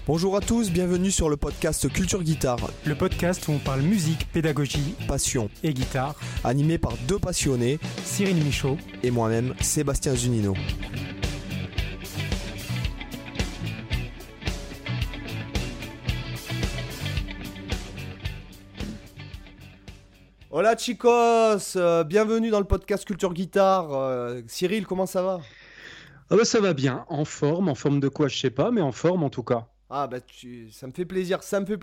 Bonjour à tous, bienvenue sur le podcast Culture Guitare. Le podcast où on parle musique, pédagogie, passion et guitare. Animé par deux passionnés, Cyril Michaud et moi-même, Sébastien Zunino. Hola chicos, bienvenue dans le podcast Culture Guitare. Cyril, comment ça va ? Ah bah ça va bien, en forme de quoi je sais pas, mais en forme en tout cas. Ah bah ça me fait plaisir.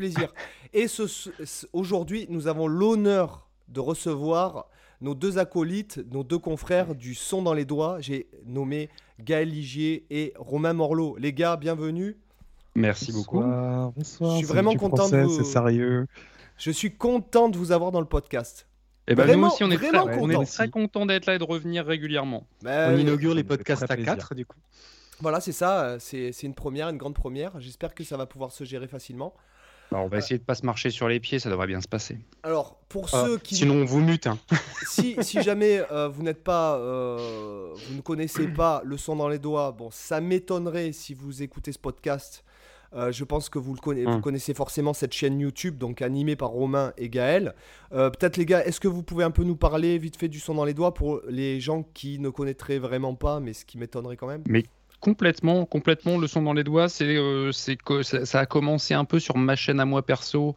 Et aujourd'hui, nous avons l'honneur de recevoir nos deux acolytes, nos deux confrères du son dans les doigts. J'ai nommé Gaël Ligier et Romain Morlot. Les gars, bienvenue. Merci beaucoup. Bonsoir, Je suis vraiment content de vous... C'est sérieux. Je suis content de vous avoir dans le podcast. Et ben Vraiment, nous aussi on est vraiment très contents d'être là et de revenir régulièrement. Bah, On inaugure les ça me fait podcasts très à plaisir. 4 du coup. Voilà, c'est ça. C'est une première, une grande première. J'espère que ça va pouvoir se gérer facilement. Alors, on va essayer de pas se marcher sur les pieds, ça devrait bien se passer. Alors, pour ceux qui... Sinon on vous mute. Hein. Si jamais vous n'êtes pas, vous ne connaissez pas le son dans les doigts, bon, ça m'étonnerait si vous écoutez ce podcast. Je pense que vous connaissez forcément cette chaîne YouTube, donc animée par Romain et Gaël. Peut-être les gars, est-ce que vous pouvez un peu nous parler vite fait du son dans les doigts pour les gens qui ne connaîtraient vraiment pas, mais ce qui m'étonnerait quand même. Mais complètement, le son dans les doigts, c'est que ça a commencé un peu sur ma chaîne à moi perso.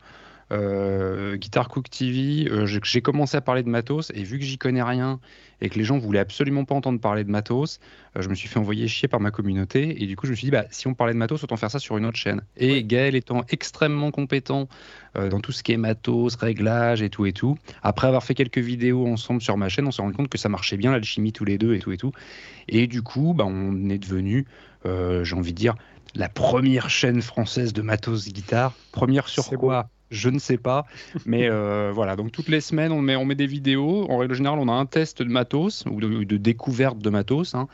Guitar Cook TV, j'ai commencé à parler de matos et vu que j'y connais rien et que les gens voulaient absolument pas entendre parler de matos, je me suis fait envoyer chier par ma communauté et du coup je me suis dit si on parlait de matos autant faire ça sur une autre chaîne. Et Ouais. Gaël étant extrêmement compétent dans tout ce qui est matos, réglages et tout, après avoir fait quelques vidéos ensemble sur ma chaîne, on s'est rendu compte que ça marchait bien l'alchimie tous les deux et tout. Et du coup on est devenu, j'ai envie de dire, la première chaîne française de matos guitare. Première sur C'est quoi ? Je ne sais pas, mais voilà. Donc toutes les semaines, on met des vidéos. En règle générale, on a un test de matos ou de découverte de matos. Hein.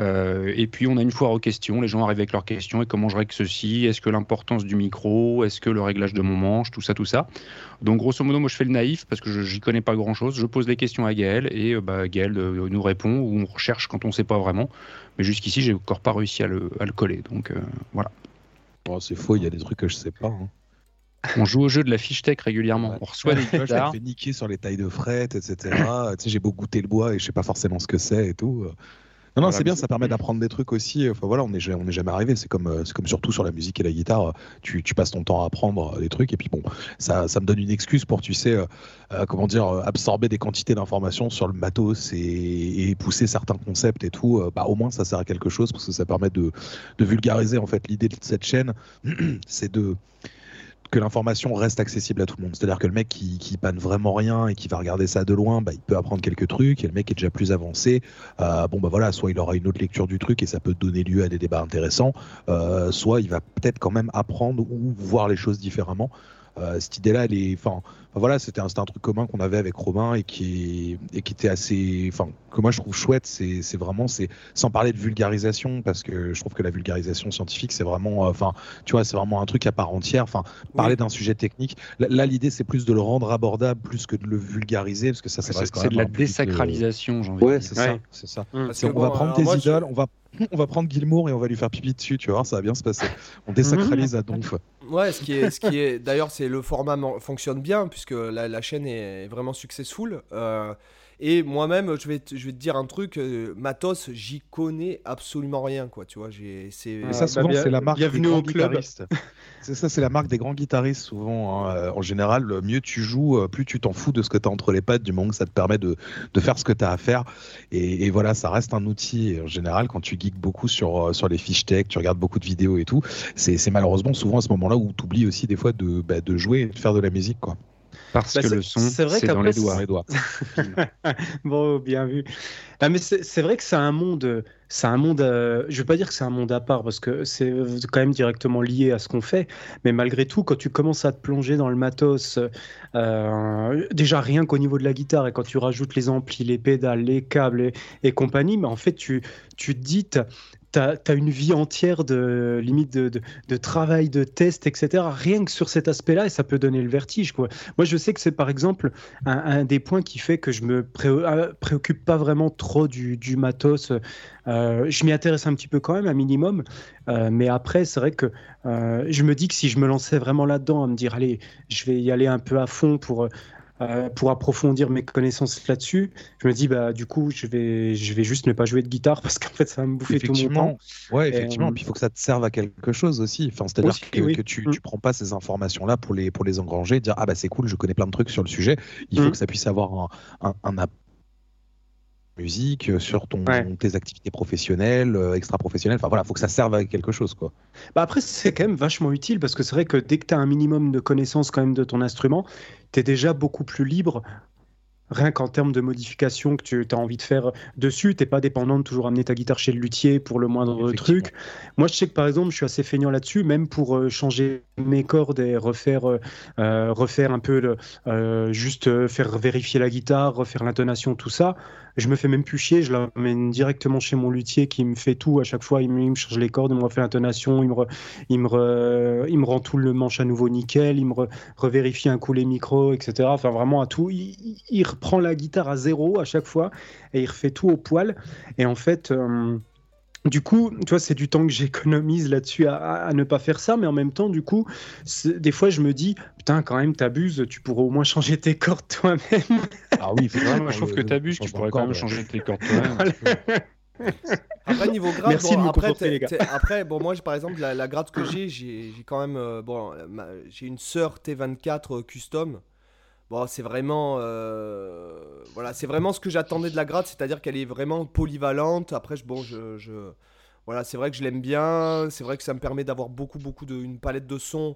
Et puis on a une foire aux questions. Les gens arrivent avec leurs questions. Et comment je règle ceci ? Est-ce que l'importance du micro ? Est-ce que le réglage de mon manche ? Tout ça. Donc grosso modo, moi je fais le naïf parce que j'y connais pas grand-chose. Je pose des questions à Gaël et Gaël nous répond ou on recherche quand on sait pas vraiment. Mais jusqu'ici, j'ai encore pas réussi à le coller. Donc voilà. Oh, c'est faux, il y a des trucs que je sais pas. Hein. On joue au jeu de la fiche tech régulièrement. On reçoit des Tu vois, je me guitares. fais niquer sur les tailles de fret, etc. Tu sais, j'ai beau goûter le bois et je sais pas forcément ce que c'est et tout. Non, Voilà, c'est bien, mais ça permet d'apprendre des trucs aussi. Enfin voilà, on n'est jamais arrivé. C'est comme surtout sur la musique et la guitare. Tu passes ton temps à apprendre des trucs et puis bon, ça me donne une excuse pour, tu sais, absorber des quantités d'informations sur le matos et pousser certains concepts et tout. Au moins, ça sert à quelque chose parce que ça permet de vulgariser en fait. L'idée de cette chaîne, c'est que l'information reste accessible à tout le monde. C'est-à-dire que le mec qui panne vraiment rien et qui va regarder ça de loin, il peut apprendre quelques trucs, et le mec qui est déjà plus avancé, soit il aura une autre lecture du truc et ça peut donner lieu à des débats intéressants, soit il va peut-être quand même apprendre ou voir les choses différemment. Cette idée-là, c'était un truc commun qu'on avait avec Romain et qui était assez, que moi je trouve chouette. C'est sans parler de vulgarisation parce que je trouve que la vulgarisation scientifique, c'est vraiment, c'est vraiment un truc à part entière. Parler d'un sujet technique. Là, l'idée, c'est plus de le rendre abordable plus que de le vulgariser parce que ça, reste quand même C'est de la un but désacralisation, j'ai envie de Ouais, dire. c'est ça. Parce que On va prendre tes moi, idoles, on va prendre Gilmour et on va lui faire pipi dessus, tu vas voir, ça va bien se passer. On désacralise à donf. Ouais, ce qui est d'ailleurs, c'est le format fonctionne bien puisque la chaîne est vraiment successful. Et moi-même, je vais te dire un truc, matos, j'y connais absolument rien, quoi. Tu vois, Mais ça, souvent, c'est la marque des bienvenue grands au club. guitaristes. C'est la marque des grands guitaristes, souvent. Hein. En général, mieux tu joues, plus tu t'en fous de ce que tu as entre les pattes, du moment que ça te permet de faire ce que tu as à faire. Et voilà, ça reste un outil. Et en général, quand tu geeks beaucoup sur les fiches tech, tu regardes beaucoup de vidéos et tout, c'est malheureusement souvent à ce moment-là où tu oublies aussi des fois de jouer et de faire de la musique, quoi. Parce que le son, c'est vrai c'est dans qu'après, les doigts. Bon, bien vu. Ah, mais c'est vrai que c'est un monde, je veux pas dire que c'est un monde à part parce que c'est quand même directement lié à ce qu'on fait, mais malgré tout, quand tu commences à te plonger dans le matos, déjà rien qu'au niveau de la guitare, et quand tu rajoutes les amplis, les pédales, les câbles et compagnie, mais en fait, tu te dis, t'as une vie entière de limite de travail, de test, etc. Rien que sur cet aspect-là, et ça peut donner le vertige, quoi. Moi, je sais que c'est par exemple un des points qui fait que je me préoccupe pas vraiment trop du matos. Je m'y intéresse un petit peu quand même, un minimum. Mais après, c'est vrai que je me dis que si je me lançais vraiment là-dedans, à me dire, allez, je vais y aller un peu à fond pour approfondir mes connaissances là-dessus, je me dis, bah, du coup, je vais juste ne pas jouer de guitare parce qu'en fait, ça va me bouffer tout mon temps. Ouais, effectivement. Puis il faut que ça te serve à quelque chose aussi. Enfin, c'est-à-dire aussi, que, oui. que tu prends pas ces informations-là pour les engranger et dire ah bah c'est cool, je connais plein de trucs sur le sujet. Il faut que ça puisse avoir un apport musique sur tes activités professionnelles, extra-professionnelles. Enfin voilà, il faut que ça serve à quelque chose, quoi. Bah après, c'est quand même vachement utile parce que c'est vrai que dès que tu as un minimum de connaissances quand même de ton instrument, tu es déjà beaucoup plus libre. Rien qu'en termes de modifications que tu as envie de faire dessus, tu n'es pas dépendant de toujours amener ta guitare chez le luthier pour le moindre truc. Moi, je sais que par exemple, je suis assez feignant là-dessus, même pour changer mes cordes et refaire un peu, juste faire vérifier la guitare, refaire l'intonation, tout ça. Je me fais même plus chier, je l'amène directement chez mon luthier qui me fait tout à chaque fois. Il me change les cordes, il me refait l'intonation, il me rend tout le manche à nouveau nickel, il me revérifie un coup les micros, etc. Enfin, vraiment à tout. Il reprend la guitare à zéro à chaque fois et il refait tout au poil. Et en fait, du coup, tu vois, c'est du temps que j'économise là-dessus à ne pas faire ça, mais en même temps, du coup, des fois, je me dis, putain, quand même, t'abuses, tu pourrais au moins changer tes cordes toi-même. Ah oui, moi je trouve que t'abuses, tu pourrais quand même changer tes cordes toi-même. Après, niveau grade, Merci de me après, conforter, les gars. après, bon, moi, par exemple, la grade que j'ai quand même, j'ai une Shure T24 custom. Bon, c'est vraiment, voilà, c'est vraiment ce que j'attendais de la grade, c'est-à-dire qu'elle est vraiment polyvalente. Après, voilà, c'est vrai que je l'aime bien. C'est vrai que ça me permet d'avoir une palette de sons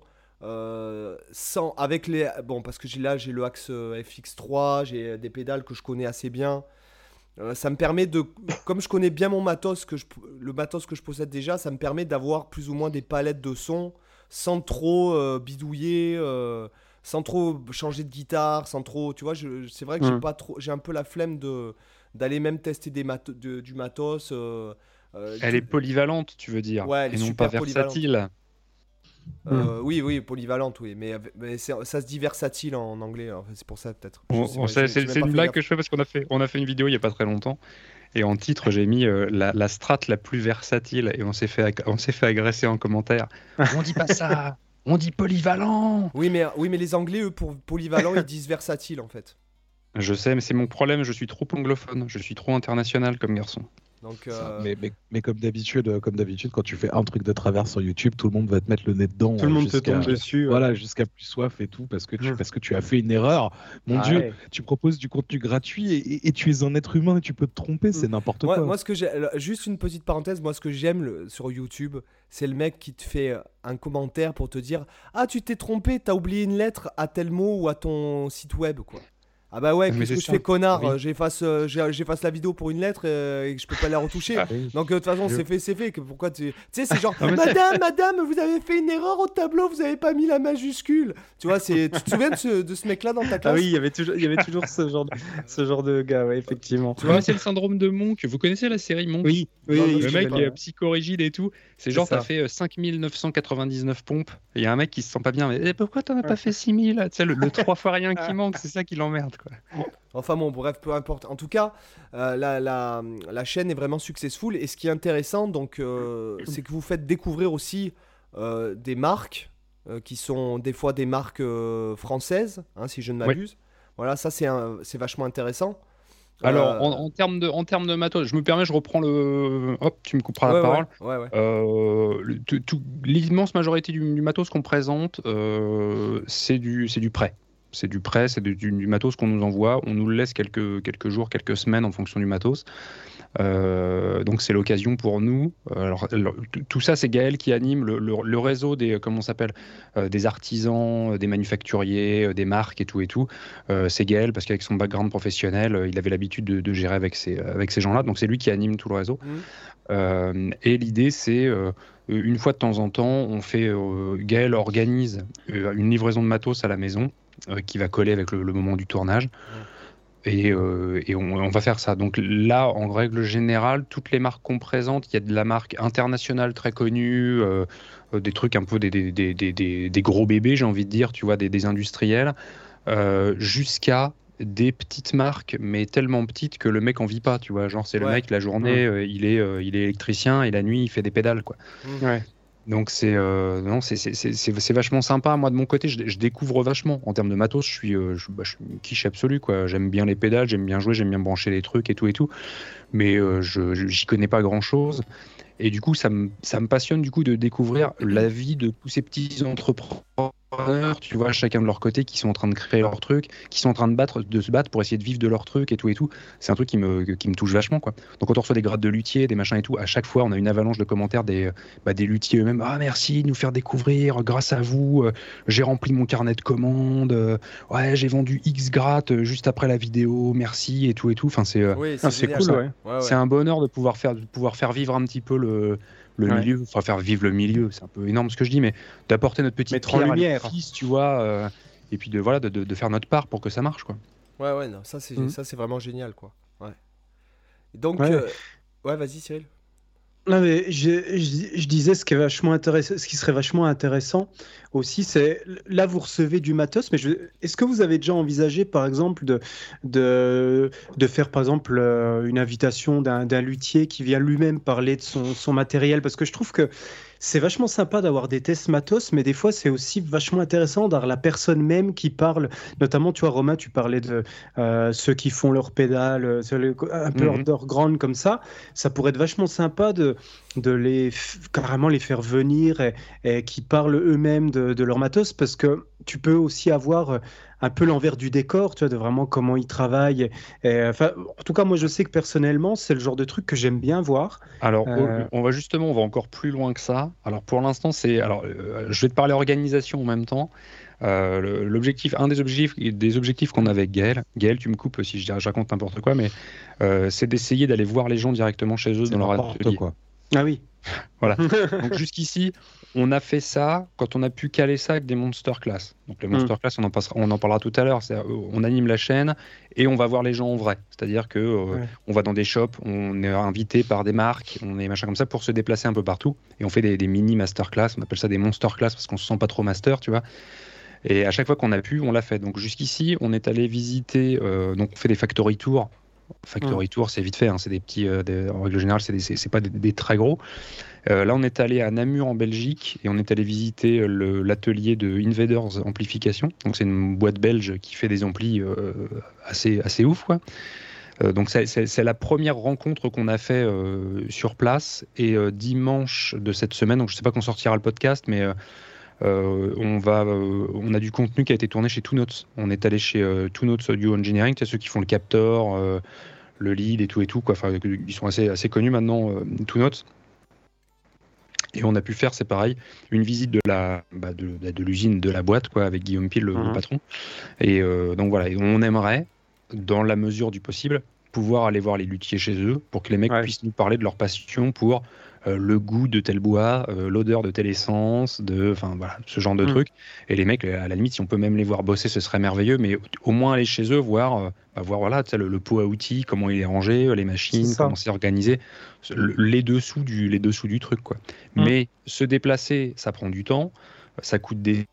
parce que j'ai le Axe FX3, j'ai des pédales que je connais assez bien. Ça me permet comme je connais bien mon matos, le matos que je possède déjà, ça me permet d'avoir plus ou moins des palettes de sons sans trop bidouiller, sans trop changer de guitare, sans trop, tu vois, c'est vrai que j'ai un peu la flemme d'aller même tester du matos. Elle est polyvalente, tu veux dire, ouais, elle est et non super pas versatile. Oui, polyvalente, oui, mais ça se dit versatile en anglais, hein. C'est pour ça peut-être. C'est une blague que je fais parce qu'on a fait une vidéo il y a pas très longtemps et en titre j'ai mis la strat la plus versatile et on s'est fait agresser en commentaire. On dit pas ça, on dit polyvalent. Oui, mais les Anglais, eux, pour polyvalent, ils disent versatile en fait. Je sais, mais c'est mon problème, je suis trop anglophone, je suis trop international comme garçon. Donc, mais comme d'habitude, quand tu fais un truc de travers sur YouTube, tout le monde va te mettre le nez dedans. Tout le monde te tombe dessus. Voilà, jusqu'à plus soif et tout, parce que tu as fait une erreur. Mon Dieu, ouais. Tu proposes du contenu gratuit et tu es un être humain et tu peux te tromper, c'est n'importe quoi. Moi, juste une petite parenthèse, moi, ce que j'aime sur YouTube, c'est le mec qui te fait un commentaire pour te dire « Ah, tu t'es trompé, t'as oublié une lettre à tel mot ou à ton site web, quoi. » Ah bah ouais, qu'est-ce que je fais, connard, oui. J'efface la vidéo pour une lettre et que je peux pas la retoucher. Donc de toute façon, c'est fait. Pourquoi tu sais, c'est genre madame, vous avez fait une erreur au tableau, vous avez pas mis la majuscule. Tu vois, tu te souviens de ce mec-là dans ta classe? Ah oui, il y avait toujours ce genre de gars, ouais, effectivement. Tu vois, c'est le syndrome de Monk. Vous connaissez la série Monk? Oui. Le mec qui est psychorigide et tout. C'est genre, t'as fait 5999 pompes. Il y a un mec qui se sent pas bien. Mais pourquoi t'en as pas fait 6000? Tu sais, le 3 fois rien qui manque, c'est ça qui l'emmerde, quoi. Enfin bon, bref, peu importe. En tout cas, la chaîne est vraiment successful. Et ce qui est intéressant, donc, c'est que vous faites découvrir aussi des marques qui sont des fois des marques françaises, hein, si je ne m'abuse. Ouais. Voilà, ça c'est vachement intéressant. Alors, en termes de matos, je me permets, je reprends le... Hop, tu me couperas la parole. Ouais. L'immense majorité du matos qu'on présente, c'est du prêt. C'est du prêt, c'est du matos qu'on nous envoie. On nous le laisse quelques jours, quelques semaines en fonction du matos. Donc c'est l'occasion pour nous. Alors, tout ça, c'est Gaël qui anime le réseau des, comment on s'appelle, des artisans, des manufacturiers, des marques et tout. C'est Gaël parce qu'avec son background professionnel, il avait l'habitude de gérer avec ces gens-là. Donc c'est lui qui anime tout le réseau. Et l'idée, c'est une fois de temps en temps, Gaël organise une livraison de matos à la maison qui va coller avec le moment du tournage. Et on va faire ça. Donc là, en règle générale, toutes les marques qu'on présente, il y a de la marque internationale très connue, des trucs un peu des gros bébés, j'ai envie de dire, tu vois, des industriels, jusqu'à des petites marques, mais tellement petites que le mec en vit pas, tu vois. Genre, c'est le mec, la journée, il est électricien et la nuit, il fait des pédales, quoi. Ouais. Donc c'est vachement sympa. Moi de mon côté, je découvre vachement en termes de matos. Je suis une quiche absolue, quoi. J'aime bien les pédales, j'aime bien jouer, j'aime bien brancher les trucs et tout. Mais j'y connais pas grand chose. Et du coup, ça me passionne du coup de découvrir la vie de tous ces petits entrepreneurs, tu vois, chacun de leur côté, qui sont en train de créer leur truc, qui sont en train de se battre pour essayer de vivre de leur truc et tout. C'est un truc qui me touche vachement, quoi. Donc quand on reçoit des grades de luthier, des machins et tout, à chaque fois, on a une avalanche de commentaires des luthiers eux-mêmes. Ah, merci de nous faire découvrir, grâce à vous, j'ai rempli mon carnet de commandes, ouais, j'ai vendu X grattes juste après la vidéo, merci et tout. Enfin, c'est cool, ouais. C'est un bonheur de pouvoir faire vivre un petit peu le milieu, enfin faire vivre le milieu, c'est un peu énorme ce que je dis, mais d'apporter notre petite mettre en lumière, tu vois, et puis de faire notre part pour que ça marche, quoi. Ouais, non, ça c'est vraiment génial, quoi. Ouais. Et donc, vas-y Cyril. Non, mais je disais ce qui serait vachement intéressant aussi, c'est là vous recevez du matos, mais est-ce que vous avez déjà envisagé par exemple de faire par exemple une invitation d'un luthier qui vient lui-même parler de son matériel, parce que je trouve que c'est vachement sympa d'avoir des tests matos, mais des fois c'est aussi vachement intéressant d'avoir la personne même qui parle, notamment tu vois Romain, tu parlais de ceux qui font leurs pédales, un peu underground comme ça pourrait être vachement sympa de carrément les faire venir et qui parlent eux-mêmes de leur matos, parce que tu peux aussi avoir un peu l'envers du décor, tu vois, de vraiment comment ils travaillent. En tout cas, moi, je sais que personnellement, c'est le genre de truc que j'aime bien voir. Alors, on va encore plus loin que ça. Alors, pour l'instant, je vais te parler organisation en même temps. Un des objectifs qu'on a avec Gaël, tu me coupes si je raconte n'importe quoi, mais c'est d'essayer d'aller voir les gens directement chez eux dans leur atelier. Quoi. Ah oui. Voilà. Donc jusqu'ici, on a fait ça quand on a pu caler ça avec des Monster Class. Donc les Monster Class, on en parlera tout à l'heure. On anime la chaîne et on va voir les gens en vrai. C'est-à-dire que on va dans des shops, on est invité par des marques, on est machin comme ça pour se déplacer un peu partout. Et on fait des mini Master Class. On appelle ça des Monster Class parce qu'on se sent pas trop master, tu vois. Et à chaque fois qu'on a pu, on l'a fait. Donc jusqu'ici, on est allé visiter. Donc on fait des factory tours. Factory tour, c'est vite fait, hein, c'est des petits, en règle générale, c'est pas des très gros. Là, on est allé à Namur en Belgique et on est allé visiter l'atelier de Invaders Amplification. Donc, c'est une boîte belge qui fait des amplis assez ouf, quoi. Donc, c'est la première rencontre qu'on a fait sur place. Et dimanche de cette semaine, donc je sais pas quand sortira le podcast, mais on a du contenu qui a été tourné chez Two Notes. On est allé chez Two Notes Audio Engineering, c'est ceux qui font le capteur, le lead et tout quoi. Enfin, ils sont assez connus maintenant, Two Notes. Et on a pu faire, c'est pareil, une visite de l'usine, de la boîte, quoi, avec Guillaume Pile, le patron. Et donc voilà, et on aimerait, dans la mesure du possible, pouvoir aller voir les luthiers chez eux pour que les mecs puissent nous parler de leur passion pour le goût de tel bois, l'odeur de telle essence, enfin voilà, ce genre de trucs. Et les mecs, à la limite, si on peut même les voir bosser, ce serait merveilleux, mais au moins aller chez eux, voir voilà, le pot à outils, comment il est rangé, les machines, comment c'est organisé, les dessous du truc, quoi. Mais se déplacer, ça prend du temps, ça coûte des...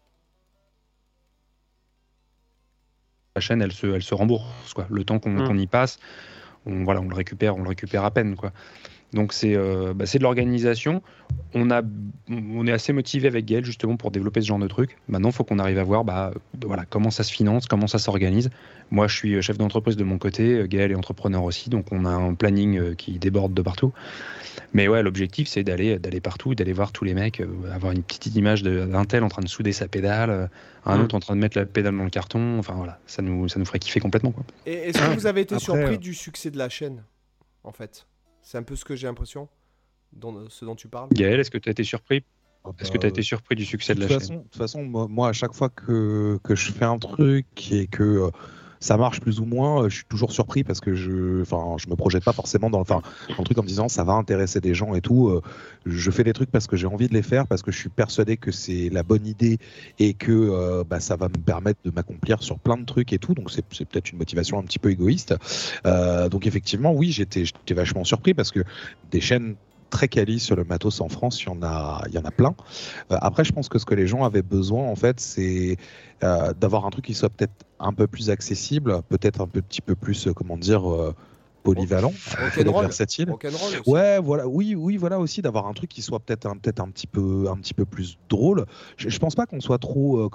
La chaîne, elle se rembourse, quoi. Le temps qu'on y passe, on le récupère à peine, quoi. Donc c'est de l'organisation. On est assez motivé avec Gaël justement pour développer ce genre de truc. Maintenant, il faut qu'on arrive à voir comment ça se finance, comment ça s'organise. Moi, je suis chef d'entreprise de mon côté. Gaël est entrepreneur aussi, donc on a un planning qui déborde de partout. Mais ouais, l'objectif, c'est d'aller partout, d'aller voir tous les mecs, avoir une petite image d'un tel en train de souder sa pédale, un autre en train de mettre la pédale dans le carton. Enfin voilà, ça nous ferait kiffer complètement, quoi. Et est-ce que vous avez été surpris du succès de la chaîne, en fait ? C'est un peu ce que j'ai l'impression, ce dont tu parles. Gaël, est-ce que tu as été surpris ? Est-ce que tu as été surpris du succès de la chaîne ? De toute façon, moi, à chaque fois que je fais un truc et que ça marche plus ou moins. Je suis toujours surpris parce que je me projette pas forcément dans le truc en me disant ça va intéresser des gens et tout. Je fais des trucs parce que j'ai envie de les faire, parce que je suis persuadé que c'est la bonne idée et que ça va me permettre de m'accomplir sur plein de trucs et tout. Donc c'est peut-être une motivation un petit peu égoïste. Donc effectivement, oui, j'étais vachement surpris parce que des chaînes très quali sur le matos en France, il y en a plein. Après, je pense que ce que les gens avaient besoin, en fait, c'est d'avoir un truc qui soit peut-être un peu plus accessible, peut-être un petit peu plus, polyvalent, versatile. Ouais, voilà, oui, voilà aussi d'avoir un truc qui soit peut-être un petit peu plus drôle. Je pense pas qu'on soit trop,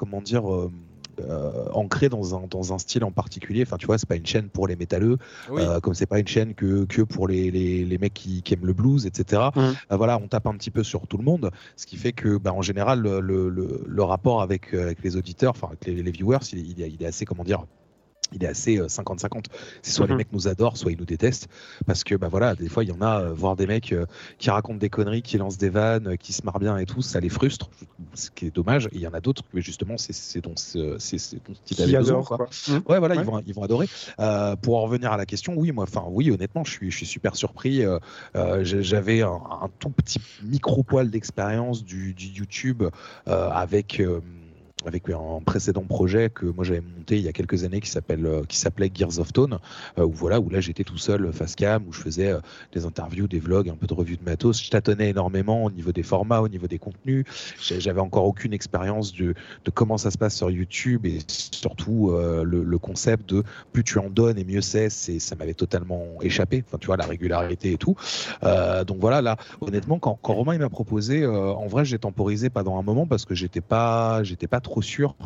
ancré dans un style en particulier. Enfin, tu vois, c'est pas une chaîne pour les métalleux, comme c'est pas une chaîne que pour les mecs qui aiment le blues, etc. Voilà, on tape un petit peu sur tout le monde, ce qui fait que, en général, le rapport avec les auditeurs, enfin avec les viewers, il est assez, il est assez 50-50. C'est soit les mecs nous adorent, soit ils nous détestent. Parce que, voilà, des fois, il y en a, voir des mecs qui racontent des conneries, qui lancent des vannes, qui se marrent bien et tout, ça les frustre, ce qui est dommage. Et il y en a d'autres, mais justement, c'est dont tu avais besoin. Quoi. Ouais, voilà, ils vont adorer. Pour en revenir à la question, oui, honnêtement, je suis super surpris. J'avais un tout petit micro-poil d'expérience du YouTube avec un précédent projet que moi j'avais monté il y a quelques années qui s'appelait Gears of Tone, où là j'étais tout seul face cam, où je faisais des interviews, des vlogs, un peu de revues de matos. Je tâtonnais énormément au niveau des formats, au niveau des contenus. J'avais encore aucune expérience de comment ça se passe sur YouTube, et surtout le concept de plus tu en donnes et mieux c'est, ça m'avait totalement échappé. Enfin, tu vois, la régularité et tout. Donc voilà, là, honnêtement, quand Romain il m'a proposé, en vrai j'ai temporisé pendant un moment parce que j'étais pas trop sûr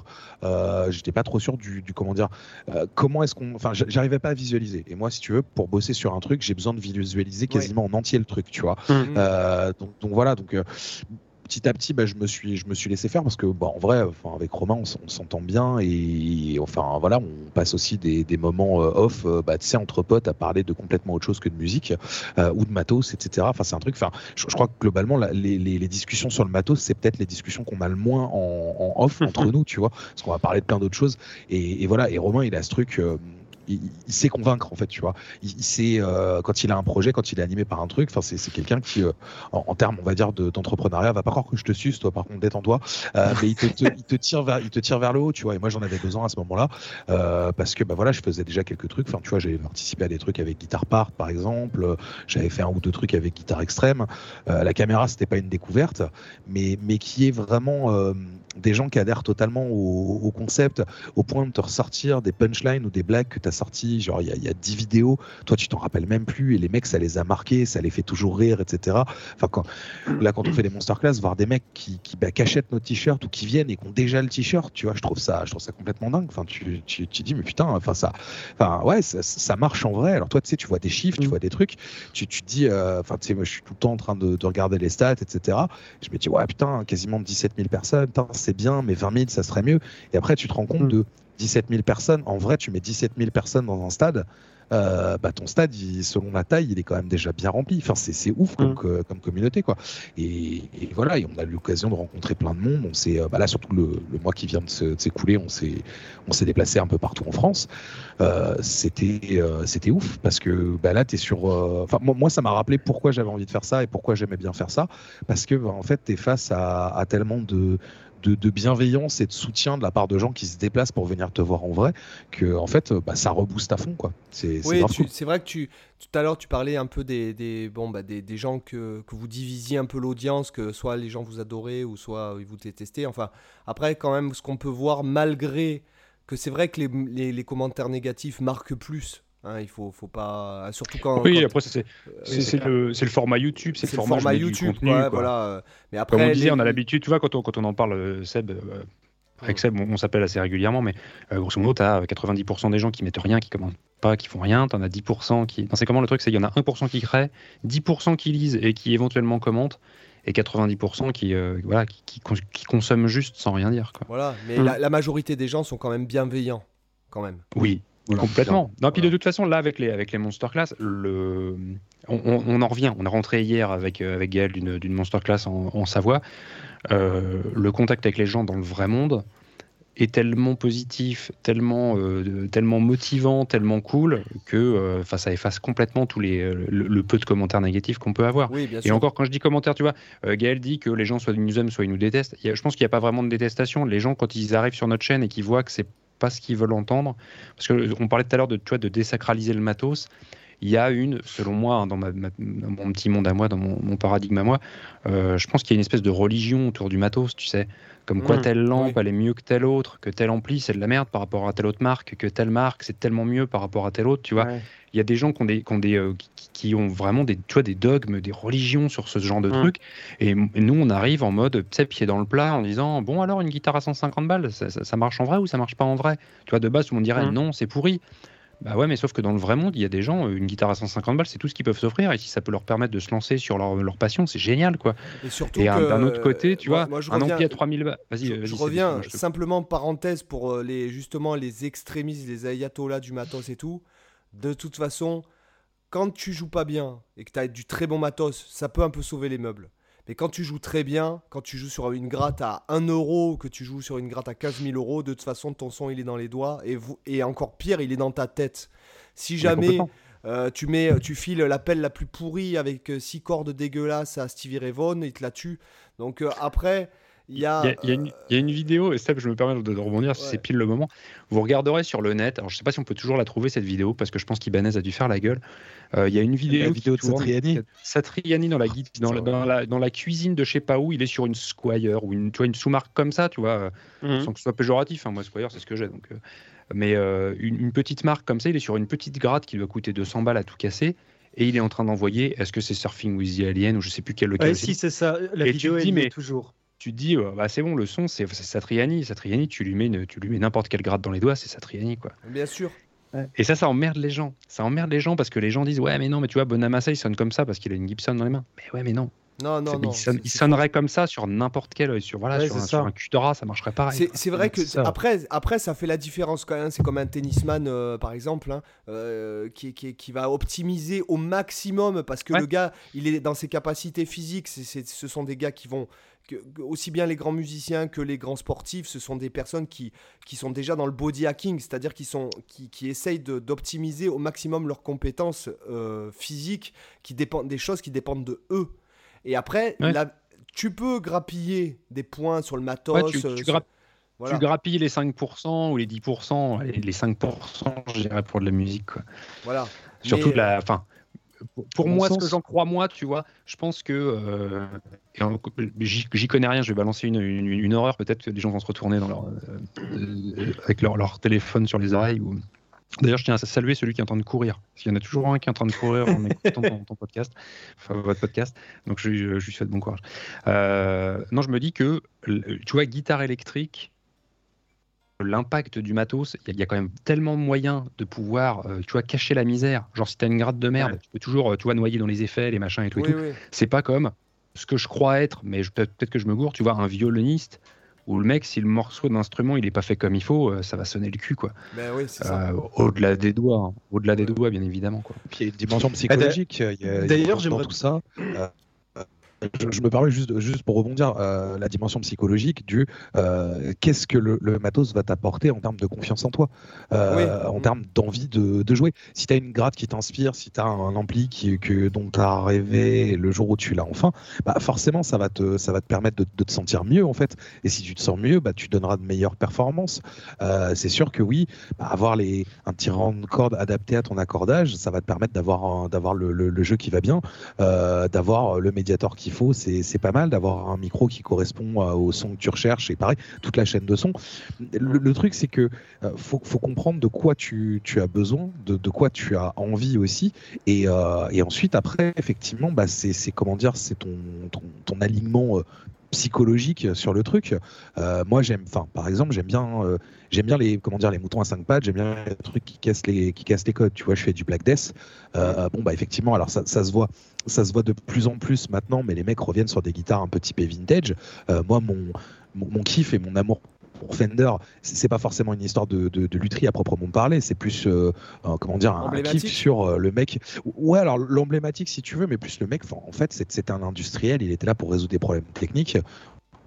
du comment dire, comment est-ce qu'on, enfin j'arrivais pas à visualiser, et moi si tu veux, pour bosser sur un truc j'ai besoin de visualiser quasiment en entier le truc, tu vois. Donc voilà, petit à petit, je me suis laissé faire parce que, en vrai, avec Romain, on s'entend bien, et voilà, on passe aussi des moments off, tu sais, entre potes, à parler de complètement autre chose que de musique ou de matos, etc. Enfin, c'est un truc. Enfin, je crois que globalement, les discussions sur le matos, c'est peut-être les discussions qu'on a le moins en off entre nous, tu vois, parce qu'on va parler de plein d'autres choses. Et voilà. Et Romain, il a ce truc. Il sait convaincre, en fait, tu vois. Il sait, quand il a un projet, quand il est animé par un truc, c'est quelqu'un qui, en termes, on va dire, d'entrepreneuriat, va pas croire que je te suce, toi, par contre, détends-toi, mais il te tire vers le haut, tu vois. Et moi, j'en avais besoin à ce moment-là, parce que, voilà, je faisais déjà quelques trucs. Enfin, tu vois, j'avais participé à des trucs avec Guitar Part, par exemple. J'avais fait un ou deux trucs avec Guitare Extrême. La caméra, c'était pas une découverte, mais qui est vraiment des gens qui adhèrent totalement au concept, au point de te ressortir des punchlines ou des blagues que tu as sorties, genre il y a 10 vidéos, toi tu t'en rappelles même plus, et les mecs ça les a marqués, ça les fait toujours rire, etc. Enfin, quand on fait des Monster Class, voir des mecs qui achètent nos t-shirts ou qui viennent et qui ont déjà le t-shirt, tu vois, je trouve ça complètement dingue. Enfin, tu dis mais putain, ça marche en vrai. Alors toi tu sais, tu vois des chiffres, tu vois des trucs, tu te dis, tu sais, moi je suis tout le temps en train de regarder les stats, etc. Je me dis ouais putain, quasiment 17 000 personnes, putain, c'est bien, mais 20 000 ça serait mieux. Et après tu te rends compte de 17 000 personnes, en vrai tu mets 17 000 personnes dans un stade, ton stade, selon la taille, il est quand même déjà bien rempli. Enfin, c'est ouf comme communauté, quoi. Et voilà, et on a eu l'occasion de rencontrer plein de monde. On s'est, là, surtout le mois qui vient de s'écouler, on s'est déplacé un peu partout en France. C'était ouf parce que là, t'es sur. Moi, ça m'a rappelé pourquoi j'avais envie de faire ça et pourquoi j'aimais bien faire ça, parce que en fait, t'es face à tellement de bienveillance et de soutien de la part de gens qui se déplacent pour venir te voir en vrai, que en fait ça rebooste à fond, quoi. C'est vrai que tout à l'heure tu parlais un peu des gens que vous divisiez un peu l'audience, que soit les gens vous adoraient ou soit ils vous détestaient. Enfin, après quand même, ce qu'on peut voir, malgré que c'est vrai que les commentaires négatifs marquent plus. Hein, il faut pas, surtout quand. Oui, après c'est le format YouTube, c'est le format YouTube, contenu, ouais, voilà. Mais après, comme on disait, on a l'habitude, tu vois, quand on en parle, Seb, avec Seb, on s'appelle assez régulièrement, mais grosso modo, tu as 90% des gens qui mettent rien, qui commentent pas, qui font rien. Tu en as 10% qui. Non, c'est comment le truc, c'est qu'il y en a 1% qui créent, 10% qui lisent et qui éventuellement commentent, et 90% qui consomment juste sans rien dire, quoi. Voilà, mais la majorité des gens sont quand même bienveillants, quand même. Oui. Voilà, complètement. Non, puis de toute façon, là, avec les Monster Class, on en revient. On est rentré hier avec Gaël d'une Monster Class en Savoie. Le contact avec les gens dans le vrai monde est tellement positif, tellement motivant, tellement cool que ça efface complètement tous le peu de commentaires négatifs qu'on peut avoir. Oui, bien Et sûr. encore, quand je dis commentaires, tu vois, Gaël dit que les gens soit ils nous aiment, soit ils nous détestent. Je pense qu'il n'y a pas vraiment de détestation. Les gens, quand ils arrivent sur notre chaîne et qu'ils voient que c'est pas ce qu'ils veulent entendre, parce qu'on parlait tout à l'heure de désacraliser le matos. Il y a selon moi, dans mon petit monde à moi, dans mon paradigme à moi, je pense qu'il y a une espèce de religion autour du matos, tu sais. Comme quoi telle lampe, elle est mieux que telle autre, que tel ampli, c'est de la merde par rapport à telle autre marque, que telle marque, c'est tellement mieux par rapport à telle autre, tu vois. Ouais. Il y a des gens qui ont vraiment des dogmes, des religions sur ce genre de trucs. Et nous, on arrive en mode, pied dans le plat, en disant, bon, alors, une guitare à 150 balles, ça marche en vrai ou ça marche pas en vrai? Tu vois, de base, tout le monde dirait, non, c'est pourri. Bah ouais, mais sauf que dans le vrai monde, il y a des gens, une guitare à 150 balles, c'est tout ce qu'ils peuvent s'offrir. Et si ça peut leur permettre de se lancer sur leur passion, c'est génial, quoi. Et surtout d'un autre côté, tu vois, je un reviens, ampli à 3000 balles. Vas-y, je reviens simplement, parenthèse, pour justement les extrémistes, les ayatollahs du matos et tout. De toute façon, quand tu joues pas bien et que tu as du très bon matos, ça peut un peu sauver les meubles. Mais quand tu joues très bien, quand tu joues sur une gratte à 1 euro, que tu joues sur une gratte à 15 000 euros, de toute façon, ton son, il est dans les doigts. Et encore pire, il est dans ta tête. Si jamais tu files la pelle la plus pourrie avec 6 cordes dégueulasses à Stevie Ray Vaughan, il te la tue. Donc après... Il y a une vidéo, et Steph, je me permets de rebondir, si c'est pile le moment. Vous regarderez sur le net, alors je ne sais pas si on peut toujours la trouver, cette vidéo, parce que je pense qu'Ibanez a dû faire la gueule. Il y a une vidéo de Satriani. Satriani dans la cuisine de je sais pas où, il est sur une Squire, ou une sous-marque comme ça, tu vois, sans que ce soit péjoratif. Moi, Squire, c'est ce que j'ai. Donc, mais une petite marque comme ça, il est sur une petite gratte qui doit coûter 200 balles à tout casser. Et il est en train d'envoyer, est-ce que c'est Surfing with the Alien, ou je ne sais plus quel lequel. Si, c'est ça, la vidéo, elle est toujours. Tu te dis, c'est bon, le son, c'est Satriani. Satriani, tu lui mets n'importe quelle gratte dans les doigts, c'est Satriani, quoi. Bien sûr. Et ça emmerde les gens. Ça emmerde les gens parce que les gens disent, ouais, mais non, mais tu vois, Bonamassa, il sonne comme ça parce qu'il a une Gibson dans les mains. Mais ouais, mais non. Non. Il sonnerait comme ça sur n'importe quel, sur un cul de rat, ça marcherait pareil. C'est vrai que après, ça fait la différence quand même. C'est comme un tennisman, par exemple, qui va optimiser au maximum parce que le gars, il est dans ses capacités physiques. Ce sont des gars qui vont... aussi bien les grands musiciens que les grands sportifs, ce sont des personnes qui sont déjà dans le body hacking, c'est-à-dire qui essayent d'optimiser au maximum leurs compétences physiques, des choses qui dépendent de eux. Et après, tu peux grappiller des points sur le matos. Tu grappilles les 5% ou les 10%, les 5%, je dirais, pour de la musique, quoi. Voilà. Surtout pour moi, ce que j'en crois, moi, tu vois, je pense que j'y connais rien. Je vais balancer une horreur. Peut-être que des gens vont se retourner avec leur téléphone sur les oreilles. D'ailleurs, je tiens à saluer celui qui est en train de courir. Parce qu'il y en a toujours un qui est en train de courir en écoutant ton podcast, enfin votre podcast. Donc, je lui souhaite bon courage. Non, je me dis que, tu vois, guitare électrique, l'impact du matos, il y a quand même tellement de moyens de pouvoir, tu vois, cacher la misère. Genre, si t'as une gratte de merde, tu peux toujours, tu vois, noyer dans les effets, les machins et tout. Oui. C'est pas comme ce que je crois être, mais peut-être que je me gourre, tu vois, un violoniste où le mec, si le morceau d'instrument il est pas fait comme il faut, ça va sonner le cul, quoi. Ben oui, c'est ça. Au-delà des doigts, des doigts, bien évidemment, quoi. Puis il y a une dimension psychologique. D'ailleurs, j'aimerais tout ça. Je me permets juste pour rebondir, la dimension psychologique du qu'est-ce que le matos va t'apporter en termes de confiance en toi, en termes d'envie de jouer. Si tu as une gratte qui t'inspire, si tu as un ampli dont tu as rêvé le jour où tu l'as enfin, forcément ça va te permettre de te sentir mieux en fait. Et si tu te sens mieux, tu donneras de meilleures performances. C'est sûr que oui, avoir un tirant de corde adapté à ton accordage, ça va te permettre d'avoir le jeu qui va bien, d'avoir le médiator qu'il faut, c'est pas mal, d'avoir un micro qui correspond au son que tu recherches, et pareil, toute la chaîne de son. Le truc, c'est que faut comprendre de quoi tu as besoin, de quoi tu as envie aussi, et ensuite, après, effectivement, c'est comment dire, c'est ton alignement psychologique sur le truc. Moi, par exemple, j'aime bien les moutons à 5 pattes, j'aime bien les trucs qui cassent les codes. Tu vois, je fais du Black Death. Effectivement, alors ça se voit de plus en plus maintenant, mais les mecs reviennent sur des guitares un peu typées vintage. Moi, mon kiff et mon amour pour Fender, c'est pas forcément une histoire de lutherie à proprement parler, c'est plus un kiff sur le mec. Ouais, alors l'emblématique si tu veux, mais plus le mec, en fait c'était un industriel, il était là pour résoudre des problèmes techniques.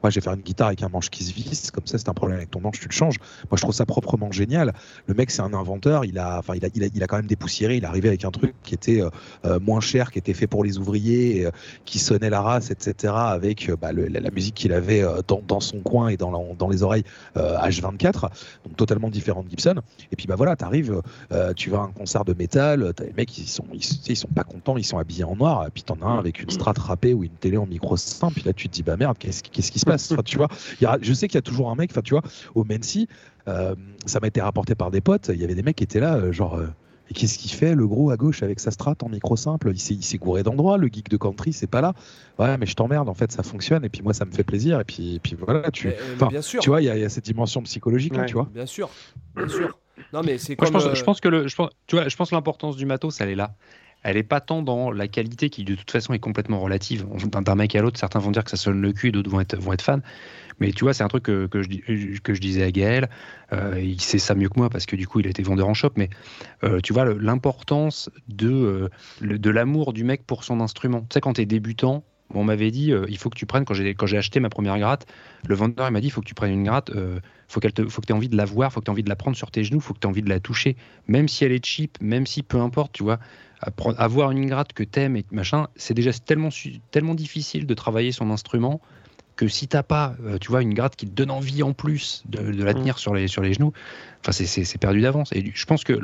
Moi, je vais faire une guitare avec un manche qui se visse, comme ça, c'est un problème avec ton manche, tu le changes. Moi, je trouve ça proprement génial. Le mec, c'est un inventeur, il a quand même dépoussiéré, il est arrivé avec un truc qui était moins cher, qui était fait pour les ouvriers, qui sonnait la race, etc., avec la musique qu'il avait dans son coin et dans les oreilles H24, donc totalement différent de Gibson. Et puis, voilà, t'arrives, tu vas à un concert de métal, t'as les mecs, ils sont pas contents, ils sont habillés en noir, et puis t'en as un avec une Strat râpée ou une télé en micro simple, puis là, tu te dis, merde, qu'est-ce qui se passe? Enfin, tu vois, je sais qu'il y a toujours un mec, tu vois, au Mency, ça m'a été rapporté par des potes, il y avait des mecs qui étaient là, et qu'est-ce qu'il fait, le gros à gauche avec sa Strat en micro simple? Il s'est gouré d'endroit, le geek de country, c'est pas là. Ouais, mais je t'emmerde, en fait, ça fonctionne, et puis moi, ça me fait plaisir, et puis voilà, bien sûr. Tu vois, il y a cette dimension psychologique, là, tu vois. Bien sûr. Non, mais c'est moi, comme. je pense que l'importance du matos, elle est là. Elle n'est pas tant dans la qualité qui, de toute façon, est complètement relative. D'un mec à l'autre, certains vont dire que ça sonne le cul, d'autres vont être fans. Mais tu vois, c'est un truc que je disais à Gaël. Il sait ça mieux que moi parce que du coup, il a été vendeur en shop. Mais tu vois, l'importance de l'amour du mec pour son instrument. Tu sais, quand tu es débutant, on m'avait dit, il faut que tu prennes, quand j'ai acheté ma première gratte, le vendeur il m'a dit, il faut que tu prennes une gratte, faut que tu aies envie de la voir, faut que tu aies envie de la prendre sur tes genoux, faut que tu aies envie de la toucher, même si elle est cheap, même si peu importe, tu vois. Avoir une gratte que t'aimes et machin, c'est déjà tellement difficile de travailler son instrument que si t'as pas, tu vois, une gratte qui te donne envie en plus de la tenir sur les genoux, enfin c'est perdu d'avance. Et je pense que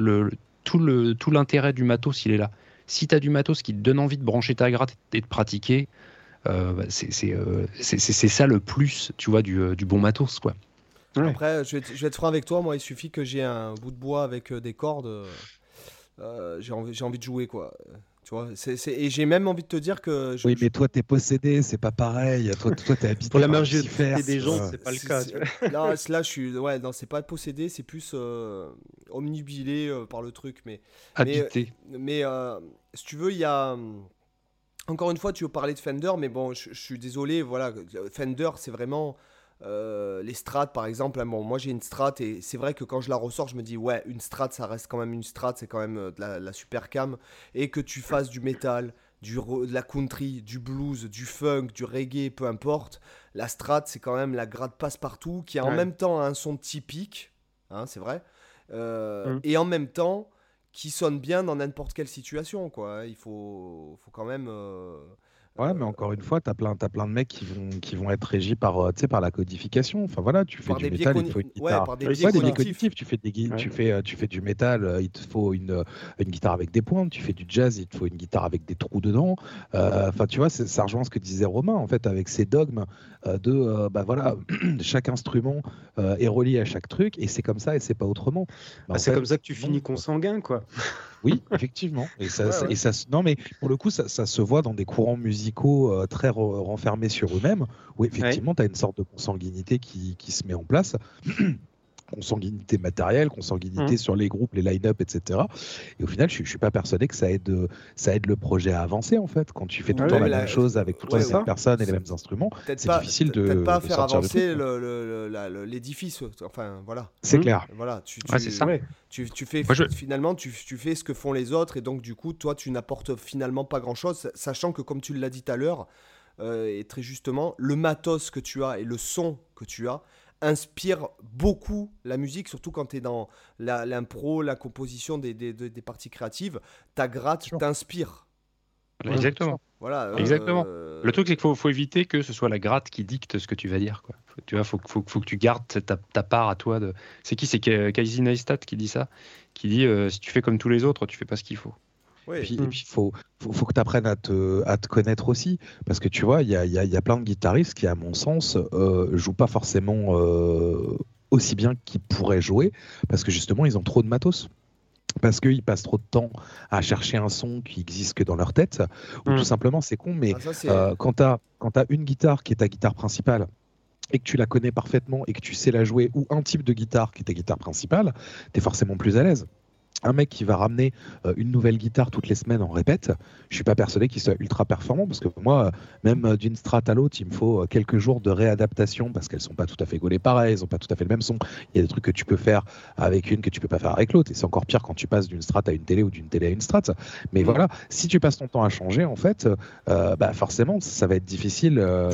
tout l'intérêt du matos, il est là. Si t'as du matos qui te donne envie de brancher ta gratte et de pratiquer, c'est ça le plus, tu vois, du bon matos, quoi. Après, je vais être franc avec toi. Moi, il suffit que j'ai un bout de bois avec des cordes. J'ai envie de jouer, quoi. Tu vois, et j'ai même envie de te dire que. Oui, mais toi, t'es possédé, c'est pas pareil. Toi, t'es habité pour la par majorité des gens, c'est pas le cas. Là, je suis. Ouais, non, c'est pas possédé, c'est plus omnibilé par le truc. Habité. Mais si tu veux, il y a. Encore une fois, tu veux parler de Fender, mais bon, je suis désolé. Voilà, Fender, c'est vraiment. Les strats par exemple, bon, moi j'ai une strat et c'est vrai que quand je la ressors je me dis ouais, une strat ça reste quand même une strat, c'est quand même de la super cam, et que tu fasses du métal, de la country, du blues, du funk, du reggae, peu importe, la strat c'est quand même la gratte passe-partout qui a en même temps un son typique, hein, c'est vrai, et en même temps qui sonne bien dans n'importe quelle situation, quoi. Il faut quand même Ouais, mais encore une fois, t'as plein de mecs qui vont être régis par, par la codification. Enfin voilà, tu fais du métal, il te faut une guitare. Par des biais cognitifs. Tu fais du métal, il te faut une guitare avec des pointes. Tu fais du jazz, il te faut une guitare avec des trous dedans. Enfin, tu vois, ça rejoint ce que disait Romain, en fait, avec ses dogmes voilà, chaque instrument est relié à chaque truc, et c'est comme ça et c'est pas autrement. C'est comme ça que tu finis consanguin, quoi. Oui, effectivement. Non, mais pour le coup, ça se voit dans des courants musicaux très renfermés sur eux-mêmes, où effectivement, tu as une sorte de consanguinité qui se met en place. Consanguinité matérielle, consanguinité sur les groupes, les line-up, etc. Et au final, je ne suis pas persuadé que ça aide le projet à avancer, en fait. Quand tu fais tout le temps la même chose avec toutes les mêmes personnes et les mêmes instruments, c'est difficile de peut-être pas faire avancer l'édifice. Enfin, voilà. C'est clair. Voilà, c'est ça. Tu fais finalement, tu fais ce que font les autres, et donc du coup, toi, tu n'apportes finalement pas grand-chose, sachant que, comme tu l'as dit tout à l'heure, et très justement, le matos que tu as et le son que tu as inspire beaucoup la musique, surtout quand tu es dans l'impro, la composition des parties créatives. Ta gratte t'inspire. Exactement. Voilà, exactement. Le truc, c'est qu'il faut éviter que ce soit la gratte qui dicte ce que tu vas dire, quoi. Tu vois, faut que tu gardes ta part à toi. C'est qui? C'est Casey Neistat qui dit ça, qui dit si tu fais comme tous les autres, tu fais pas ce qu'il faut. Et puis il faut que tu apprennes à te connaître aussi, parce que tu vois, il y a plein de guitaristes qui, à mon sens, jouent pas forcément aussi bien qu'ils pourraient jouer, parce que justement ils ont trop de matos, parce qu'ils passent trop de temps à chercher un son qui existe que dans leur tête, ou tout simplement, c'est con, mais quand tu as une guitare qui est ta guitare principale, et que tu la connais parfaitement et que tu sais la jouer, ou un type de guitare qui est ta guitare principale, tu es forcément plus à l'aise. Un mec qui va ramener une nouvelle guitare toutes les semaines en répète, je suis pas persuadé qu'il soit ultra performant parce que moi, même d'une strat à l'autre, il me faut quelques jours de réadaptation parce qu'elles sont pas tout à fait gaulées pareil, elles ont pas tout à fait le même son. Il y a des trucs que tu peux faire avec une que tu peux pas faire avec l'autre et c'est encore pire quand tu passes d'une strat à une télé ou d'une télé à une strat. Mais voilà, si tu passes ton temps à changer, en fait, forcément, ça va être difficile.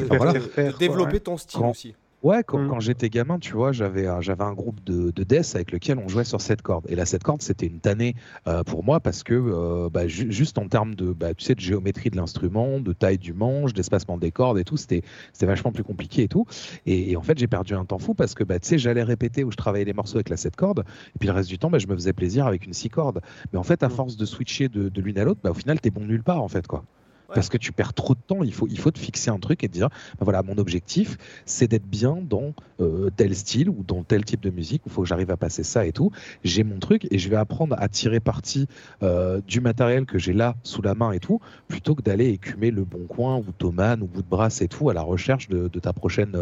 De développer ton style aussi. Ouais, quand j'étais gamin, tu vois, j'avais un groupe de death avec lequel on jouait sur 7 cordes. Et la 7 cordes, c'était une tannée pour moi parce que juste en termes de, tu sais, de géométrie de l'instrument, de taille du manche, d'espacement des cordes et tout, c'était vachement plus compliqué et tout. Et en fait, j'ai perdu un temps fou parce que, tu sais, j'allais répéter où je travaillais les morceaux avec la 7 cordes. Et puis le reste du temps, je me faisais plaisir avec une 6 cordes. Mais en fait, à force de switcher de l'une à l'autre, au final, t'es bon nulle part, en fait, quoi. Parce que tu perds trop de temps, il faut te fixer un truc et te dire, voilà, mon objectif, c'est d'être bien dans tel style ou dans tel type de musique, il faut que j'arrive à passer ça et tout. J'ai mon truc et je vais apprendre à tirer parti du matériel que j'ai là sous la main et tout, plutôt que d'aller écumer Le Bon Coin ou Thomann ou Woodbrass et tout à la recherche de ta prochaine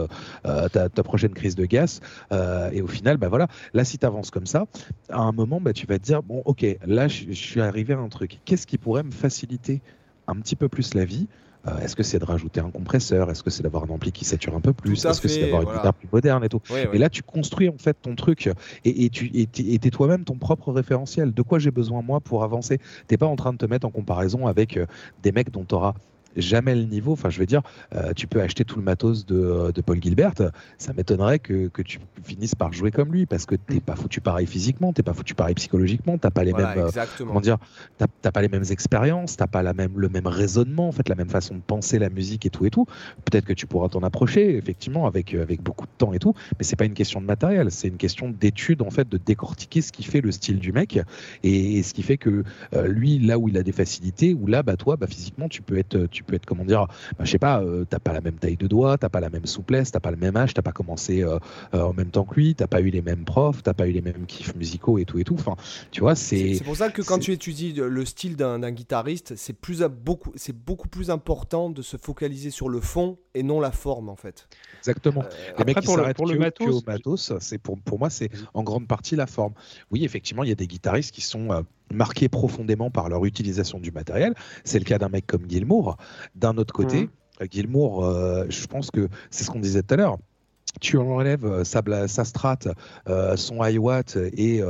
crise de gaz. Et au final, voilà, là, si tu avances comme ça, à un moment, tu vas te dire, bon, ok, là, je suis arrivé à un truc. Qu'est-ce qui pourrait me faciliter un petit peu plus la vie? Est-ce que c'est de rajouter un compresseur? Est-ce que c'est d'avoir un ampli qui sature un peu plus? Est-ce que c'est d'avoir une guitare plus moderne et tout? Et là, tu construis en fait ton truc et t'es toi-même ton propre référentiel. De quoi j'ai besoin moi pour avancer? T'es pas en train de te mettre en comparaison avec des mecs dont t'auras jamais le niveau. Enfin, je veux dire, tu peux acheter tout le matos de Paul Gilbert. Ça m'étonnerait que tu finisses par jouer comme lui parce que t'es pas foutu pareil physiquement, t'es pas foutu pareil psychologiquement, t'as pas les mêmes, t'as pas les mêmes expériences, t'as pas le même raisonnement, en fait, la même façon de penser la musique et tout et tout. Peut-être que tu pourras t'en approcher effectivement avec beaucoup de temps et tout, mais c'est pas une question de matériel, c'est une question d'étude en fait, de décortiquer ce qui fait le style du mec et ce qui fait que lui, là où il a des facilités, ou là, toi, physiquement, tu peux être comment dire, je sais pas, t'as pas la même taille de doigts, t'as pas la même souplesse, t'as pas le même âge, t'as pas commencé en même temps que lui, t'as pas eu les mêmes profs, t'as pas eu les mêmes kiffs musicaux et tout. Enfin, tu vois, c'est pour ça que quand tu étudies le style d'un guitariste, c'est beaucoup plus important de se focaliser sur le fond et non la forme en fait. Exactement. Les mecs qui s'arrêtent pour le matos, au matos, c'est pour moi c'est en grande partie la forme. Oui, effectivement, il y a des guitaristes qui sont marqués profondément par leur utilisation du matériel. C'est le cas d'un mec comme Gilmour. D'un autre côté, Gilmour, je pense que c'est ce qu'on disait tout à l'heure. Tu enlèves sa strat, son high-watt et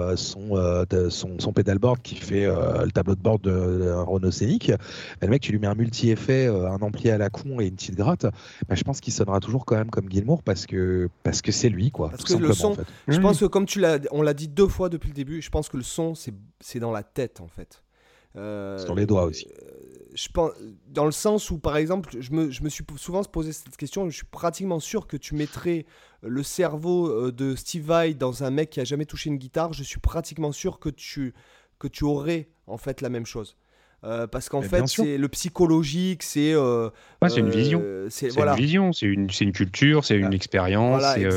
son pedalboard qui fait le tableau de bord de Renault Scénic. Le mec, tu lui mets un multi-effet, un ampli à la con et une petite gratte. Je pense qu'il sonnera toujours quand même comme Gilmour parce que c'est lui, quoi. Parce que le son, en fait. Je pense que comme on l'a dit 2 fois depuis le début, je pense que le son, c'est dans la tête, en fait. C'est dans les doigts aussi. Je pense, dans le sens où, par exemple, je me suis souvent posé cette question, je suis pratiquement sûr que tu mettrais le cerveau de Steve Vai dans un mec qui a jamais touché une guitare, je suis pratiquement sûr que tu aurais en fait la même chose. Parce qu'en fait, c'est le psychologique, c'est une vision. Une vision, c'est une culture, c'est une expérience,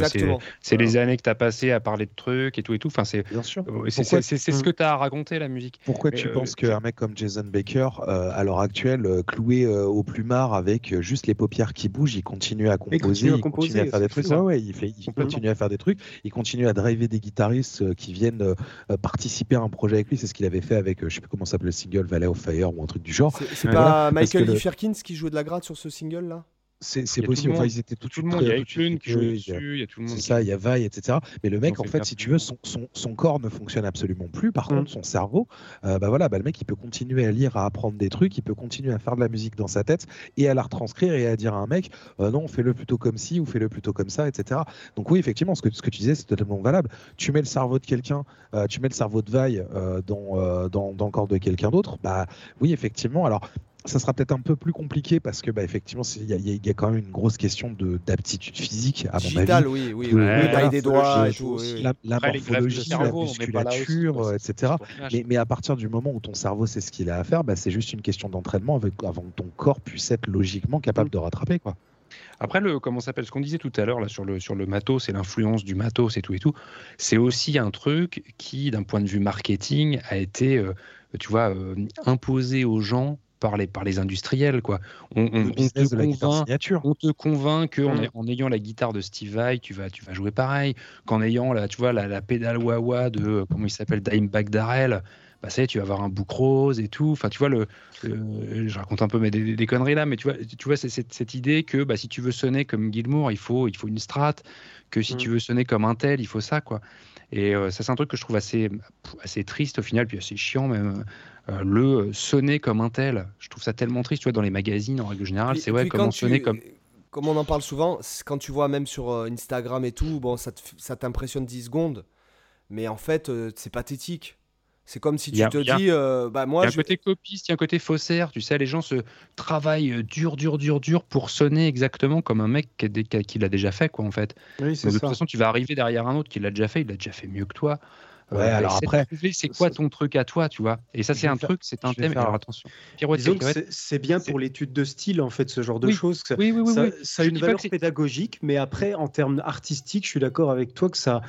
c'est les années que tu as passées à parler de trucs et tout. Enfin, bien sûr. C'est ce que tu as à raconter, la musique. Pourquoi tu penses qu'un mec comme Jason Baker, à l'heure actuelle, cloué au plumard avec juste les paupières qui bougent, il continue à composer, il continue à faire des trucs. Il continue à faire des trucs, il continue à driver des guitaristes qui viennent participer à un projet avec lui. C'est ce qu'il avait fait avec, je sais plus comment s'appelle le single, Valley of Fire ou un truc du genre. C'est pas Michael Lee Firkins qui jouait de la gratte sur ce single là? C'est possible. Enfin, ils étaient tout le monde. Il y a Eklund qui joue dessus. Il y a tout le monde. C'est ça. Il y a Vai, etc. Mais le mec, en fait, si tu veux, son corps ne fonctionne absolument plus. Par contre, son cerveau, le mec, il peut continuer à lire, à apprendre des trucs. Il peut continuer à faire de la musique dans sa tête et à la retranscrire et à dire à un mec, non, fais-le plutôt comme ci ou fais-le plutôt comme ça, etc. Donc oui, effectivement, ce que tu disais, c'est totalement valable. Tu mets le cerveau de quelqu'un, tu mets le cerveau de Vai dans le corps de quelqu'un d'autre. Oui, effectivement. Alors. Ça sera peut-être un peu plus compliqué parce que effectivement il y a quand même une grosse question d'aptitude physique à mon avis. Oui, taille des doigts et tout. La morphologie, la musculature, etc. Mais à partir du moment où ton cerveau sait ce qu'il a à faire, c'est juste une question d'entraînement avant que ton corps puisse être logiquement capable de rattraper, quoi. Après, ce qu'on disait tout à l'heure là sur le matos et l'influence du matos et tout, c'est aussi un truc qui, d'un point de vue marketing, a été, imposé aux gens par les industriels, quoi. On te convainc qu'en ayant la guitare de Steve Vai, tu vas jouer pareil, qu'en ayant la pédale wah-wah de comment il s'appelle, Dimebag Darrell, bah ça y est, tu vas avoir un bouc rose et tout. Enfin, tu vois, je raconte un peu des conneries là, mais tu vois c'est cette idée que bah, si tu veux sonner comme Gilmour, il faut une strat, que si tu veux sonner comme un tel, il faut ça, quoi. Et ça, c'est un truc que je trouve assez triste au final, puis assez chiant même. Sonner comme un tel, je trouve ça tellement triste, tu vois, dans les magazines en règle générale, c'est ouais, comment sonner comme... Comme on en parle souvent, quand tu vois même sur Instagram et tout, bon, ça t'impressionne 10 secondes, mais en fait, c'est pathétique. C'est comme si tu te dis, bah moi... Il y a un côté copiste, il y a un côté faussaire, tu sais, les gens se travaillent dur pour sonner exactement comme un mec qui l'a déjà fait, quoi, en fait. Oui, c'est Donc, de ça. toute façon, tu vas arriver derrière un autre qui l'a déjà fait, il l'a déjà fait mieux que toi. Ouais, alors après, c'est quoi ton truc à toi, tu vois? Et ça, c'est un truc, c'est un thème. Alors attention. Disons que c'est bien pour l'étude de style, en fait, ce genre de choses. Oui. Ça a une valeur pédagogique, mais après, en termes artistiques, je suis d'accord avec toi que ça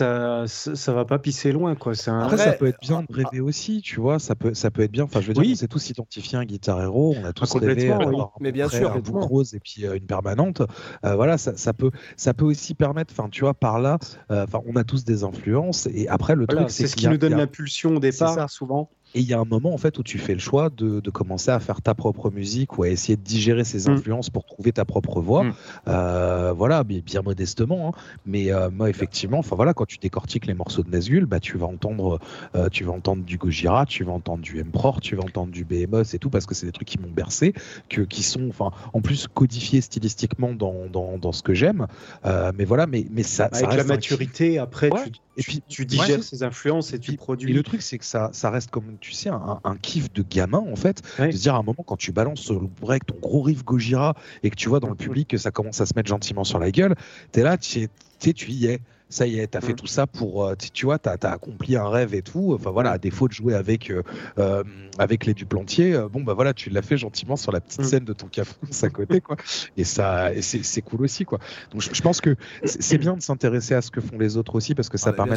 va pas pisser loin, quoi. Après, ça peut être bien de rêver aussi, tu vois. Ça peut être bien. Enfin, je veux dire, on s'est tous identifiés un Guitar Hero, on a tous rêvé d'avoir un bouc rose et puis une permanente. Voilà, ça peut aussi permettre. Enfin, tu vois, par là, on a tous des influences et après le truc, c'est ce qui nous donne l'impulsion au départ, souvent. Et il y a un moment en fait où tu fais le choix de commencer à faire ta propre musique ou à essayer de digérer ces influences pour trouver ta propre voix. Voilà, mais bien modestement. Hein. Mais moi, effectivement, enfin voilà, quand tu décortiques les morceaux de Nazgûl, bah tu vas entendre du Gojira, tu vas entendre du Emperor, tu vas entendre du Behemoth et tout parce que c'est des trucs qui m'ont bercé, qui sont, enfin, en plus codifiés stylistiquement dans ce que j'aime. Mais voilà, mais ça. Avec ça reste la maturité, après, tu digères ces influences et tu produis. Et le truc, c'est que ça reste comme tu sais, un kiff de gamin en fait, de se dire à un moment quand tu balances sur le break ton gros riff Gojira et que tu vois dans le public que ça commence à se mettre gentiment sur la gueule, t'es là, tu y es. Ça y est, t'as fait tout ça pour, tu vois, t'as accompli un rêve et tout. Enfin voilà, à défaut de jouer avec les Duplantier, bon bah voilà, tu l'as fait gentiment sur la petite scène de ton Capcom à côté, quoi. Et c'est cool aussi, quoi. Donc je pense que c'est bien de s'intéresser à ce que font les autres aussi parce que ça permet de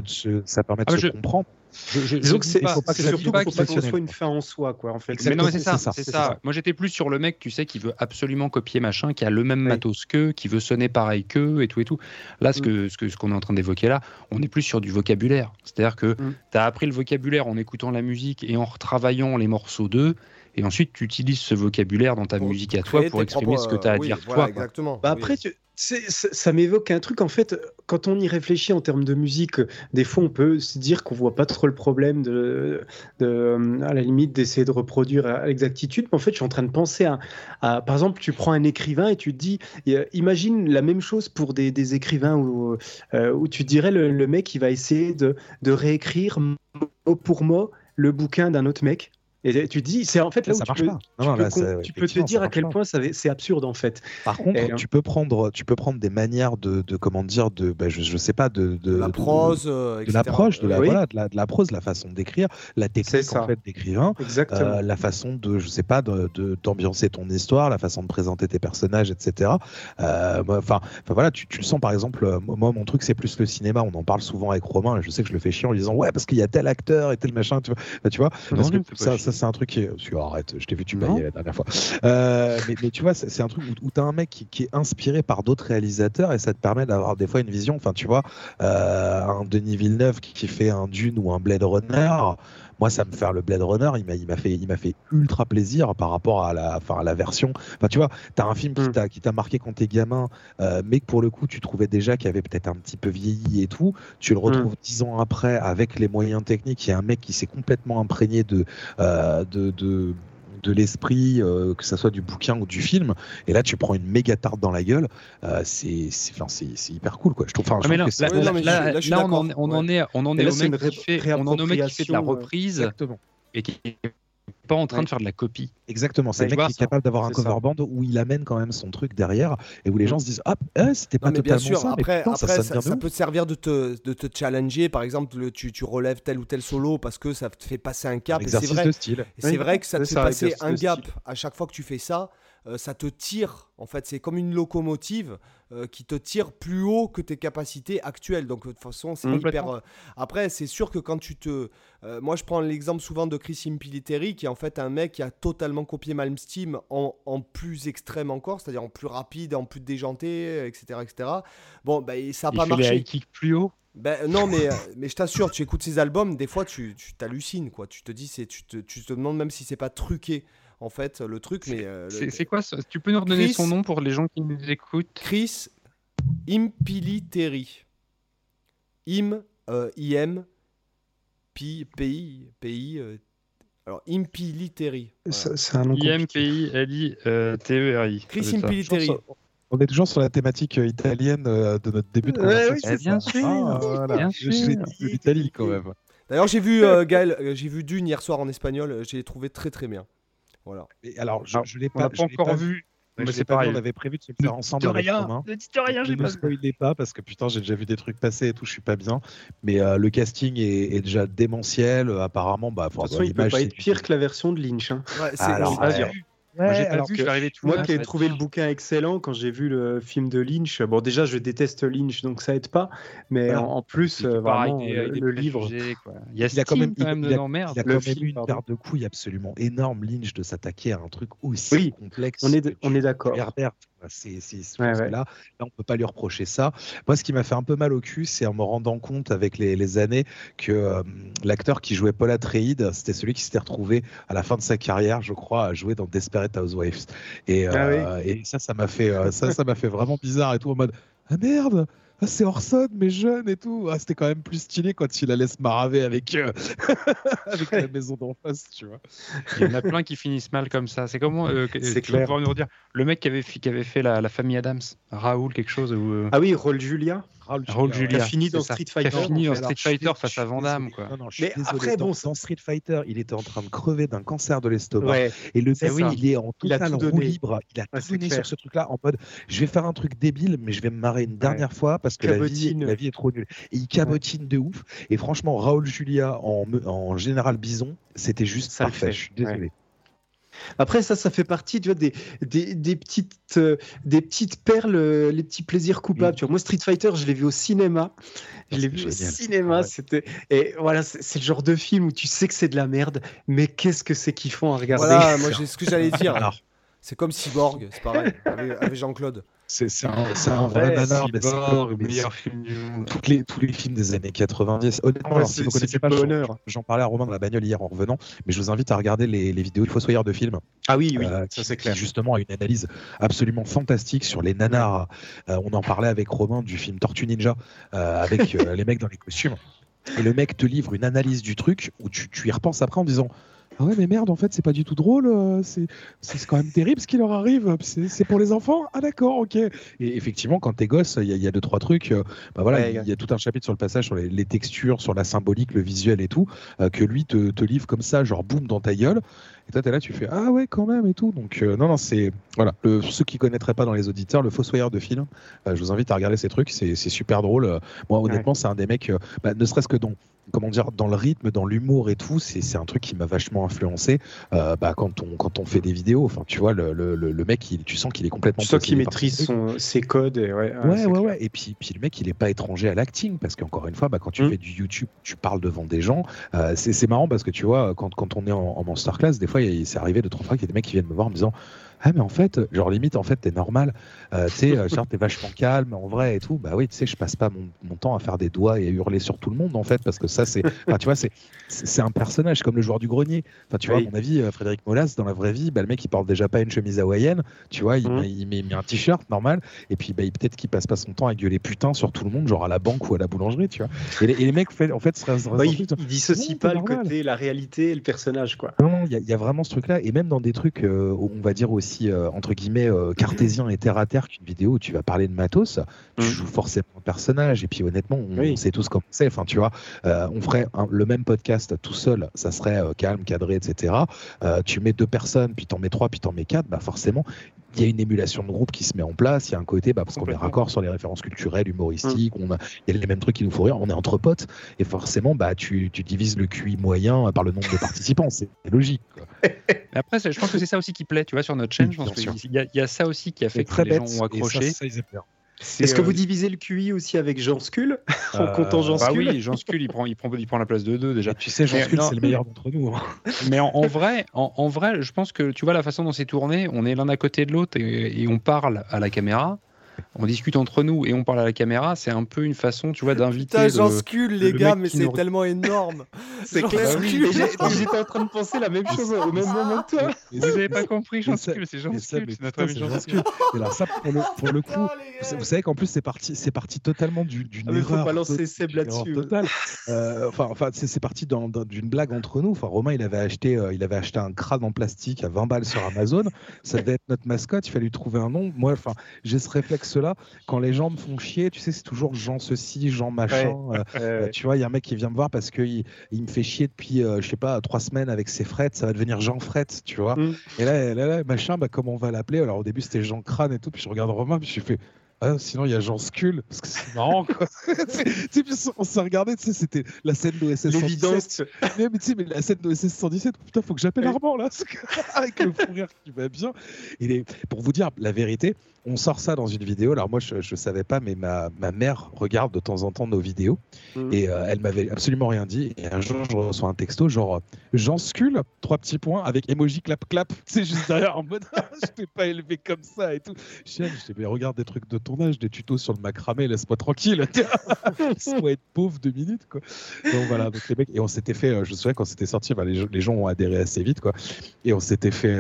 se comprendre. Disons que c'est surtout qu'il faut pas que ce soit une fin en soi, quoi, en fait. Mais non, mais c'est ça. Moi, j'étais plus sur le mec, tu sais, qui veut absolument copier machin, qui a le même matos qu'eux, qui veut sonner pareil qu'eux et tout. Là, ce qu'on est en train d'évoquer là, on est plus sur du vocabulaire. C'est-à-dire que tu as appris le vocabulaire en écoutant la musique et en retravaillant les morceaux d'eux. Et ensuite, tu utilises ce vocabulaire dans ta musique à toi pour exprimer ce que tu as à dire toi. Exactement. Bah après, ça m'évoque un truc, en fait, quand on y réfléchit en termes de musique, des fois on peut se dire qu'on voit pas trop le problème à la limite d'essayer de reproduire à l'exactitude, mais en fait je suis en train de penser à par exemple, tu prends un écrivain et tu te dis, imagine la même chose pour des écrivains où tu dirais le mec il va essayer de réécrire mot pour mot le bouquin d'un autre mec. Et tu dis, c'est en fait là où tu peux te dire à quel point c'est absurde en fait. Par contre, tu peux prendre des manières de comment dire, je sais pas, de la prose, de l'approche, de la prose, la façon d'écrire, la technique en fait d'écrivain, la façon de, je sais pas, d'ambiancer ton histoire, la façon de présenter tes personnages, etc. Enfin voilà, tu le sens par exemple. Moi, mon truc c'est plus le cinéma. On en parle souvent avec Romain. Je sais que je le fais chiant en lui disant ouais parce qu'il y a tel acteur et tel machin, tu vois, parce que ça c'est un truc qui est... Arrête, je t'ai vu tu baillais la dernière fois. Mais tu vois, c'est un truc où tu as un mec qui est inspiré par d'autres réalisateurs et ça te permet d'avoir des fois une vision. Enfin, tu vois, un Denis Villeneuve qui fait un Dune ou un Blade Runner. Moi, ça me fait le Blade Runner, il m'a fait ultra plaisir par rapport à la version. Enfin, tu vois, t'as un film qui t'a marqué quand t'es gamin, mais que pour le coup, tu trouvais déjà qu'il avait peut-être un petit peu vieilli et tout. Tu le retrouves 10 ans après avec les moyens techniques. Il y a un mec qui s'est complètement imprégné de l'esprit, que ça soit du bouquin ou du film, et là tu prends une méga tarte dans la gueule, c'est hyper cool, quoi. Je trouve. Là, on en est au mec qui fait de la reprise et qui est pas en train de faire de la copie. Exactement, c'est le mec qui est capable d'avoir un cover band où il amène quand même son truc derrière et où les gens se disent c'était pas totalement bien sûr, ça. Après, ça peut te servir de te challenger. Par exemple, tu relèves tel ou tel solo parce que ça te fait passer un cap. Exercice de style. Et c'est vrai que ça te fait passer un gap à chaque fois que tu fais ça. Ça te tire, en fait, c'est comme une locomotive qui te tire plus haut que tes capacités actuelles. Donc de toute façon, c'est hyper... Après, c'est sûr que quand tu te... moi, je prends l'exemple souvent de Chris Impellitteri, qui est en fait un mec qui a totalement copié Malmsteen en plus extrême encore, c'est-à-dire en plus rapide, en plus déjanté, etc. Bon, ça n'a pas marché. Les high kicks plus haut. Ben non, mais je t'assure, tu écoutes ces albums, des fois tu t'hallucines, quoi. Tu te dis, tu te demandes même si c'est pas truqué, en fait, le truc. Mais c'est quoi ça? Tu peux nous redonner son nom pour les gens qui nous écoutent? Chris Impiliteri. IM, P-I-P-I, alors Impiliteri. Voilà. C'est un nom compliqué. IMPILITERI. Chris Impiliteri. On est toujours sur la thématique italienne de notre début de conversation. Oui, bien sûr. Voilà. Bien sûr. J'ai dit l'Italie quand même. D'ailleurs, j'ai vu Gaël, j'ai vu Dune hier soir en espagnol, j'ai trouvé très très bien. Voilà. Et alors, je l'ai On l'a pas, pas encore vu. Mais c'est pareil. pareil. On avait prévu de se le faire ensemble avec Romain. Ne dites rien, j'ai Ne pas vu. spoilez pas parce que putain, j'ai déjà vu des trucs passer et tout, je suis pas bien. Mais le casting est déjà démentiel. Apparemment, de toute façon, il peut pas être pire que la version de Lynch. Hein. Ouais, Alors, Moi, j'ai pas vu, je suis arrivé tout moi qui ai trouvé le bouquin excellent quand j'ai vu le film de Lynch. Bon, déjà, je déteste Lynch, donc ça aide pas. Mais en plus, vraiment, le livre. Il y a quand même dedans, merde. Il a quand même eu une paire de couilles absolument énorme, Lynch, de s'attaquer à un truc aussi complexe. On est d'accord. Là, on peut pas lui reprocher ça. Moi, ce qui m'a fait un peu mal au cul, c'est en me rendant compte avec les années que l'acteur qui jouait Paul Atreides, c'était celui qui s'était retrouvé à la fin de sa carrière, je crois, à jouer dans Desperate Housewives. Et ça m'a fait ça m'a fait vraiment bizarre et tout, en mode ah merde. Ah, c'est Orson, mais jeune et tout. Ah, c'était quand même plus stylé quand il allait se maraver avec la maison d'en face, tu vois. Il y en a plein qui finissent mal comme ça. C'est comment c'est clair. Nous redire le mec qui avait fait la famille Adams, Raoul quelque chose Ah oui, Raoul Julia. Raoul Julia. Qui a fini dans Street Fighter. Qui a fini dans Street Fighter face à Van Damme, quoi. Non, mais après, dans Street Fighter, il était en train de crever d'un cancer de l'estomac. Ouais. Et le mec, il est en total roue libre. Il a tout donné sur ce truc-là en mode je vais faire un truc débile, mais je vais me marrer une dernière fois parce que la vie est trop nulle. Et il cabotine de ouf. Et franchement, Raoul Julia en général Bison, c'était juste parfait. Je suis désolé. Après, ça fait partie, tu vois, des petites perles, les petits plaisirs coupables. Tu vois, moi, Street Fighter, je l'ai vu au cinéma. C'était... Et voilà, c'est le genre de film où tu sais que c'est de la merde, mais qu'est-ce que c'est kiffant à regarder. Voilà, moi, c'est ce que j'allais dire. Alors, c'est comme Cyborg, c'est pareil, avec Jean-Claude. C'est un vrai nanar, meilleur film du monde. Tous les films des années 90. Honnêtement, si vous connaissez pas, j'en parlais à Romain dans la bagnole hier en revenant, mais je vous invite à regarder les vidéos du Fossoyeur de films. Ah oui, ça c'est clair. Qui justement a une analyse absolument fantastique sur les nanars. On en parlait avec Romain du film Tortue Ninja, avec les mecs dans les costumes. Et le mec te livre une analyse du truc où tu y repenses après en disant ah ouais, mais merde, en fait, c'est pas du tout drôle. C'est quand même terrible ce qui leur arrive. C'est pour les enfants. Ah d'accord, ok. Et effectivement, quand t'es gosse, il y a 2-3 trucs. Il y a tout un chapitre sur le passage, sur les textures, sur la symbolique, le visuel et tout, que lui te livre comme ça, genre boum dans ta gueule. Et toi, t'es là, tu fais ah ouais, quand même et tout. Donc non, c'est voilà. Ceux qui connaîtraient pas dans les auditeurs, le Fossoyeur de film. Je vous invite à regarder ces trucs. C'est super drôle. Moi, honnêtement, c'est un des mecs. Ne serait-ce que dans le rythme, dans l'humour et tout, c'est un truc qui m'a vachement influencé quand on fait des vidéos. Enfin, tu vois, le mec, tu sens qu'il est complètement. Tu sens qu'il maîtrise ses codes. Et ouais. Et puis le mec, il est pas étranger à l'acting parce qu'encore une fois, quand tu fais du YouTube, tu parles devant des gens. C'est marrant parce que tu vois, quand on est en masterclass, des fois, c'est arrivé 2-3 fois qu'il y a des mecs qui viennent me voir en me disant ah mais en fait genre limite en fait t'es normal, tu sais, genre t'es vachement calme en vrai et tout. Bah oui, tu sais, je passe pas mon temps à faire des doigts et à hurler sur tout le monde en fait, parce que ça c'est enfin, tu vois, c'est un personnage comme le joueur du grenier. Enfin tu vois, à mon avis, Frédéric Molas dans la vraie vie, le mec il porte déjà pas une chemise hawaïenne, tu vois, il met un t-shirt normal et puis peut-être qu'il passe pas son temps à gueuler putain sur tout le monde, genre à la banque ou à la boulangerie, tu vois. Et les mecs en fait il dissocie pas le côté, la réalité et le personnage, quoi. Non, il y a vraiment ce truc là, et même dans des trucs on va dire aussi entre guillemets cartésien et terre à terre, qu'une vidéo où tu vas parler de matos, tu joues forcément un personnage, et puis honnêtement on sait tous comment c'est. Enfin tu vois, on ferait le même podcast tout seul, ça serait calme, cadré, etc. Tu mets 2 personnes, puis t'en mets 3, puis t'en mets 4, bah forcément il y a une émulation de groupe qui se met en place. Il y a un côté parce qu'on est raccord sur les références culturelles, humoristiques, il y a les mêmes trucs qui nous font rire, on est entre potes, et forcément tu divises le QI moyen par le nombre de participants, c'est logique, quoi. Après je pense que c'est ça aussi qui plaît, tu vois, sur notre chaîne. Je pense qu'il y a ça aussi qui a fait que les gens ont accroché. Ça, ils aiment bien. Est-ce que vous divisez le QI aussi avec Jean Skull en comptant Jean Skull? Oui, Jean Skull il prend la place de 2 déjà. Et tu sais, Jean Skull c'est le meilleur d'entre nous. Hein. Mais en vrai, je pense que tu vois la façon dont c'est tourné, on est l'un à côté de l'autre et on parle à la caméra. on discute entre nous et on parle à la caméra, c'est un peu une façon, tu vois, d'inviter. Putain, j'en scule, les le gars, mec mais qui c'est nous- tellement énorme. C'est J'en clair. scule. Et j'étais en train de penser la même chose au même moment que toi. Vous avez pas compris, Jean mais ça- Scule, c'est Jean mais ça, Scule, mais c'est notre putain, ami c'est Jean Jean Scule. Et alors ça, pour le coup, Oh, les gars. vous savez qu'en plus c'est parti totalement d'une Ah, mais faut erreur. balancer Seb Erreur là-dessus. totale. Enfin, c'est parti d'une blague entre nous. Enfin, Romain, il avait acheté un crâne en plastique à 20 balles sur Amazon. Ça devait être notre mascotte. Il fallait lui trouver un nom. Moi, enfin, j'ai ce réflexe-là. Quand les gens me font chier, tu sais, c'est toujours Jean ceci, Jean machin. Tu vois, il y a un mec qui vient me voir parce qu'il me fait chier depuis, je sais pas, 3 semaines avec ses frettes. Ça va devenir Jean Frette, tu vois. Et là, machin, comment on va l'appeler? Alors au début, c'était Jean Crâne et tout. Puis je regarde Romain, puis je fais. Ah, sinon, il y a Jean Scule, parce que c'est marrant, quoi. On s'est regardé, tu sais, c'était la scène d'OSS 117. L'évidence. Mais tu sais, mais la scène d'OSS 117, putain, faut que j'appelle Armand, là, parce que- avec le fou rire qui va bien. Pour vous dire la vérité, on sort ça dans une vidéo. Alors moi, je savais pas, mais ma mère regarde de temps en temps nos vidéos, et elle m'avait absolument rien dit. Et un jour, je reçois un texto, genre Jean Scule, 3 petits points, avec emoji clap-clap, c'est juste derrière, en mode je t'ai pas élevé comme ça et tout. Je dis, mais regarde des trucs de tournage, des tutos sur le macramé, laisse-moi tranquille. Laisse-moi être pauvre 2 minutes, quoi. Donc voilà, donc les mecs, et on s'était fait, je me souviens quand c'était sorti, les gens ont adhéré assez vite, quoi. Et on s'était fait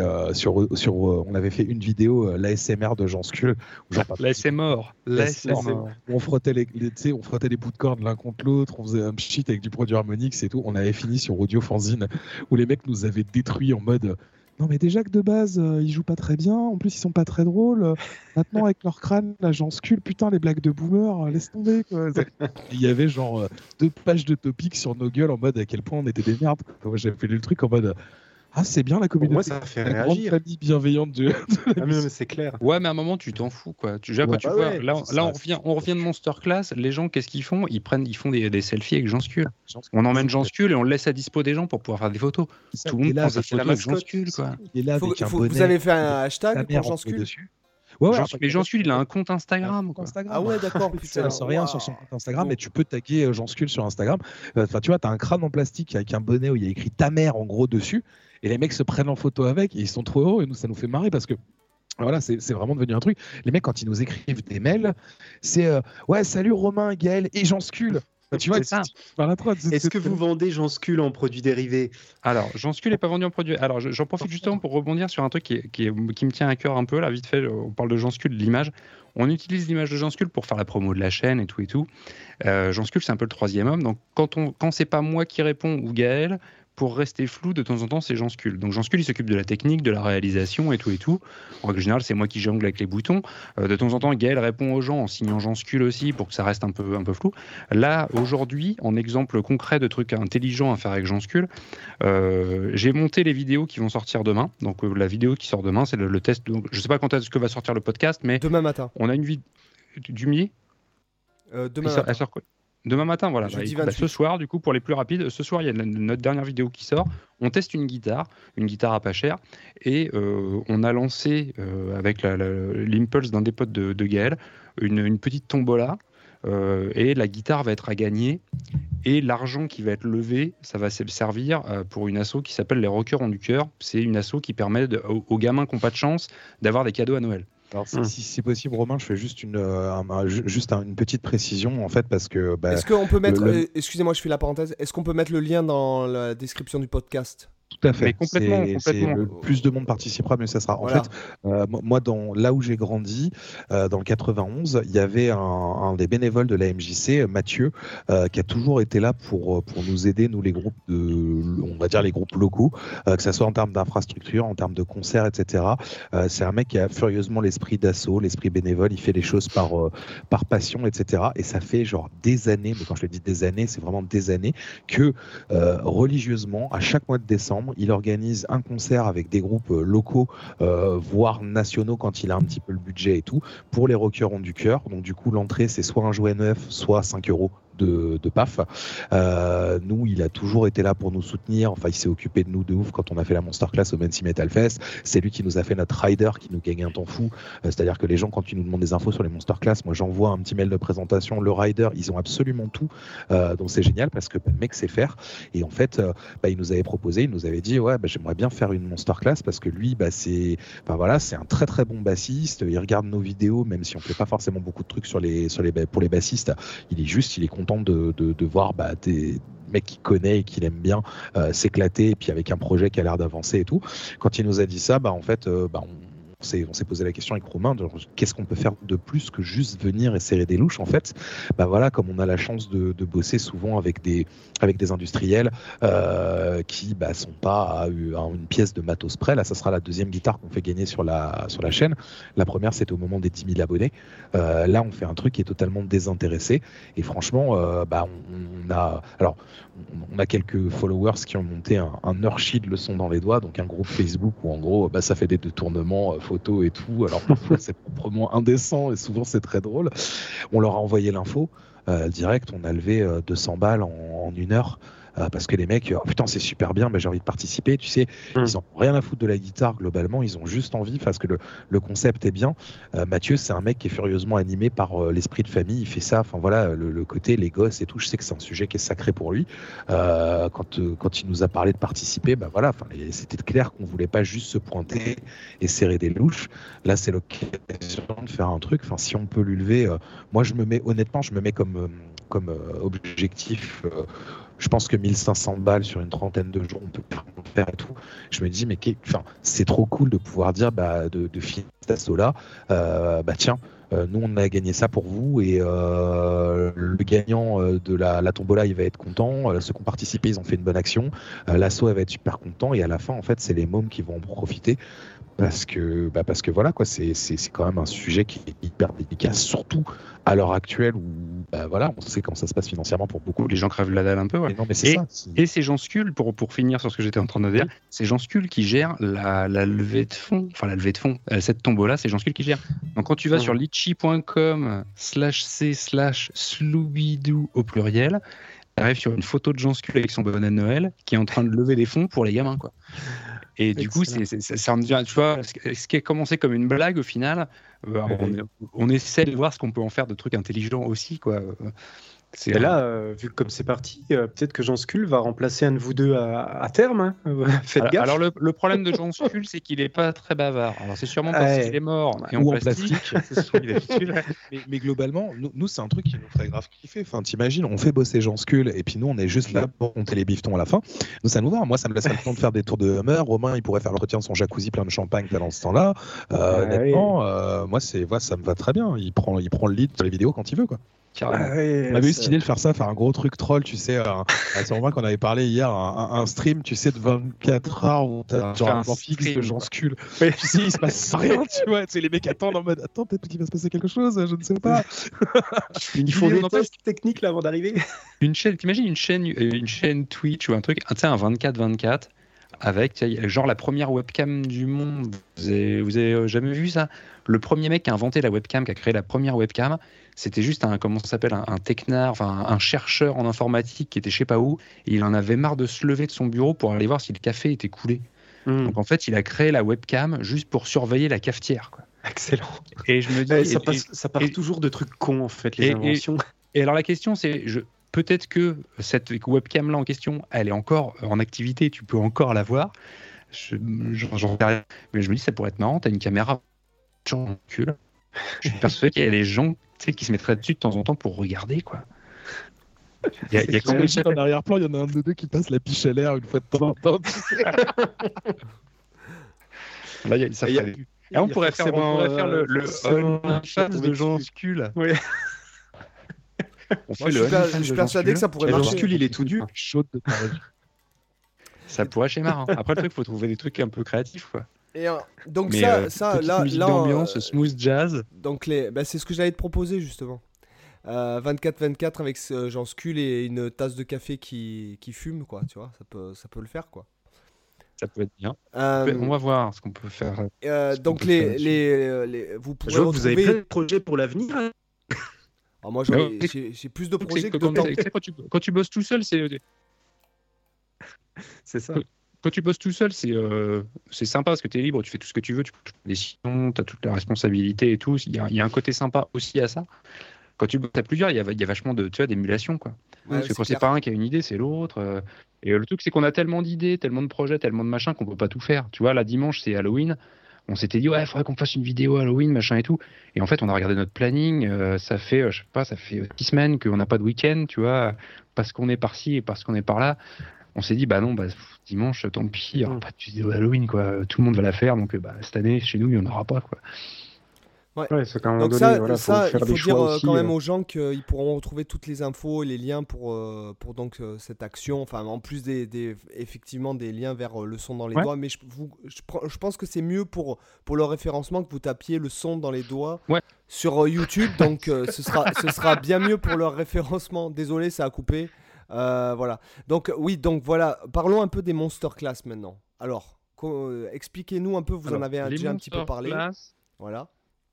on avait fait une vidéo, l'ASMR de Jean Scule, où genre, Là, c'est mort. Là, c'est mort. on frottait les bouts de corde l'un contre l'autre, on faisait un shit avec du produit harmonix et tout. On avait fini sur Audio Fanzine où les mecs nous avaient détruits en mode non mais déjà que de base ils jouent pas très bien, en plus ils sont pas très drôles. Maintenant avec leur crâne, la Jean Scule, putain les blagues de boomer, laisse tomber quoi. Il y avait genre 2 pages de topics sur nos gueules en mode à quel point on était des merdes. Moi j'avais fait le truc en mode ah c'est bien la communauté. Moi ça fait la grande réagir. famille bienveillante de Ah, mais c'est clair. Ouais, mais à un moment, tu t'en fous, quoi. Tu vois, Ouais, là, c'est ça. on revient de Masterclass. Les gens, qu'est-ce qu'ils font? Ils font des selfies avec Jean Scule. On emmène Jean Scule et on le laisse à dispo des gens pour pouvoir faire des photos. Tout le monde prend sa photo avec Jean Scule, quoi. Il est là avec un bonnet. Vous avez fait un Ta hashtag mère pour Jean en fait Scule? dessus. Ouais, Mais Jean Scule, il a un compte Instagram, quoi. Ah ouais, d'accord, Ça putain. lance rien sur son compte Instagram, mais tu peux taguer Jean Scule sur Instagram. Enfin, tu vois, t'as un crâne en plastique avec un bonnet où il y a écrit ta mère en gros dessus, et les mecs se prennent en photo avec, et ils sont trop heureux, et nous, ça nous fait marrer parce que. Voilà, c'est vraiment devenu un truc. Les mecs, quand ils nous écrivent des mails, c'est ouais, salut Romain, Gaël et Jean Scule. Tu vois, C'est ça. par la trotte, Est-ce que vous vendez Jean Scule en produits dérivés? Alors, Jean Scule n'est pas vendu en produit. Alors, j'en profite justement pour rebondir sur un truc qui me tient à cœur un peu, là, vite fait. On parle de Jean Scule, de l'image. On utilise l'image de Jean Scule pour faire la promo de la chaîne et tout et tout. Jean Scule, c'est un peu le 3e homme. Donc, quand c'est pas moi qui réponds ou Gaël, pour rester flou, de temps en temps, c'est Jean Scule. Donc Jean Scule, il s'occupe de la technique, de la réalisation et tout et tout. En règle générale, c'est moi qui jongle avec les boutons. De temps en temps, Gaël répond aux gens en signant Jean Scule aussi pour que ça reste un peu flou. Là, aujourd'hui, en exemple concret de trucs intelligents à faire avec Jean Scule, j'ai monté les vidéos qui vont sortir demain. Donc la vidéo qui sort demain, c'est le test. Donc, je ne sais pas quand est-ce que va sortir le podcast, mais Demain matin. on a une vidéo du mi. Demain matin. Elle sort quoi? Demain matin, voilà. Jeudi Écoute, 28. ce soir, du coup, pour les plus rapides, ce soir, il y a notre dernière vidéo qui sort. On teste une guitare à pas cher, et on a lancé avec l'impulse d'un des potes de Gaël une petite tombola, et la guitare va être à gagner, et l'argent qui va être levé, ça va servir pour une asso qui s'appelle les Rockers ont du cœur. C'est une asso qui permet aux gamins qui n'ont pas de chance d'avoir des cadeaux à Noël. Alors, si c'est possible, Romain, je fais juste une petite précision, en fait, parce que... Est-ce qu'on peut mettre... excusez-moi, je fais la parenthèse. Est-ce qu'on peut mettre le lien dans la description du podcast? Tout à fait. Mais complètement. Plus de monde participera, mieux ça sera. Voilà. En fait, moi, là où j'ai grandi, dans le 91, il y avait un des bénévoles de la MJC, Mathieu, qui a toujours été là pour nous aider, nous les groupes on va dire les groupes locaux, que ça soit en termes d'infrastructure, en termes de concerts, etc. C'est un mec qui a furieusement l'esprit d'assaut, l'esprit bénévole. Il fait les choses par passion, etc. Et ça fait genre des années, mais quand je le dis des années, c'est vraiment des années que religieusement, à chaque mois de décembre, il organise un concert avec des groupes locaux, voire nationaux quand il a un petit peu le budget et tout, pour les Rockers ont du cœur. Donc du coup, l'entrée, c'est soit un jouet neuf, soit 5 € de PAF. Nous, il a toujours été là pour nous soutenir. Enfin, il s'est occupé de nous de ouf quand on a fait la Monster Class au Mency Metal Fest. C'est lui qui nous a fait notre rider qui nous gagne un temps fou. C'est-à-dire que les gens, quand ils nous demandent des infos sur les Monster Class, moi j'envoie un petit mail de présentation, le rider, ils ont absolument tout. Donc c'est génial parce que le mec sait faire. Et en fait, il nous avait proposé, il nous avait dit j'aimerais bien faire une Monster Class parce que lui, c'est un très très bon bassiste. Il regarde nos vidéos, même si on fait pas forcément beaucoup de trucs pour les bassistes. Il est content de voir des mecs qu'il connaît et qu'il aime bien s'éclater, et puis avec un projet qui a l'air d'avancer et tout. Quand il nous a dit ça, on s'est posé la question avec Romain de qu'est-ce qu'on peut faire de plus que juste venir et serrer des louches en fait. Comme on a la chance de bosser souvent avec des industriels qui sont pas à une pièce de matos près. Là, ça sera la deuxième guitare qu'on fait gagner sur la chaîne. La première, c'était au moment des 10 000 abonnés. Là, on fait un truc qui est totalement désintéressé. Et franchement, on a quelques followers qui ont monté un Earthshield le son dans les doigts, donc un groupe Facebook où en gros, ça fait des détournements photos et tout. Alors parfois, c'est proprement indécent et souvent, c'est très drôle. On leur a envoyé l'info. Direct, on a levé 200 balles en 1 heure. Parce que les mecs, putain, c'est super bien, j'ai envie de participer, tu sais, ils ont rien à foutre de la guitare globalement, ils ont juste envie, parce que le concept est bien. Mathieu, c'est un mec qui est furieusement animé par l'esprit de famille, il fait ça, le côté, les gosses et tout, je sais que c'est un sujet qui est sacré pour lui. Quand il nous a parlé de participer, c'était clair qu'on voulait pas juste se pointer et serrer des louches. Là, c'est l'occasion de faire un truc, si on peut lui lever, moi je me mets comme objectif. Je pense que 1500 balles sur une trentaine de jours, on peut faire et tout. Je me dis, mais c'est trop cool de pouvoir dire, de finir cet assaut-là, tiens, nous on a gagné ça pour vous et le gagnant de la tombola, il va être content. Ceux qui ont participé, ils ont fait une bonne action. L'asso, elle va être super content et à la fin, en fait, c'est les mômes qui vont en profiter. Parce que voilà quoi, c'est quand même un sujet qui est hyper délicat, surtout à l'heure actuelle où on sait comment ça se passe financièrement pour beaucoup. Les gens crèvent la dalle un peu. Ouais. Et c'est Jean Skull, pour finir sur ce que j'étais en train de dire, c'est Jean Skull qui gère la levée de fonds. Enfin, la levée de fonds, cette tombola, c'est Jean Skull qui gère. Donc quand tu vas sur litchi.com/c/sloubidou au pluriel, tu arrives sur une photo de Jean Skull avec son bonnet de Noël qui est en train de lever des fonds pour les gamins, quoi. Et du coup, ça me devient, tu vois, ce qui a commencé comme une blague, au final, on essaie de voir ce qu'on peut en faire de trucs intelligents aussi, quoi. Et là, vu comme c'est parti, peut-être que Jean Skull va remplacer un de vous deux à terme. Faites gaffe. Alors le problème de Jean Skull, c'est qu'il n'est pas très bavard. Alors c'est sûrement parce qu'il est mort et en plastique. C'est ce qu'il d'habitude. Mais globalement, nous c'est un truc qui nous ferait grave kiffer. Enfin, t'imagines, on fait bosser Jean Skull et puis nous on est juste là pour monter les bifetons à la fin. Nous ça nous va. Moi ça me laisserait le temps de faire des tours de Hummer. Romain il pourrait faire l'entretien de son jacuzzi plein de champagne pendant ce temps-là. Honnêtement, moi ça me va très bien. Il prend le lead sur les vidéos quand il veut, quoi. On avait eu cette idée de faire un gros truc troll, tu sais, c'est vraiment qu'on avait parlé hier, un stream, tu sais, de 24 heures où t'as genre un plan fixe de Jean Skull. Tu sais, il se passe rien, tu vois, tu sais, les mecs attendent en mode, attends, peut-être qu'il va se passer quelque chose, je ne sais pas. Ils font des tests techniques là avant d'arriver. T'imagines une chaîne Twitch ou un truc, tu sais, un 24-24 avec genre la première webcam du monde. Vous avez jamais vu ça? Le premier mec qui a inventé la webcam, qui a créé la première webcam, c'était juste un technard, enfin un chercheur en informatique qui était je sais pas où, et il en avait marre de se lever de son bureau pour aller voir si le café était coulé. Donc en fait, il a créé la webcam juste pour surveiller la cafetière, quoi. Excellent. Et je me dis, ça part toujours de trucs cons en fait, les inventions. Et alors la question c'est, peut-être que cette webcam là en question, elle est encore en activité, tu peux encore la voir. J'en sais rien, mais je me dis ça pourrait être marrant. T'as une caméra, je suis persuadé qu'il y a des gens, tu sais, qui se mettraient dessus de temps en temps pour regarder, quoi. Il y a quand même en arrière-plan, il y en a un de deux qui passe la piche à l'air une fois de temps en temps. Là, ça ferait... Et on pourrait faire le OnlyFans de Jean Skull. Oui. Je suis persuadé que ça pourrait marcher. Jean Skull, il est tout dur. Ça pourrait chez marrant. Après, le truc, il faut trouver des trucs un peu créatifs, quoi. Et donc là, musique d'ambiance, smooth jazz. Donc c'est ce que j'allais te proposer justement. 24-24 avec Jean Skull et une tasse de café qui fume, quoi. Tu vois, ça peut le faire, quoi. Ça peut être bien. On va voir ce qu'on peut faire. Donc vous pouvez vous avez plein de projets pour l'avenir. Alors moi, j'ai plus de projets que de temps. Quand tu bosses tout seul, c'est ça. Quand tu bosses tout seul, c'est sympa parce que tu es libre, tu fais tout ce que tu veux, tu prends des décisions, tu as toute la responsabilité et tout. Il y a un côté sympa aussi à ça. Quand tu bosses à plusieurs, il y a vachement d'émulation, quoi. Parce que quand c'est pas un qui a une idée, c'est l'autre. Et le truc, c'est qu'on a tellement d'idées, tellement de projets, tellement de machins qu'on peut pas tout faire. Tu vois, là, dimanche, c'est Halloween. On s'était dit, ouais, il faudrait qu'on fasse une vidéo Halloween, machin et tout. Et en fait, on a regardé notre planning. Ça fait, je sais pas, ça fait 6 semaines qu'on n'a pas de week-end, tu vois, parce qu'on est par-ci et parce qu'on est par-là. On s'est dit, bah non, dimanche, tant pis, il n'y aura pas de vidéo Halloween, quoi. Tout le monde va la faire, donc cette année, chez nous, il n'y en aura pas, quoi. Ouais, c'est donc donné, il faut dire aussi, quand même aux gens qu'ils pourront retrouver toutes les infos et les liens pour donc cette action. Enfin, en plus effectivement des liens vers le son dans les doigts. Mais je pense que c'est mieux pour le référencement que vous tapiez le son dans les doigts sur YouTube. Donc ce sera bien mieux pour leur référencement. Désolé, ça a coupé. Voilà. Donc voilà. Parlons un peu des Monster Class maintenant. Alors, expliquez-nous un peu. Vous en avez déjà un petit peu parlé. Voilà.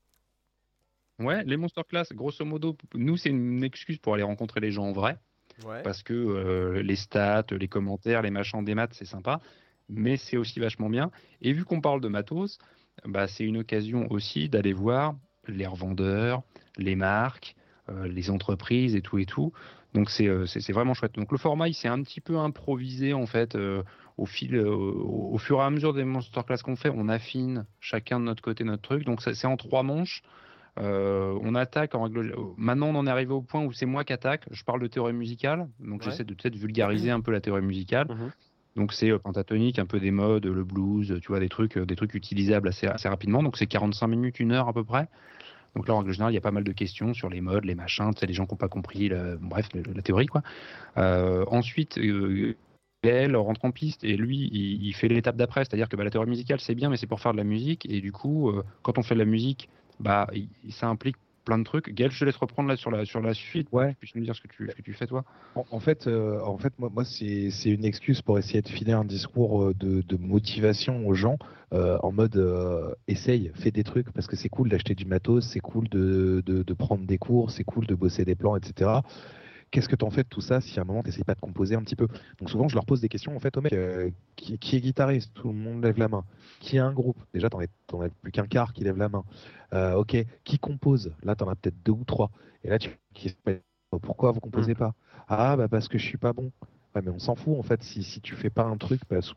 Ouais, les Monster Class, grosso modo, nous, c'est une excuse pour aller rencontrer les gens en vrai. Parce que les stats, les commentaires, les machins des maths, c'est sympa. Mais c'est aussi vachement bien. Et vu qu'on parle de matos, c'est une occasion aussi d'aller voir les revendeurs, les marques, les entreprises et tout. Donc, c'est vraiment chouette. Donc, le format, il s'est un petit peu improvisé, en fait, au fur et à mesure des Monster Class qu'on fait. On affine chacun de notre côté notre truc. Donc, c'est en 3 manches. On attaque maintenant on en est arrivé au point où c'est moi qui attaque, je parle de théorie musicale, donc j'essaie de peut-être vulgariser un peu la théorie musicale. Donc c'est pentatonique, un peu des modes, le blues, tu vois, des trucs utilisables assez rapidement. Donc c'est 45 minutes, 1 heure à peu près. Donc là en règle générale il y a pas mal de questions sur les modes, les machins, tu sais, les gens qui n'ont pas compris la théorie, quoi. Ensuite elle rentre en piste et lui il fait l'étape d'après, c'est-à-dire que la théorie musicale c'est bien mais c'est pour faire de la musique, et du coup quand on fait de la musique, ça implique plein de trucs. Gaël, je te laisse reprendre là sur la suite. Ouais. Tu peux nous dire ce que tu fais, toi. En fait, moi c'est une excuse pour essayer de filer un discours de motivation aux gens, en mode essaye, fais des trucs, parce que c'est cool d'acheter du matos, c'est cool de prendre des cours, c'est cool de bosser des plans, etc. Qu'est-ce que t'en fais de tout ça si à un moment t'essayes pas de composer un petit peu? Donc souvent je leur pose des questions en fait au mec, qui est guitariste, tout le monde lève la main. Qui a un groupe? Déjà t'en as plus qu'un quart qui lève la main. Ok, qui compose? Là t'en as peut-être 2 ou 3. Et là pourquoi vous composez pas? Ah parce que je suis pas bon. Ouais, mais on s'en fout en fait, si tu fais pas un truc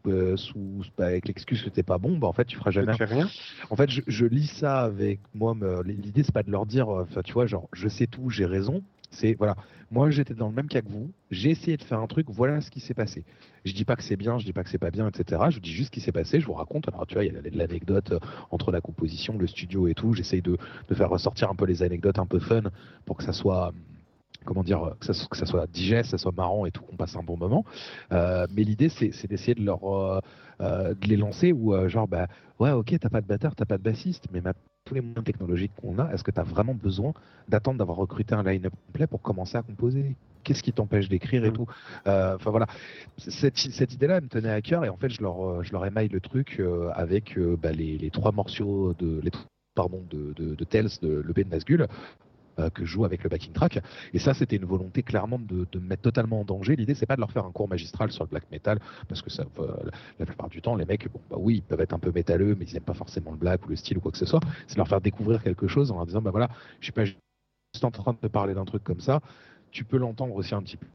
avec l'excuse que t'es pas bon, en fait tu feras jamais rien. En fait je lis ça avec moi, l'idée c'est pas de leur dire, tu vois, genre je sais tout, j'ai raison. C'est voilà, moi j'étais dans le même cas que vous, j'ai essayé de faire un truc, voilà ce qui s'est passé. Je dis pas que c'est bien, je dis pas que c'est pas bien, etc. Je vous dis juste ce qui s'est passé, je vous raconte. Alors tu vois, il y a de l'anecdote entre la composition, le studio et tout. J'essaye de faire ressortir un peu les anecdotes un peu fun pour que ça soit, comment dire, que ça soit digeste, que ça soit marrant et tout, qu'on passe un bon moment. Mais l'idée c'est d'essayer de de les lancer où genre ouais, ok, t'as pas de batteur, t'as pas de bassiste, mais tous les moyens technologiques qu'on a, est-ce que tu as vraiment besoin d'attendre d'avoir recruté un line-up complet pour commencer à composer? Qu'est-ce qui t'empêche d'écrire et tout? Enfin voilà, cette idée-là elle me tenait à cœur, et en fait je leur émaille le truc avec les 3 morceaux de Tales, de l'EP de Nazgûl, que je joue avec le backing track. Et ça, c'était une volonté clairement de me mettre totalement en danger. L'idée, c'est pas de leur faire un cours magistral sur le black metal, parce que ça, la plupart du temps, les mecs, oui, ils peuvent être un peu métalleux, mais ils n'aiment pas forcément le black ou le style ou quoi que ce soit. C'est leur faire découvrir quelque chose en leur disant, voilà, je suis pas juste en train de te parler d'un truc comme ça, tu peux l'entendre aussi un petit peu.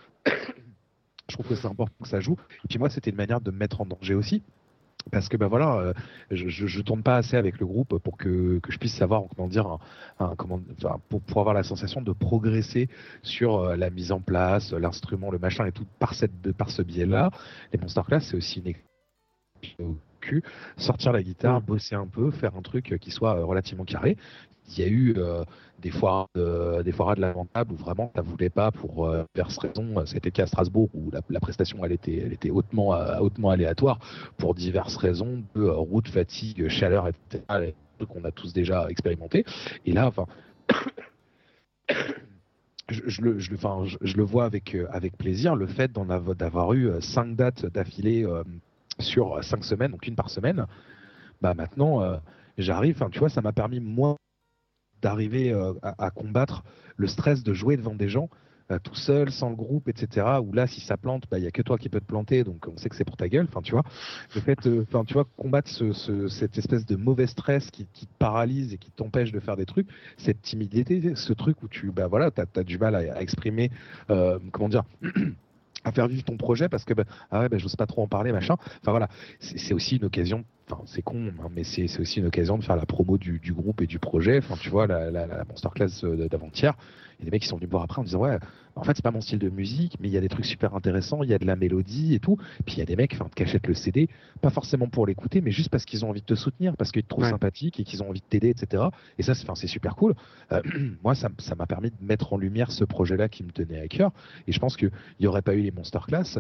Je trouve que c'est important que ça joue. Et puis moi, c'était une manière de me mettre en danger aussi. Parce que je tourne pas assez avec le groupe pour que je puisse savoir comment dire pour avoir la sensation de progresser sur la mise en place, l'instrument, le machin et tout par ce biais-là. Les Monster Class, c'est aussi une sortir la guitare, bosser un peu, faire un truc qui soit relativement carré. Il y a eu des foires de lamentable où vraiment ça voulait pas pour diverses raisons. C'était le cas à Strasbourg où la prestation elle était hautement aléatoire pour diverses raisons, de route, fatigue, chaleur, etc. Les trucs qu'on a tous déjà expérimenté. Et là, enfin, je le vois avec plaisir, le fait d'avoir eu 5 dates d'affilée sur 5 semaines, donc 1 par semaine. Maintenant, j'arrive. Tu vois, ça m'a permis moi d'arriver à combattre le stress de jouer devant des gens tout seul, sans le groupe, etc. Où là, si ça plante, il y a que toi qui peux te planter, donc on sait que c'est pour ta gueule. Enfin, tu vois, le fait, tu vois, combattre cette espèce de mauvais stress qui te paralyse et qui t'empêche de faire des trucs, cette timidité, ce truc où t'as du mal à exprimer, comment dire. à faire vivre ton projet parce que j'ose pas trop en parler, machin. Enfin voilà, c'est aussi une occasion. Enfin, c'est con, hein, mais c'est aussi une occasion de faire la promo du groupe et du projet. Enfin, tu vois, la masterclass d'avant-hier, il y a des mecs qui sont venus me voir après en disant ouais, en fait c'est pas mon style de musique, mais il y a des trucs super intéressants, il y a de la mélodie et tout. Puis il y a des mecs qui achètent le CD, pas forcément pour l'écouter, mais juste parce qu'ils ont envie de te soutenir, parce qu'ils te trouvent sympathique et qu'ils ont envie de t'aider, etc. Et ça, c'est super cool. Moi, ça m'a permis de mettre en lumière ce projet-là qui me tenait à cœur. Et je pense qu'il n'y aurait pas eu les masterclass,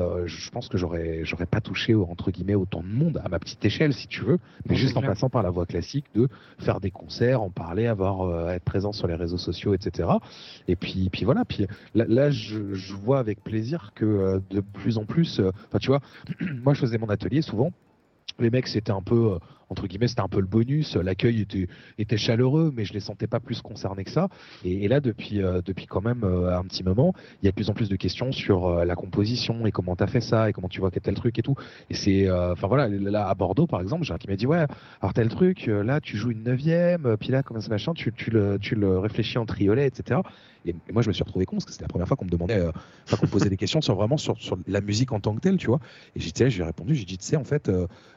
je pense que j'aurais pas touché entre guillemets autant de monde à ma petite échelle, si tu veux, mais juste en passant par la voie classique de faire des concerts, en parler, être présent sur les réseaux sociaux, etc. Et puis voilà. Puis là, je vois avec plaisir que de plus en plus, tu vois, moi je faisais mon atelier souvent. Les mecs, c'était un peu, entre guillemets, c'était un peu le bonus. L'accueil était chaleureux, mais je les sentais pas plus concernés que ça. Et là, depuis quand même un petit moment, il y a de plus en plus de questions sur la composition et comment t'as fait ça et comment tu vois qu'il y a tel truc et tout. Et c'est, enfin voilà, là à Bordeaux, par exemple, j'ai un qui m'a dit ouais, alors tel truc, là tu joues une 9e, puis là comment ça machin, tu le réfléchis en triolet, etc. Et moi, je me suis retrouvé con parce que c'était la première fois qu'on me demandait, qu'on me posait des questions sur la musique en tant que telle, tu vois. Et je lui ai répondu, j'ai dit, tu sais, en fait,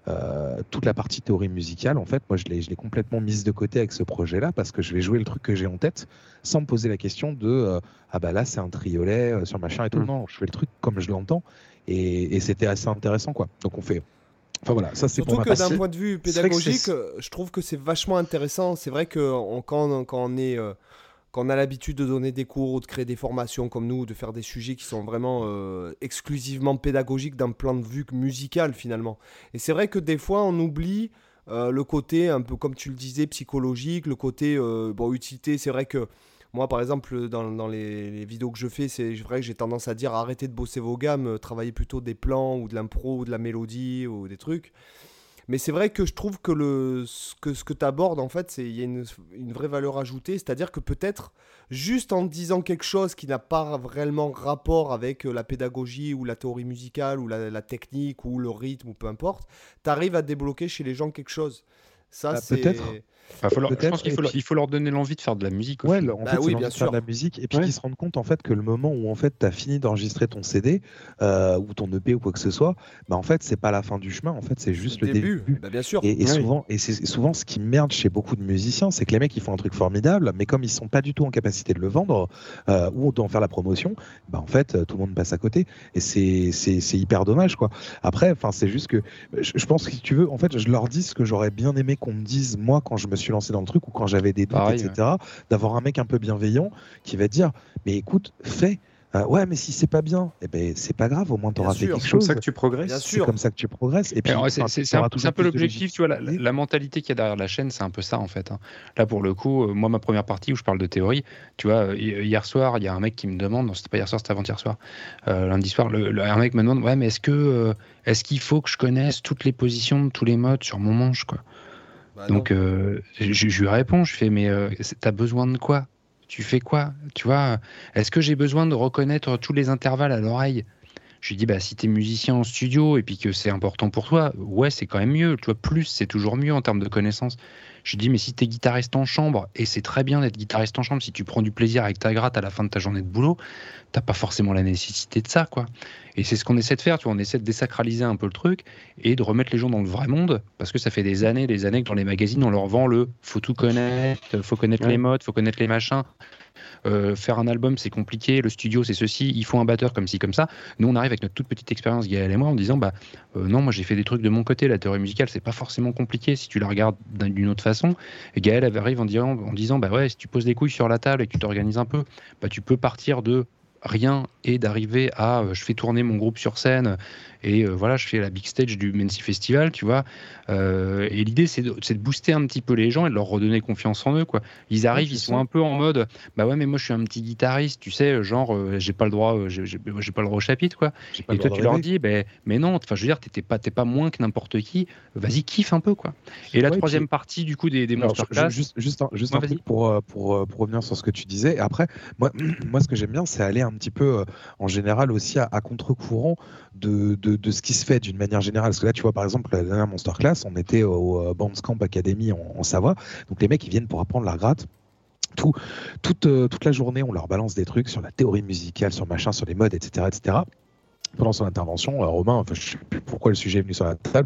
toute la partie théorie musicale, en fait, moi, je l'ai complètement mise de côté avec ce projet-là parce que je vais jouer le truc que j'ai en tête sans me poser la question de là, c'est un triolet sur machin et tout. Non, je fais le truc comme je l'entends et c'était assez intéressant, quoi. Donc, on fait. Enfin voilà, ça c'est surtout pour que d'un point de vue pédagogique, je trouve que c'est vachement intéressant. C'est vrai que quand on a l'habitude de donner des cours ou de créer des formations comme nous, de faire des sujets qui sont vraiment exclusivement pédagogiques d'un plan de vue musical finalement. Et c'est vrai que des fois on oublie le côté un peu comme tu le disais psychologique, le côté utilité. C'est vrai que moi par exemple dans les vidéos que je fais, c'est vrai que j'ai tendance à dire arrêtez de bosser vos gammes, travaillez plutôt des plans ou de l'impro ou de la mélodie ou des trucs. Mais c'est vrai que je trouve que ce que tu abordes, en fait, il y a une vraie valeur ajoutée. C'est-à-dire que peut-être, juste en disant quelque chose qui n'a pas réellement rapport avec la pédagogie ou la théorie musicale ou la technique ou le rythme ou peu importe, tu arrives à débloquer chez les gens quelque chose. Ça, c'est... Peut-être. Je pense qu'il faut leur donner l'envie de faire de la musique. Ouais, en fait, c'est l'envie de faire de la musique et puis qu'ils se rendent compte en fait que le moment où en fait tu as fini d'enregistrer ton CD ou ton EP ou quoi que ce soit, en fait c'est pas la fin du chemin, en fait c'est juste le début. Bien sûr. Et c'est souvent ce qui merde chez beaucoup de musiciens, c'est que les mecs ils font un truc formidable, mais comme ils sont pas du tout en capacité de le vendre ou d'en faire la promotion, en fait tout le monde passe à côté et c'est hyper dommage quoi. Après, enfin c'est juste que je pense que si tu veux, en fait je leur dis ce que j'aurais bien aimé qu'on me dise moi quand je me suis lancé dans le truc ou quand j'avais des doutes, etc. D'avoir un mec un peu bienveillant qui va te dire mais écoute, fais. Ouais, mais si c'est pas bien, c'est pas grave, au moins t'auras fait quelque chose. C'est comme ça que tu progresses. C'est comme ça que tu progresses. Et puis, c'est un peu l'objectif, tu vois, la mentalité qu'il y a derrière la chaîne, c'est un peu ça en fait. Là, pour le coup, moi, ma première partie où je parle de théorie, tu vois, hier soir, il y a un mec qui me demande, non, c'était pas hier soir, c'était avant-hier soir, lundi soir, un mec me demande, ouais, mais est-ce qu'il faut que je connaisse toutes les positions de tous les modes sur mon manche, quoi. Donc, je lui réponds, je fais, mais t'as besoin de quoi? Tu fais quoi? Tu vois, est-ce que j'ai besoin de reconnaître tous les intervalles à l'oreille? Je lui dis, si t'es musicien en studio et puis que c'est important pour toi, ouais, c'est quand même mieux. Tu vois, plus, c'est toujours mieux en termes de connaissances. Je lui dis, mais si t'es guitariste en chambre, et c'est très bien d'être guitariste en chambre, si tu prends du plaisir avec ta gratte à la fin de ta journée de boulot, t'as pas forcément la nécessité de ça, quoi. Et c'est ce qu'on essaie de faire, tu vois, on essaie de désacraliser un peu le truc et de remettre les gens dans le vrai monde, parce que ça fait des années que dans les magazines, on leur vend faut tout connaître, faut connaître les modes, faut connaître les machins. Faire un album c'est compliqué, le studio c'est ceci, il faut un batteur comme ci comme ça. Nous on arrive avec notre toute petite expérience Gaël et moi en disant non, moi j'ai fait des trucs de mon côté, la théorie musicale c'est pas forcément compliqué si tu la regardes d'une autre façon. Et Gaël arrive en disant ouais, si tu poses des couilles sur la table et que tu t'organises un peu, tu peux partir de rien et d'arriver à je fais tourner mon groupe sur scène et voilà, je fais la big stage du Mency Festival, tu vois. Et l'idée, c'est de booster un petit peu les gens et de leur redonner confiance en eux, quoi. Ils arrivent, ils sont un peu en mode, bah ouais, mais moi je suis un petit guitariste, tu sais, genre j'ai pas le droit, j'ai pas le droit au chapitre, quoi. Et toi, tu leur dis, mais non, enfin, je veux dire, t'es pas moins que n'importe qui. Vas-y, kiffe un peu, quoi. Et la troisième partie du coup des masterclass. Juste un truc pour revenir sur ce que tu disais. Et après, moi, ce que j'aime bien, c'est aller un petit peu, en général aussi à contre-courant de ce qui se fait d'une manière générale. Parce que là, tu vois, par exemple, la dernière masterclass, on était au Bandcamp Academy en Savoie. Donc les mecs, ils viennent pour apprendre la gratte. Toute la journée, on leur balance des trucs sur la théorie musicale, sur machin, sur les modes, etc., etc. Pendant son intervention, Romain, enfin, je sais plus pourquoi le sujet est venu sur la table,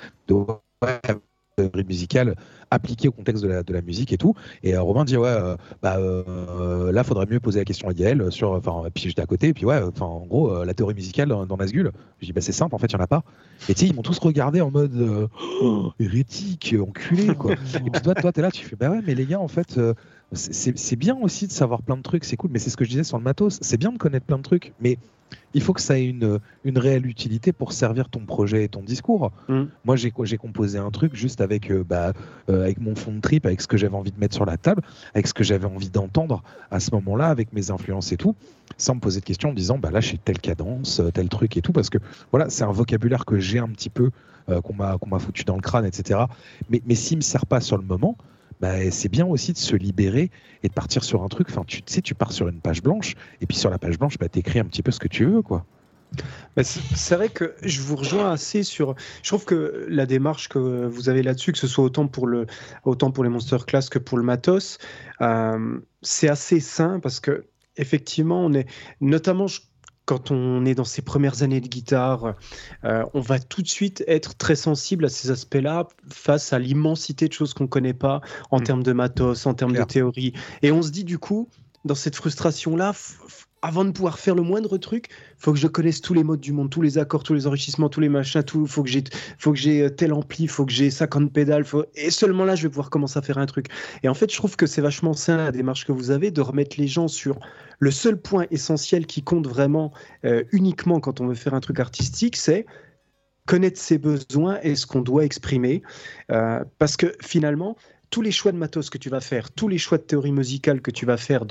théorie musicale appliquée au contexte de la musique et tout. Et Romain dit là, faudrait mieux poser la question à Yael sur. Enfin, puis j'étais à côté, et puis en gros, la théorie musicale dans Nazgûl. Je dis c'est simple, en fait, il y en a pas. Et tu sais, ils m'ont tous regardé en mode hérétique, enculé, quoi. Et puis toi, t'es là, tu fais ouais, mais les gars, en fait. C'est bien aussi de savoir plein de trucs, c'est cool, mais c'est ce que je disais sur le matos, c'est bien de connaître plein de trucs, mais il faut que ça ait une réelle utilité pour servir ton projet et ton discours. Moi, j'ai composé un truc juste avec mon fond de trip, avec ce que j'avais envie de mettre sur la table, avec ce que j'avais envie d'entendre à ce moment-là, avec mes influences et tout, sans me poser de questions en me disant là, j'ai telle cadence, tel truc et tout, parce que voilà, c'est un vocabulaire que j'ai un petit peu, qu'on m'a foutu dans le crâne, etc. Mais s'il me sert pas sur le moment, c'est bien aussi de se libérer et de partir sur un truc. Enfin, tu sais, tu pars sur une page blanche, et puis sur la page blanche, t'écris un petit peu ce que tu veux, quoi. C'est vrai que je vous rejoins assez sur. Je trouve que la démarche que vous avez là-dessus, que ce soit autant pour les masterclass que pour le matos, c'est assez sain parce que effectivement, on est notamment. Quand on est dans ses premières années de guitare, on va tout de suite être très sensible à ces aspects-là face à l'immensité de choses qu'on ne connaît pas en termes de matos, en termes de théorie. Et on se dit du coup, dans cette frustration-là, avant de pouvoir faire le moindre truc, faut que je connaisse tous les modes du monde, tous les accords, tous les enrichissements, tous les machins, tout. Faut que j'ai tel ampli, faut que j'ai 50 pédales, et seulement là, je vais pouvoir commencer à faire un truc. Et en fait, je trouve que c'est vachement sain la démarche que vous avez de remettre les gens sur le seul point essentiel qui compte vraiment uniquement quand on veut faire un truc artistique, c'est connaître ses besoins et ce qu'on doit exprimer, parce que finalement, tous les choix de matos que tu vas faire, tous les choix de théorie musicale que tu vas faire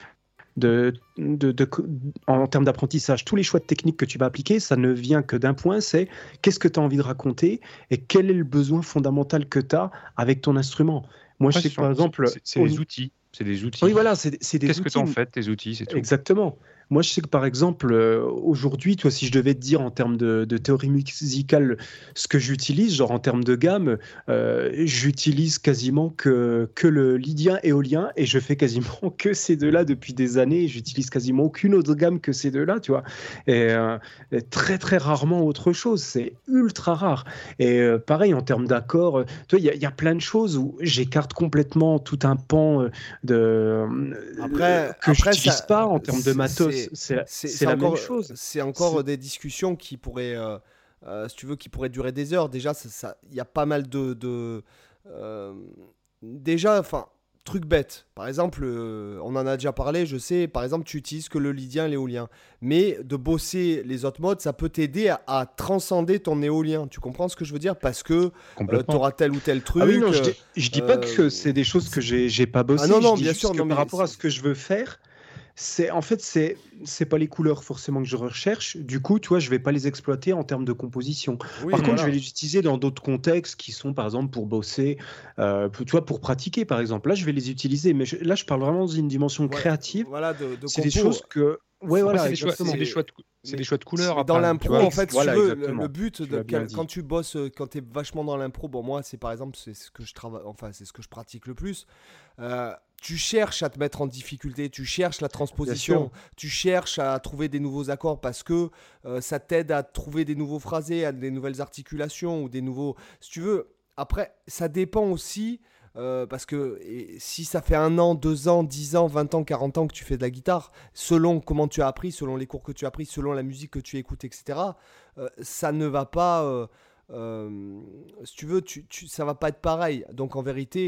en termes d'apprentissage, tous les choix de technique que tu vas appliquer, ça ne vient que d'un point, c'est qu'est-ce que tu as envie de raconter et quel est le besoin fondamental que tu as avec ton instrument. Moi, je sais que par exemple... C'est des outils. C'est des outils. Oui, voilà, c'est des outils. Qu'est-ce que tu en fais, tes outils, c'est tout. Exactement. Moi, je sais que par exemple, aujourd'hui, toi, si je devais te dire en termes de théorie musicale ce que j'utilise, genre en termes de gamme, j'utilise quasiment que le lydien éolien et je fais quasiment que ces deux-là depuis des années. J'utilise quasiment aucune autre gamme que ces deux-là, tu vois. Et très, très rarement autre chose. C'est ultra rare. Et pareil, en termes d'accords, tu vois, il y a plein de choses où j'écarte complètement tout un pan que je n'utilise pas en termes de matos. C'est la même chose. C'est encore des discussions qui pourraient, si tu veux, qui pourraient durer des heures. Déjà, il y a pas mal déjà, enfin, truc bête. Par exemple, on en a déjà parlé, je sais, par exemple, tu utilises que le lydien et l'éolien. Mais de bosser les autres modes, ça peut t'aider à transcender ton éolien. Tu comprends ce que je veux dire? Parce que tu auras tel ou tel truc. Ah oui, non, je dis pas que c'est des choses que j'ai pas bossé. Ah non, je dis bien juste sûr. que par rapport à ce que je veux faire, c'est pas les couleurs forcément que je recherche. Du coup, tu vois, je vais pas les exploiter en termes de composition. Oui, par contre, je vais les utiliser dans d'autres contextes qui sont, par exemple, pour bosser, tu vois, pour pratiquer, par exemple. Là, je vais les utiliser, mais là, je parle vraiment dans une dimension créative. Voilà, c'est des choses que... Ouais, voilà, c'est des choix de couleurs. Dans l'impro, en fait, voilà, si tu veux, le but, quand tu bosses, quand tu es vachement dans l'impro, bon, moi, c'est par exemple, c'est ce que je travaille, enfin, c'est ce que je pratique le plus. Tu cherches à te mettre en difficulté, tu cherches la transposition, tu cherches à trouver des nouveaux accords parce que ça t'aide à trouver des nouveaux phrasés, à des nouvelles articulations ou des nouveaux... Si tu veux, après, ça dépend aussi... parce que si ça fait 1 an, 2 ans, 10 ans, 20 ans, 40 ans que tu fais de la guitare, selon comment tu as appris, selon les cours que tu as appris, selon la musique que tu écoutes, etc., ça ne va pas... si tu veux, ça va pas être pareil. Donc en vérité,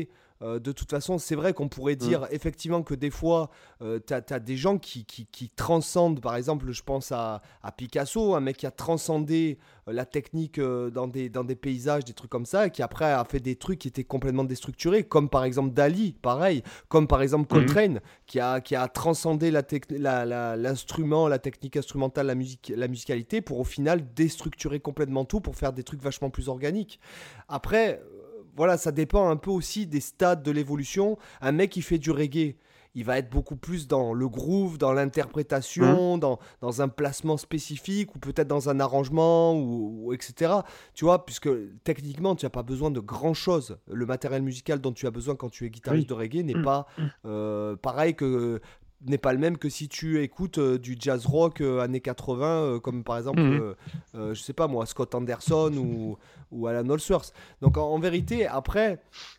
de toute façon, c'est vrai qu'on pourrait dire effectivement que des fois, t'as des gens qui transcendent. Par exemple, je pense à Picasso, un mec qui a transcendé la technique dans des paysages, des trucs comme ça, et qui après a fait des trucs qui étaient complètement déstructurés, comme par exemple Dali, pareil, comme par exemple Coltrane, qui a transcendé l'instrument, la technique instrumentale, la musicalité, pour au final déstructurer complètement tout, pour faire des trucs vachement plus organiques. Après, voilà, ça dépend un peu aussi des stades de l'évolution. Un mec qui fait du reggae, il va être beaucoup plus dans le groove, dans l'interprétation, dans un placement spécifique, ou peut-être dans un arrangement, ou etc. Tu vois, puisque techniquement, tu n'as pas besoin de grand-chose. Le matériel musical dont tu as besoin quand tu es guitariste de reggae n'est pas pareil que... n'est pas le même que si tu écoutes du jazz rock années 80, comme par exemple, je sais pas moi, Scott Anderson ou Alan Allsworth. Donc en vérité, après,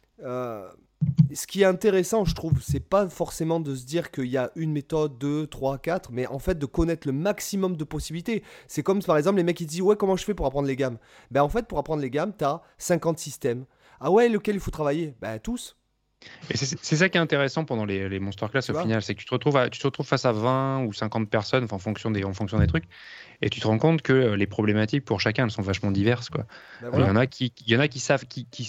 ce qui est intéressant, je trouve, c'est pas forcément de se dire qu'il y a une méthode, 2, 3, 4, mais en fait de connaître le maximum de possibilités. C'est comme par exemple les mecs qui disent ouais, comment je fais pour apprendre les gammes? Ben en fait, pour apprendre les gammes, t'as 50 systèmes. Ah ouais, lequel il faut travailler? Ben tous. Et c'est ça qui est intéressant pendant les masterclass au final, c'est que tu te retrouves face à 20 ou 50 personnes en fonction des trucs, et tu te rends compte que les problématiques pour chacun elles sont vachement diverses, quoi. Ben voilà. Il y en a qui savent,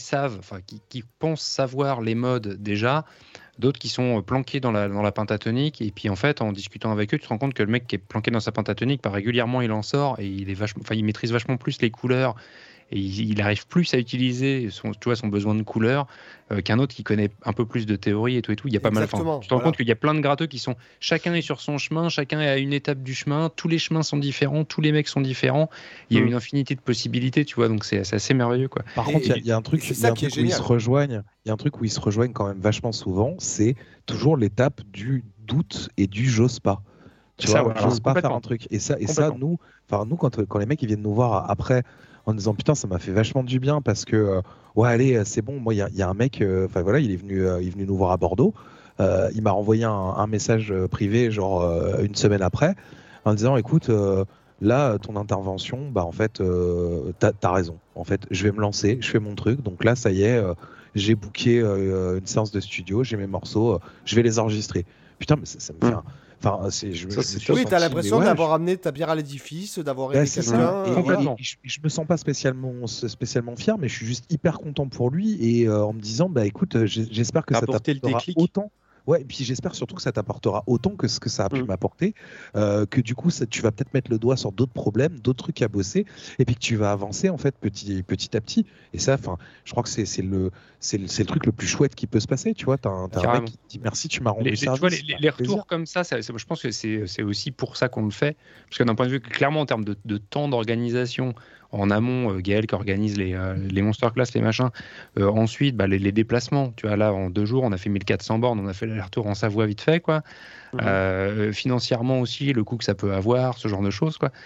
qui pensent savoir les modes déjà, d'autres qui sont planqués dans la pentatonique, et puis en fait en discutant avec eux tu te rends compte que le mec qui est planqué dans sa pentatonique, régulièrement il en sort et il maîtrise vachement plus les couleurs. Et il arrive plus à utiliser son besoin de couleur qu'un autre qui connaît un peu plus de théorie et tout. Il y a pas mal. Tu te rends compte qu'il y a plein de gratteux qui sont. Chacun est sur son chemin, chacun est à une étape du chemin. Tous les chemins sont différents, tous les mecs sont différents. Il y a une infinité de possibilités, tu vois. Donc c'est assez merveilleux, quoi. Par contre, il y a un truc, où ils se rejoignent. Il y a un truc où ils se rejoignent quand même vachement souvent. C'est toujours l'étape du doute et du j'ose pas. Tu vois, j'ose pas faire un truc. Et ça, nous, quand les mecs ils viennent nous voir après. En disant putain, ça m'a fait vachement du bien parce que ouais, allez, c'est bon. Moi, il y a un mec, enfin voilà, il est venu nous voir à Bordeaux. Il m'a renvoyé un message privé, genre une semaine après, en disant écoute, là, ton intervention, bah en fait, t'as raison. En fait, je vais me lancer, je fais mon truc. Donc là, ça y est, j'ai booké une séance de studio, j'ai mes morceaux, je vais les enregistrer. Putain, mais ça me fait un. Enfin, oui, t'as l'impression d'avoir amené ta pierre à l'édifice, d'avoir aidé quelqu'un. Je me sens pas spécialement fier, mais je suis juste hyper content pour lui et en me disant, bah écoute, j'espère que ça t'apportera autant. Ouais, et puis j'espère surtout que ça t'apportera autant que ce que ça a pu m'apporter, que du coup tu vas peut-être mettre le doigt sur d'autres problèmes, d'autres trucs à bosser, et puis que tu vas avancer en fait petit à petit. Et ça, enfin, je crois que c'est le truc le plus chouette qui peut se passer. Tu vois, t'as un mec qui dit merci, tu m'as rendu service. Tu vois, les retours comme ça, je pense que c'est aussi pour ça qu'on le fait, parce que d'un point de vue clairement en termes de temps d'organisation. En amont, Gaël qui organise les masterclass, les machins. Ensuite, les déplacements. Tu vois, là, en 2 jours, on a fait 1400 bornes, on a fait l'aller-retour en Savoie vite fait, quoi. Financièrement aussi, le coût que ça peut avoir, ce genre de choses, quoi.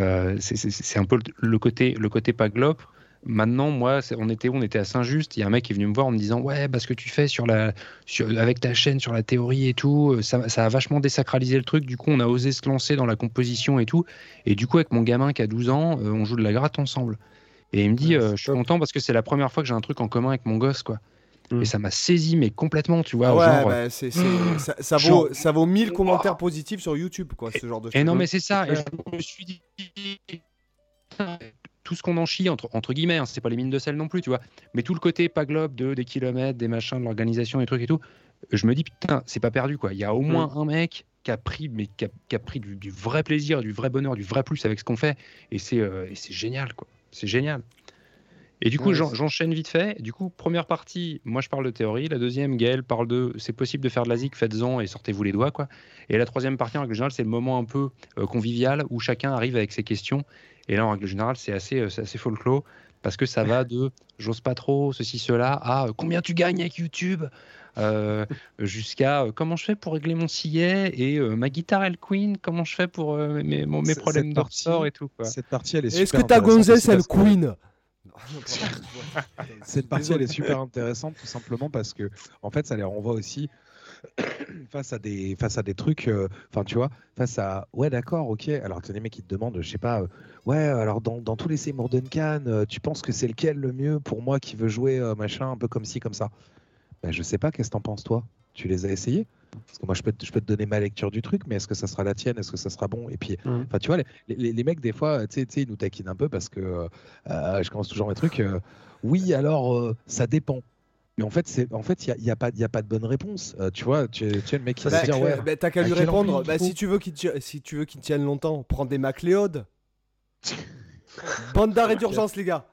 C'est un peu le côté pas globe. Maintenant, moi, on était à Saint-Just. Il y a un mec qui est venu me voir en me disant ouais, ce que tu fais avec ta chaîne sur la théorie et tout, ça a vachement désacralisé le truc. Du coup, on a osé se lancer dans la composition et tout. Et du coup, avec mon gamin qui a 12 ans, on joue de la gratte ensemble. Et il me dit je suis content parce que c'est la première fois que j'ai un truc en commun avec mon gosse, quoi. Et ça m'a saisi, mais complètement, tu vois. Ouais, ça vaut 1000 commentaires positifs sur YouTube, quoi, ce genre de choses. Et non, mais c'est ça. Et je me suis dit. Tout ce qu'on en chie, entre guillemets, hein, c'est pas les mines de sel non plus, tu vois, mais tout le côté pas globe, des kilomètres, des machins, de l'organisation, des trucs et tout, je me dis, putain, c'est pas perdu, quoi. Il y a au moins un mec qui a pris du vrai plaisir, du vrai bonheur, du vrai plus avec ce qu'on fait, et c'est génial, quoi. C'est génial. Et du coup, j'enchaîne vite fait. Du coup, première partie, moi je parle de théorie. La deuxième, Gaël parle de c'est possible de faire de la zik, faites-en et sortez-vous les doigts, quoi. Et la troisième partie, en règle générale, c'est le moment un peu convivial où chacun arrive avec ses questions. Et là, en règle générale, c'est assez folklore parce que ça va de j'ose pas trop, ceci, cela, à combien tu gagnes avec YouTube, jusqu'à comment je fais pour régler mon sillet et ma guitare elle Queen, comment je fais pour mes problèmes de ressort et tout, quoi. Cette partie, elle est super. Est-ce que ta gonzesse elle Queen? Cette partie, elle est super intéressante tout simplement parce que en fait, ça les renvoie aussi face à des trucs, enfin tu vois, face à ouais d'accord, ok. Alors t'as des mecs qui te demandent, je sais pas, ouais alors dans tous les Seymour Duncan, tu penses que c'est lequel le mieux pour moi qui veut jouer machin un peu comme ci comme ça. Ben, je sais pas, qu'est-ce que t'en penses toi? Tu les as essayés? Parce que moi, je peux te donner ma lecture du truc, mais est-ce que ça sera la tienne? Est-ce que ça sera bon? Et puis, enfin, tu vois, les mecs, des fois, tu sais, ils nous taquinent un peu parce que je commence toujours mes trucs. Oui, alors, ça dépend. Mais en fait, il y a pas de bonne réponse. Tu vois, tu le mec qui va se dire, ouais. T'as qu'à à lui quelle répondre. envie il faut Si tu veux qu'il tienne longtemps, prends des MacLeod. Bande d'arrêt d'urgence, les gars.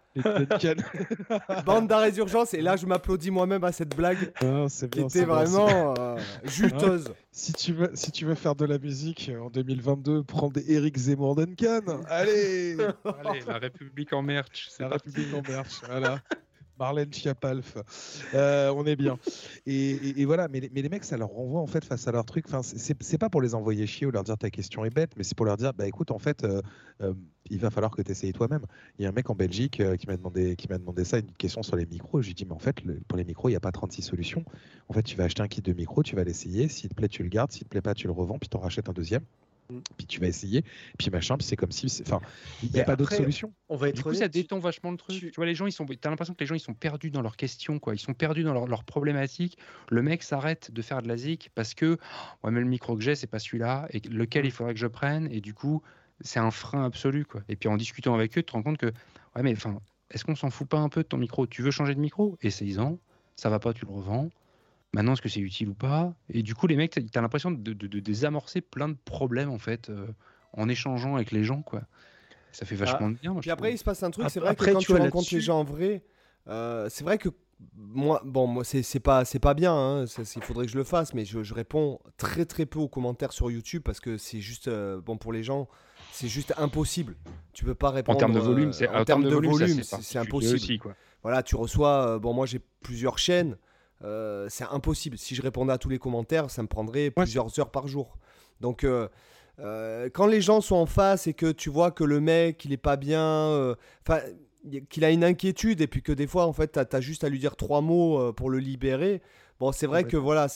Bande d'arrêt d'urgence. Et là, je m'applaudis moi-même à cette blague c'est qui bien, était c'est bien, vraiment juteuse. Si tu veux faire de la musique en 2022, prends des Eric Zemmour Duncan. Allez, Allez, la République en merch. la République en merch. Voilà. Marlène Schiapalf, on est bien. Et voilà, mais les mecs, ça leur renvoie en fait face à leur truc. Enfin, c'est pas pour les envoyer chier ou leur dire ta question est bête, mais c'est pour leur dire, bah écoute, en fait, il va falloir que tu essayes toi-même. Il y a un mec en Belgique qui m'a demandé ça, une question sur les micros. Je lui ai dit, mais en fait, pour les micros, il n'y a pas 36 solutions. En fait, tu vas acheter un kit de micro, tu vas l'essayer. S'il te plaît, tu le gardes. S'il te plaît pas, tu le revends, puis tu en rachètes un deuxième. Puis tu vas essayer, puis machin, puis c'est comme si, enfin, il n'y a pas d'autre solution. On va être du coup, ça détend vachement le truc. Tu vois, les gens, t'as l'impression que les gens, ils sont perdus dans leurs questions, quoi. Ils sont perdus dans leurs problématiques. Le mec s'arrête de faire de la zik parce que, ouais, mais le micro que j'ai, c'est pas celui-là, et lequel il faudrait que je prenne, et du coup, c'est un frein absolu, quoi. Et puis en discutant avec eux, tu te rends compte que, ouais, mais enfin, est-ce qu'on s'en fout pas un peu de ton micro? Tu veux changer de micro? Essaye-en. Ça va pas, tu le revends. Maintenant, est-ce que c'est utile ou pas? Et du coup, les mecs, t'as l'impression de désamorcer plein de problèmes, en fait, en échangeant avec les gens, quoi. Ça fait vachement de bien, moi, je Puis après, trouve. il se passe un truc, c'est vrai que Après, quand tu tu vois, rencontres les là-dessus- gens en vrai, c'est vrai que moi, c'est pas bien, hein, il faudrait que je le fasse, mais je réponds très très peu aux commentaires sur YouTube parce que c'est juste, bon, pour les gens, c'est juste impossible. Tu peux pas En répondre. termes de volume, en termes de volume, ça, c'est particulier impossible. aussi, quoi. Voilà, tu reçois, bon, moi j'ai plusieurs chaînes, c'est impossible. Si je répondais à tous les commentaires, ça me prendrait plusieurs heures par jour. Donc, quand les gens sont en face et que tu vois que le mec, il est pas bien, qu'il a une inquiétude et puis que des fois, en fait, t'as juste à lui dire 3 mots pour le libérer. Bon, c'est vrai que voilà,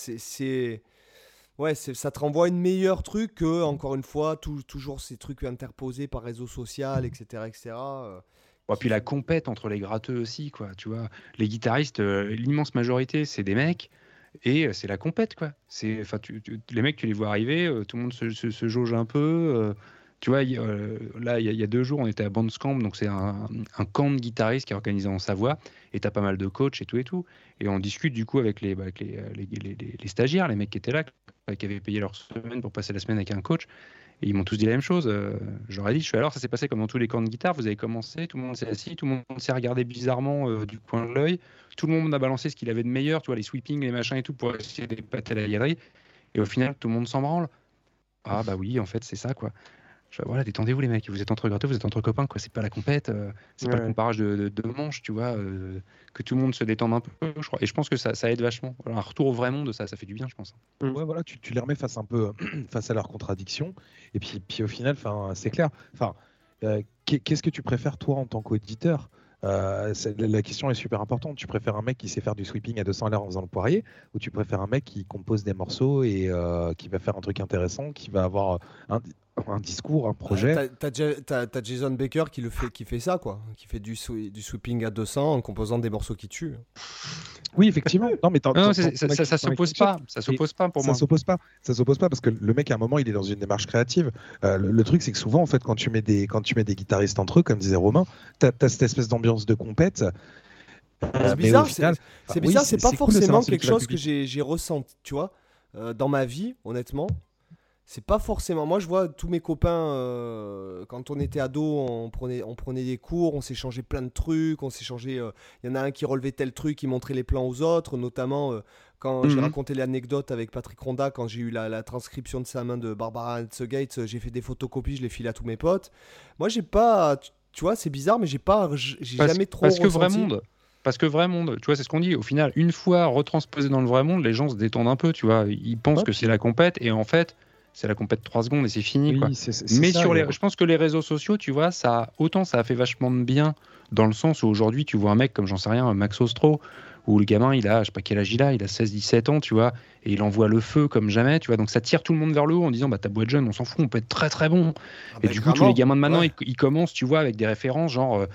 ça te renvoie une meilleure truc que, encore une fois, toujours ces trucs interposés par réseau social, etc., etc. Ouais, puis la compète entre les gratteux aussi, quoi. Tu vois, les guitaristes, l'immense majorité, c'est des mecs. Et c'est la compète, quoi. Les mecs, tu les vois arriver, tout le monde se jauge un peu. Tu vois, là, il y a 2 jours, on était à Bandscamp, donc c'est un camp de guitaristes qui est organisé en Savoie, et t'as pas mal de coachs et tout et tout. Et on discute du coup avec les stagiaires, les mecs qui étaient là, qui avaient payé leur semaine pour passer la semaine avec un coach. Et ils m'ont tous dit la même chose. J'aurais dit, alors ça s'est passé comme dans tous les camps de guitare, vous avez commencé, tout le monde s'est assis, tout le monde s'est regardé bizarrement du coin de l'œil, tout le monde a balancé ce qu'il avait de meilleur, tu vois, les sweepings, les machins et tout, pour essayer d'épater la galerie. Et au final, tout le monde s'en branle. Ah bah oui, en fait, c'est ça, quoi. Voilà, détendez-vous les mecs, vous êtes entre gratteux, vous êtes entre copains, quoi. C'est pas la compète, c'est pas le comparage de manches, tu vois, que tout le monde se détende un peu, je crois. Et je pense que ça aide vachement. Voilà, un retour au vrai monde, ça fait du bien, je pense. Ouais, voilà, tu les remets face à leurs contradictions. Et puis au final, c'est clair. Qu'est-ce que tu préfères toi en tant qu'auditeur? La question est super importante. Tu préfères un mec qui sait faire du sweeping à 200 à l'heure en faisant le poirier, ou tu préfères un mec qui compose des morceaux et qui va faire un truc intéressant, qui va avoir un discours, un projet? T'as Jason Baker qui fait ça, quoi. Qui fait du sweeping à 200 en composant des morceaux qui tuent. Oui, effectivement. Non, mais ça s'oppose pas. Ça s'oppose pas pour moi. Ça s'oppose pas parce que le mec à un moment il est dans une démarche créative. Le truc c'est que souvent en fait quand tu mets des guitaristes entre eux, comme disait Romain, t'as cette espèce d'ambiance de compète. C'est bizarre. C'est bizarre. Oui, c'est pas c'est cool de forcément savoir celui quelque qui va chose que publier. j'ai ressenti, tu vois, dans ma vie, honnêtement. C'est pas forcément. Moi, je vois tous mes copains, quand on était ado, on prenait des cours, on s'échangeait plein de trucs, il y en a un qui relevait tel truc, qui montrait les plans aux autres, notamment quand j'ai raconté l'anecdote avec Patrick Ronda, quand j'ai eu la transcription de sa main de Barbara Hertzogate, j'ai fait des photocopies, je les file à tous mes potes. Moi, j'ai pas. Tu vois, c'est bizarre, mais j'ai jamais trop parce que ressenti. Parce que vrai monde, tu vois, c'est ce qu'on dit. Au final, une fois retransposé dans le vrai monde, les gens se détendent un peu, tu vois. Ils pensent que c'est la compète, et en fait, c'est la compète 3 secondes et c'est fini, quoi. Mais je pense que les réseaux sociaux, tu vois, ça a fait vachement de bien, dans le sens où aujourd'hui, tu vois un mec comme, j'en sais rien, Max Ostro, où le gamin, il a, je sais pas quel âge il a 16-17 ans, tu vois, et il envoie le feu comme jamais, tu vois. Donc ça tire tout le monde vers le haut en disant, bah, ta boîte jeune, on s'en fout, on peut être très très bon. Et du coup, tous les gamins de maintenant, ils commencent, tu vois, avec des références genre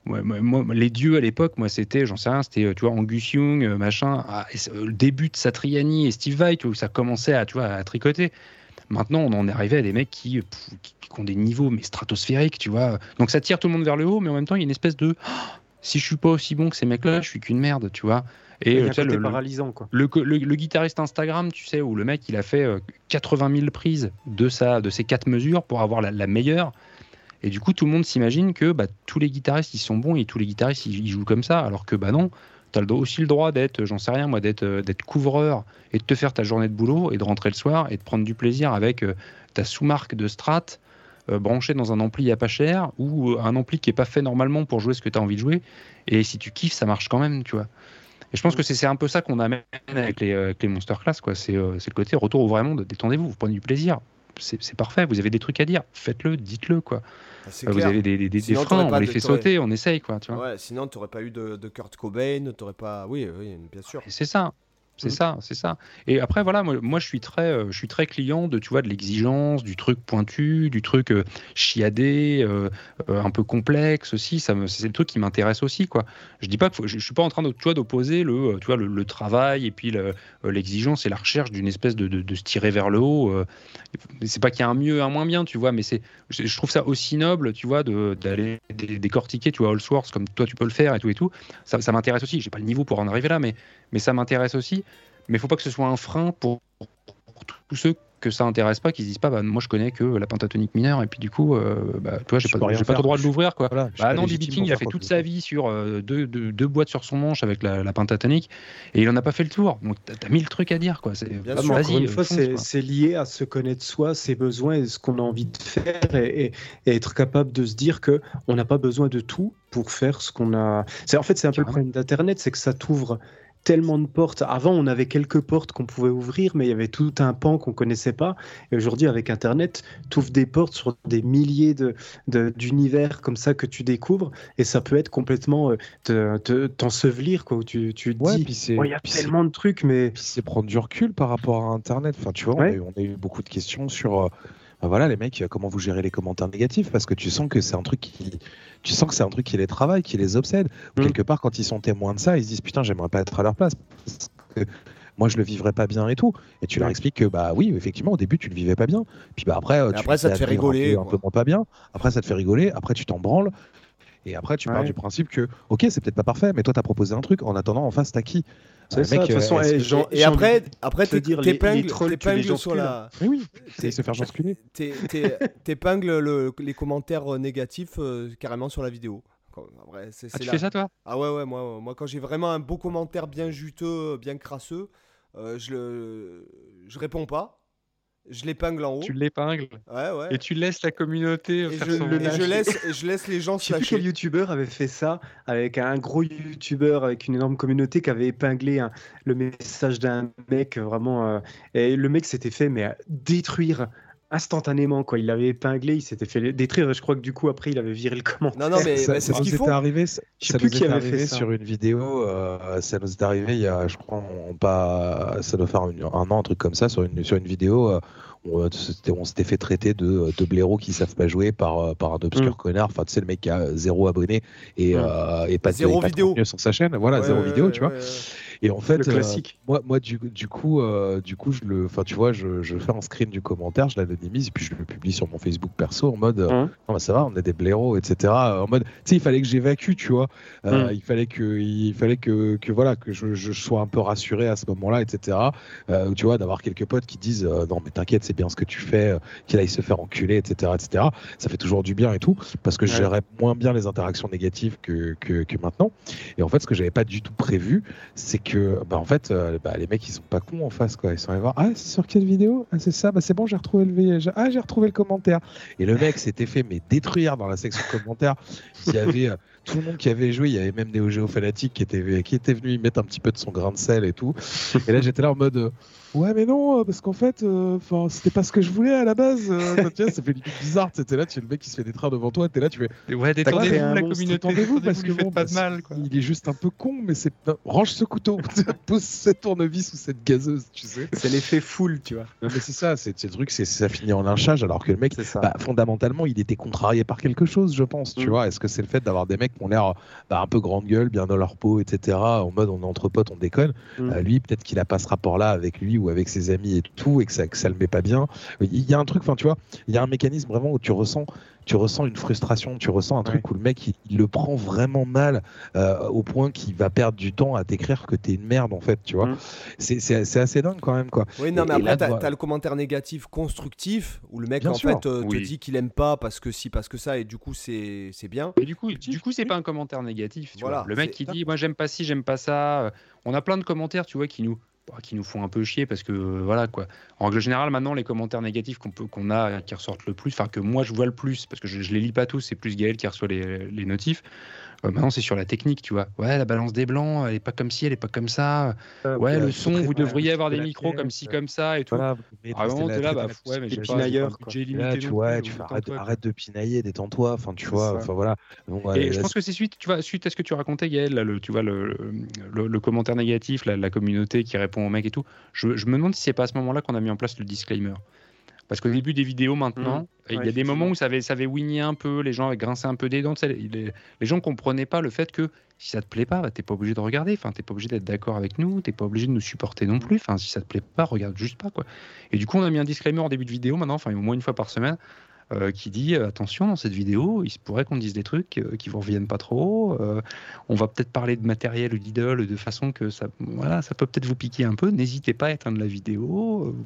Moi, les dieux à l'époque, moi, c'était, j'en sais rien, c'était, tu vois, Angus Young, machin, le début de Satriani et Steve Vai, tu vois, où ça commençait à, tu vois, à tricoter. Maintenant, on en est arrivé à des mecs qui ont des niveaux mais stratosphériques, tu vois. Donc ça tire tout le monde vers le haut, mais en même temps, il y a une espèce de si je suis pas aussi bon que ces mecs-là, je suis qu'une merde, tu vois. Et il y a un côté paralysant, quoi. Le guitariste Instagram, tu sais, où le mec il a fait 80 000 prises de ses 4 mesures pour avoir la meilleure. Et du coup, tout le monde s'imagine que tous les guitaristes ils sont bons et tous les guitaristes ils jouent comme ça, alors que non. Tu as aussi le droit d'être, j'en sais rien moi, d'être couvreur et de te faire ta journée de boulot et de rentrer le soir et de prendre du plaisir avec ta sous-marque de Strat branchée dans un ampli à pas cher ou un ampli qui est pas fait normalement pour jouer ce que tu as envie de jouer. Et si tu kiffes, ça marche quand même, tu vois. Et je pense que c'est un peu ça qu'on amène avec les Monster Class, quoi. C'est le côté retour au vrai monde, détendez-vous, vous prenez du plaisir. C'est parfait, vous avez des trucs à dire, faites-le, dites-le, quoi. Vous avez des freins, on les fait sauter, on essaye, quoi, tu vois. Ouais, sinon t'aurais pas eu de Kurt Cobain, t'aurais pas... Oui, bien sûr. Et c'est ça. C'est ça. Et après, voilà, moi je suis très client de, tu vois, de l'exigence, du truc pointu, du truc chiadé, un peu complexe aussi. C'est le truc qui m'intéresse aussi, quoi. Je dis pas que je suis pas en train d'opposer le travail et puis l'exigence et la recherche d'une espèce de se tirer vers le haut. C'est pas qu'il y a un mieux, un moins bien, tu vois, mais je trouve ça aussi noble, tu vois, d'aller décortiquer, tu vois, All Source comme toi tu peux le faire et tout. Ça m'intéresse aussi. J'ai pas le niveau pour en arriver là, mais ça m'intéresse aussi. Mais il faut pas que ce soit un frein pour tous ceux que ça intéresse pas, qui se disent pas moi je connais que la pentatonique mineure et puis du coup tu vois j'ai pas le droit de l'ouvrir, quoi. Voilà, non, B.B. King il a fait toute sa vie sur deux boîtes sur son manche avec la pentatonique et il en a pas fait le tour. Donc t'as 1000 trucs à dire, quoi. Encore une fois, c'est lié à se connaître soi, ses besoins et ce qu'on a envie de faire et être capable de se dire que on n'a pas besoin de tout pour faire ce qu'on a. En fait, c'est un peu le problème d'Internet, c'est que ça t'ouvre tellement de portes. Avant, on avait quelques portes qu'on pouvait ouvrir, mais il y avait tout un pan qu'on connaissait pas. Et aujourd'hui, avec Internet, tu ouvres des portes sur des milliers d'univers comme ça que tu découvres, et ça peut être complètement t'ensevelir, quoi. Où tu te dis, il y a tellement de trucs, mais puis c'est prendre du recul par rapport à Internet. Enfin, tu vois, on a eu beaucoup de questions sur voilà, les mecs, comment vous gérez les commentaires négatifs, parce que tu sens que c'est un truc qui les travaille, qui les obsède. Ou quelque part, quand ils sont témoins de ça, ils se disent putain, j'aimerais pas être à leur place, parce que moi je le vivrais pas bien et tout. Et tu leur expliques que oui, effectivement, au début tu le vivais pas bien. Puis après ça te fait rigoler, un peu moins pas bien. Après ça te fait rigoler. Après tu t'en branles. Et après tu pars du principe que ok, c'est peut-être pas parfait, mais toi t'as proposé un truc. En attendant, en face t'as qui? C'est ça, de toute façon. Et après t'épingles sur la. Oui, c'est se faire gentiller. T'épingles les commentaires négatifs carrément sur la vidéo. Tu fais ça, toi? Ah ouais, moi quand j'ai vraiment un beau commentaire bien juteux, bien crasseux, je réponds pas. Je l'épingle en haut. Tu l'épingles. Ouais. Et tu laisses la communauté faire son... je laisse les gens se lâcher. Je sais plus quel youtubeur avait fait ça avec un gros youtubeur avec une énorme communauté qui avait épinglé le message d'un mec vraiment. Et le mec s'était fait détruire instantanément, quoi. Il l'avait épinglé, il s'était fait détruire. Je crois que du coup après il avait viré le commentaire. Non, mais c'est ce qu'il faut. Arrivé, je sais plus qui avait fait ça sur une vidéo. Ça nous est arrivé il y a, je crois, ça doit faire un an, un truc comme ça, sur une vidéo. On s'était fait traiter de blaireaux qui savent pas jouer par un obscur connard. Enfin, tu sais, le mec qui a 0 abonnés et pas de vidéo sur sa chaîne. Voilà, 0 vidéo, tu vois. Et en fait, moi, du coup, je fais un screen du commentaire, je l'anonymise et puis je le publie sur mon Facebook perso en mode non, ça va, on est des blaireaux, etc. En mode, tu sais, il fallait que j'évacue, tu vois. Il fallait que voilà, que je sois un peu rassuré à ce moment-là, etc. Tu vois, d'avoir quelques potes qui disent non, mais t'inquiète, c'est bien ce que tu fais, qu'il aille se faire enculer, etc., etc. Ça fait toujours du bien et tout, parce que je gérais moins bien les interactions négatives que maintenant. Et en fait, ce que j'avais pas du tout prévu, c'est que les mecs ils sont pas cons en face, quoi. Ils sont allés voir, c'est sur quelle vidéo? C'est ça, c'est bon, j'ai retrouvé le commentaire. Et le mec s'était fait détruire dans la section commentaires. Il y avait tout le monde qui avait joué, il y avait même Neo Geo Fanatic qui était venu y mettre un petit peu de son grain de sel et tout. Et là j'étais là en mode ouais mais non, parce qu'en fait c'était pas ce que je voulais à la base. Tu vois, ça fait bizarre, t'es là, tu es le mec qui se fait détruire devant toi, t'es là, tu fais ouais, détendez-vous la communauté, parce que bon, pas de mal, quoi. Il est juste un peu con, mais range ce couteau. Pose cette tournevis ou cette gazeuse, tu sais. C'est l'effet foule, tu vois. Non, mais c'est ça, c'est le truc, ça finit en lynchage, alors que le mec, fondamentalement, il était contrarié par quelque chose, je pense, tu vois. Est-ce que c'est le fait d'avoir des mecs qui ont l'air un peu grande gueule, bien dans leur peau, etc., en mode on est entre potes, on déconne. Lui, peut-être qu'il a pas ce rapport-là avec lui ou avec ses amis et tout, et que ça le met pas bien. Il y a un truc, enfin, tu vois, il y a un mécanisme vraiment où tu ressens une frustration, tu ressens un truc où le mec il le prend vraiment mal au point qu'il va perdre du temps à t'écrire que t'es une merde en fait, tu vois. C'est assez dingue quand même quoi. Oui, non, mais après t'as le commentaire négatif constructif où le mec te dit qu'il aime pas parce que si, parce que ça, et du coup c'est bien. Et du coup c'est pas un commentaire négatif, tu vois. Le mec qui dit moi j'aime pas ci, j'aime pas ça. On a plein de commentaires, tu vois, qui nous font un peu chier parce que voilà quoi. En règle générale, maintenant les commentaires négatifs qu'on a qui ressortent le plus, enfin que moi je vois le plus parce que je les lis pas tous, c'est plus Gaël qui reçoit les notifs. Maintenant c'est sur la technique, tu vois. Ouais, la balance des blancs, elle est pas comme ci, elle est pas comme ça. Ouais, le son, vous devriez avoir des micros comme ci, comme ça et tout. Voilà, vraiment t'es là, ouais, mais j'ai pinailleur, pas budget là, limité. tu vois, arrête de pinailler, détends-toi. Enfin, tu vois, enfin voilà. Et je pense que c'est suite à ce que tu racontais, Gaël, là, tu vois le commentaire négatif, la communauté qui répond aux mecs et tout. Je me demande si c'est pas à ce moment-là qu'on a mis en place le disclaimer. Parce qu'au début des vidéos maintenant, il y a des moments où ça avait whinné un peu, les gens avaient grincé un peu des dents. Les gens comprenaient pas le fait que si ça te plaît pas, t'es pas obligé de regarder. Enfin, t'es pas obligé d'être d'accord avec nous, t'es pas obligé de nous supporter non plus. Enfin, si ça te plaît pas, regarde juste pas quoi. Et du coup, on a mis un disclaimer en début de vidéo maintenant, enfin au moins une fois par semaine. Qui dit attention, dans cette vidéo il se pourrait qu'on dise des trucs qui vous reviennent pas trop, on va peut-être parler de matériel ou d'idole de façon que ça peut peut-être vous piquer un peu, n'hésitez pas à éteindre la vidéo.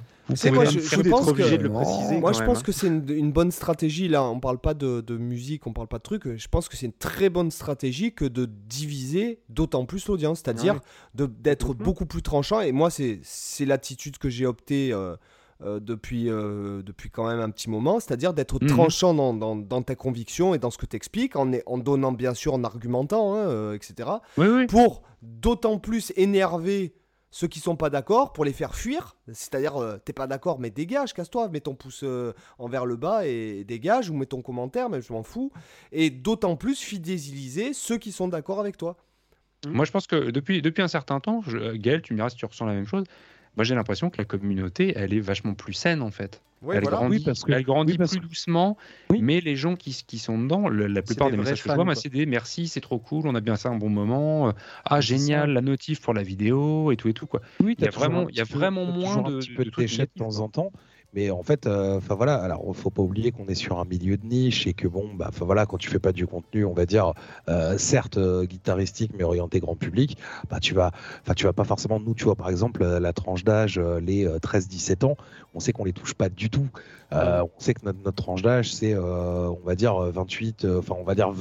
Je pense que c'est une bonne stratégie. Là on parle pas de musique, on parle pas de trucs, je pense que c'est une très bonne stratégie que de diviser d'autant plus l'audience, c'est-à-dire d'être beaucoup plus tranchant. Et moi c'est l'attitude que j'ai optée depuis quand même un petit moment, c'est-à-dire d'être tranchant dans tes convictions et dans ce que tu expliques, en donnant bien sûr, en argumentant, etc. Pour d'autant plus énerver ceux qui sont pas d'accord, pour les faire fuir, c'est-à-dire t'es pas d'accord mais dégage, casse-toi, mets ton pouce envers le bas et dégage, ou mets ton commentaire, mais je m'en fous, et d'autant plus fidéliser ceux qui sont d'accord avec toi. Moi je pense que depuis un certain temps, Gaël, tu me diras si tu ressens la même chose. Moi, j'ai l'impression que la communauté, elle est vachement plus saine, en fait. Elle grandit, plus doucement, mais les gens qui sont dedans, la plupart des messages que je vois, c'est des merci, c'est trop cool, on a bien ça un bon moment, génial, la notif pour la vidéo et tout quoi. Oui, il y a vraiment moins de petit peu de déchets de temps en temps. Mais en fait, voilà, alors il faut pas oublier qu'on est sur un milieu de niche et que bon, voilà, quand tu fais pas du contenu, on va dire, certes guitaristique mais orienté grand public, tu vas pas forcément, nous, tu vois, par exemple, la tranche d'âge, les 13-17 ans, on sait qu'on les touche pas du tout. On sait que notre tranche d'âge, c'est, on va dire 28, on va dire,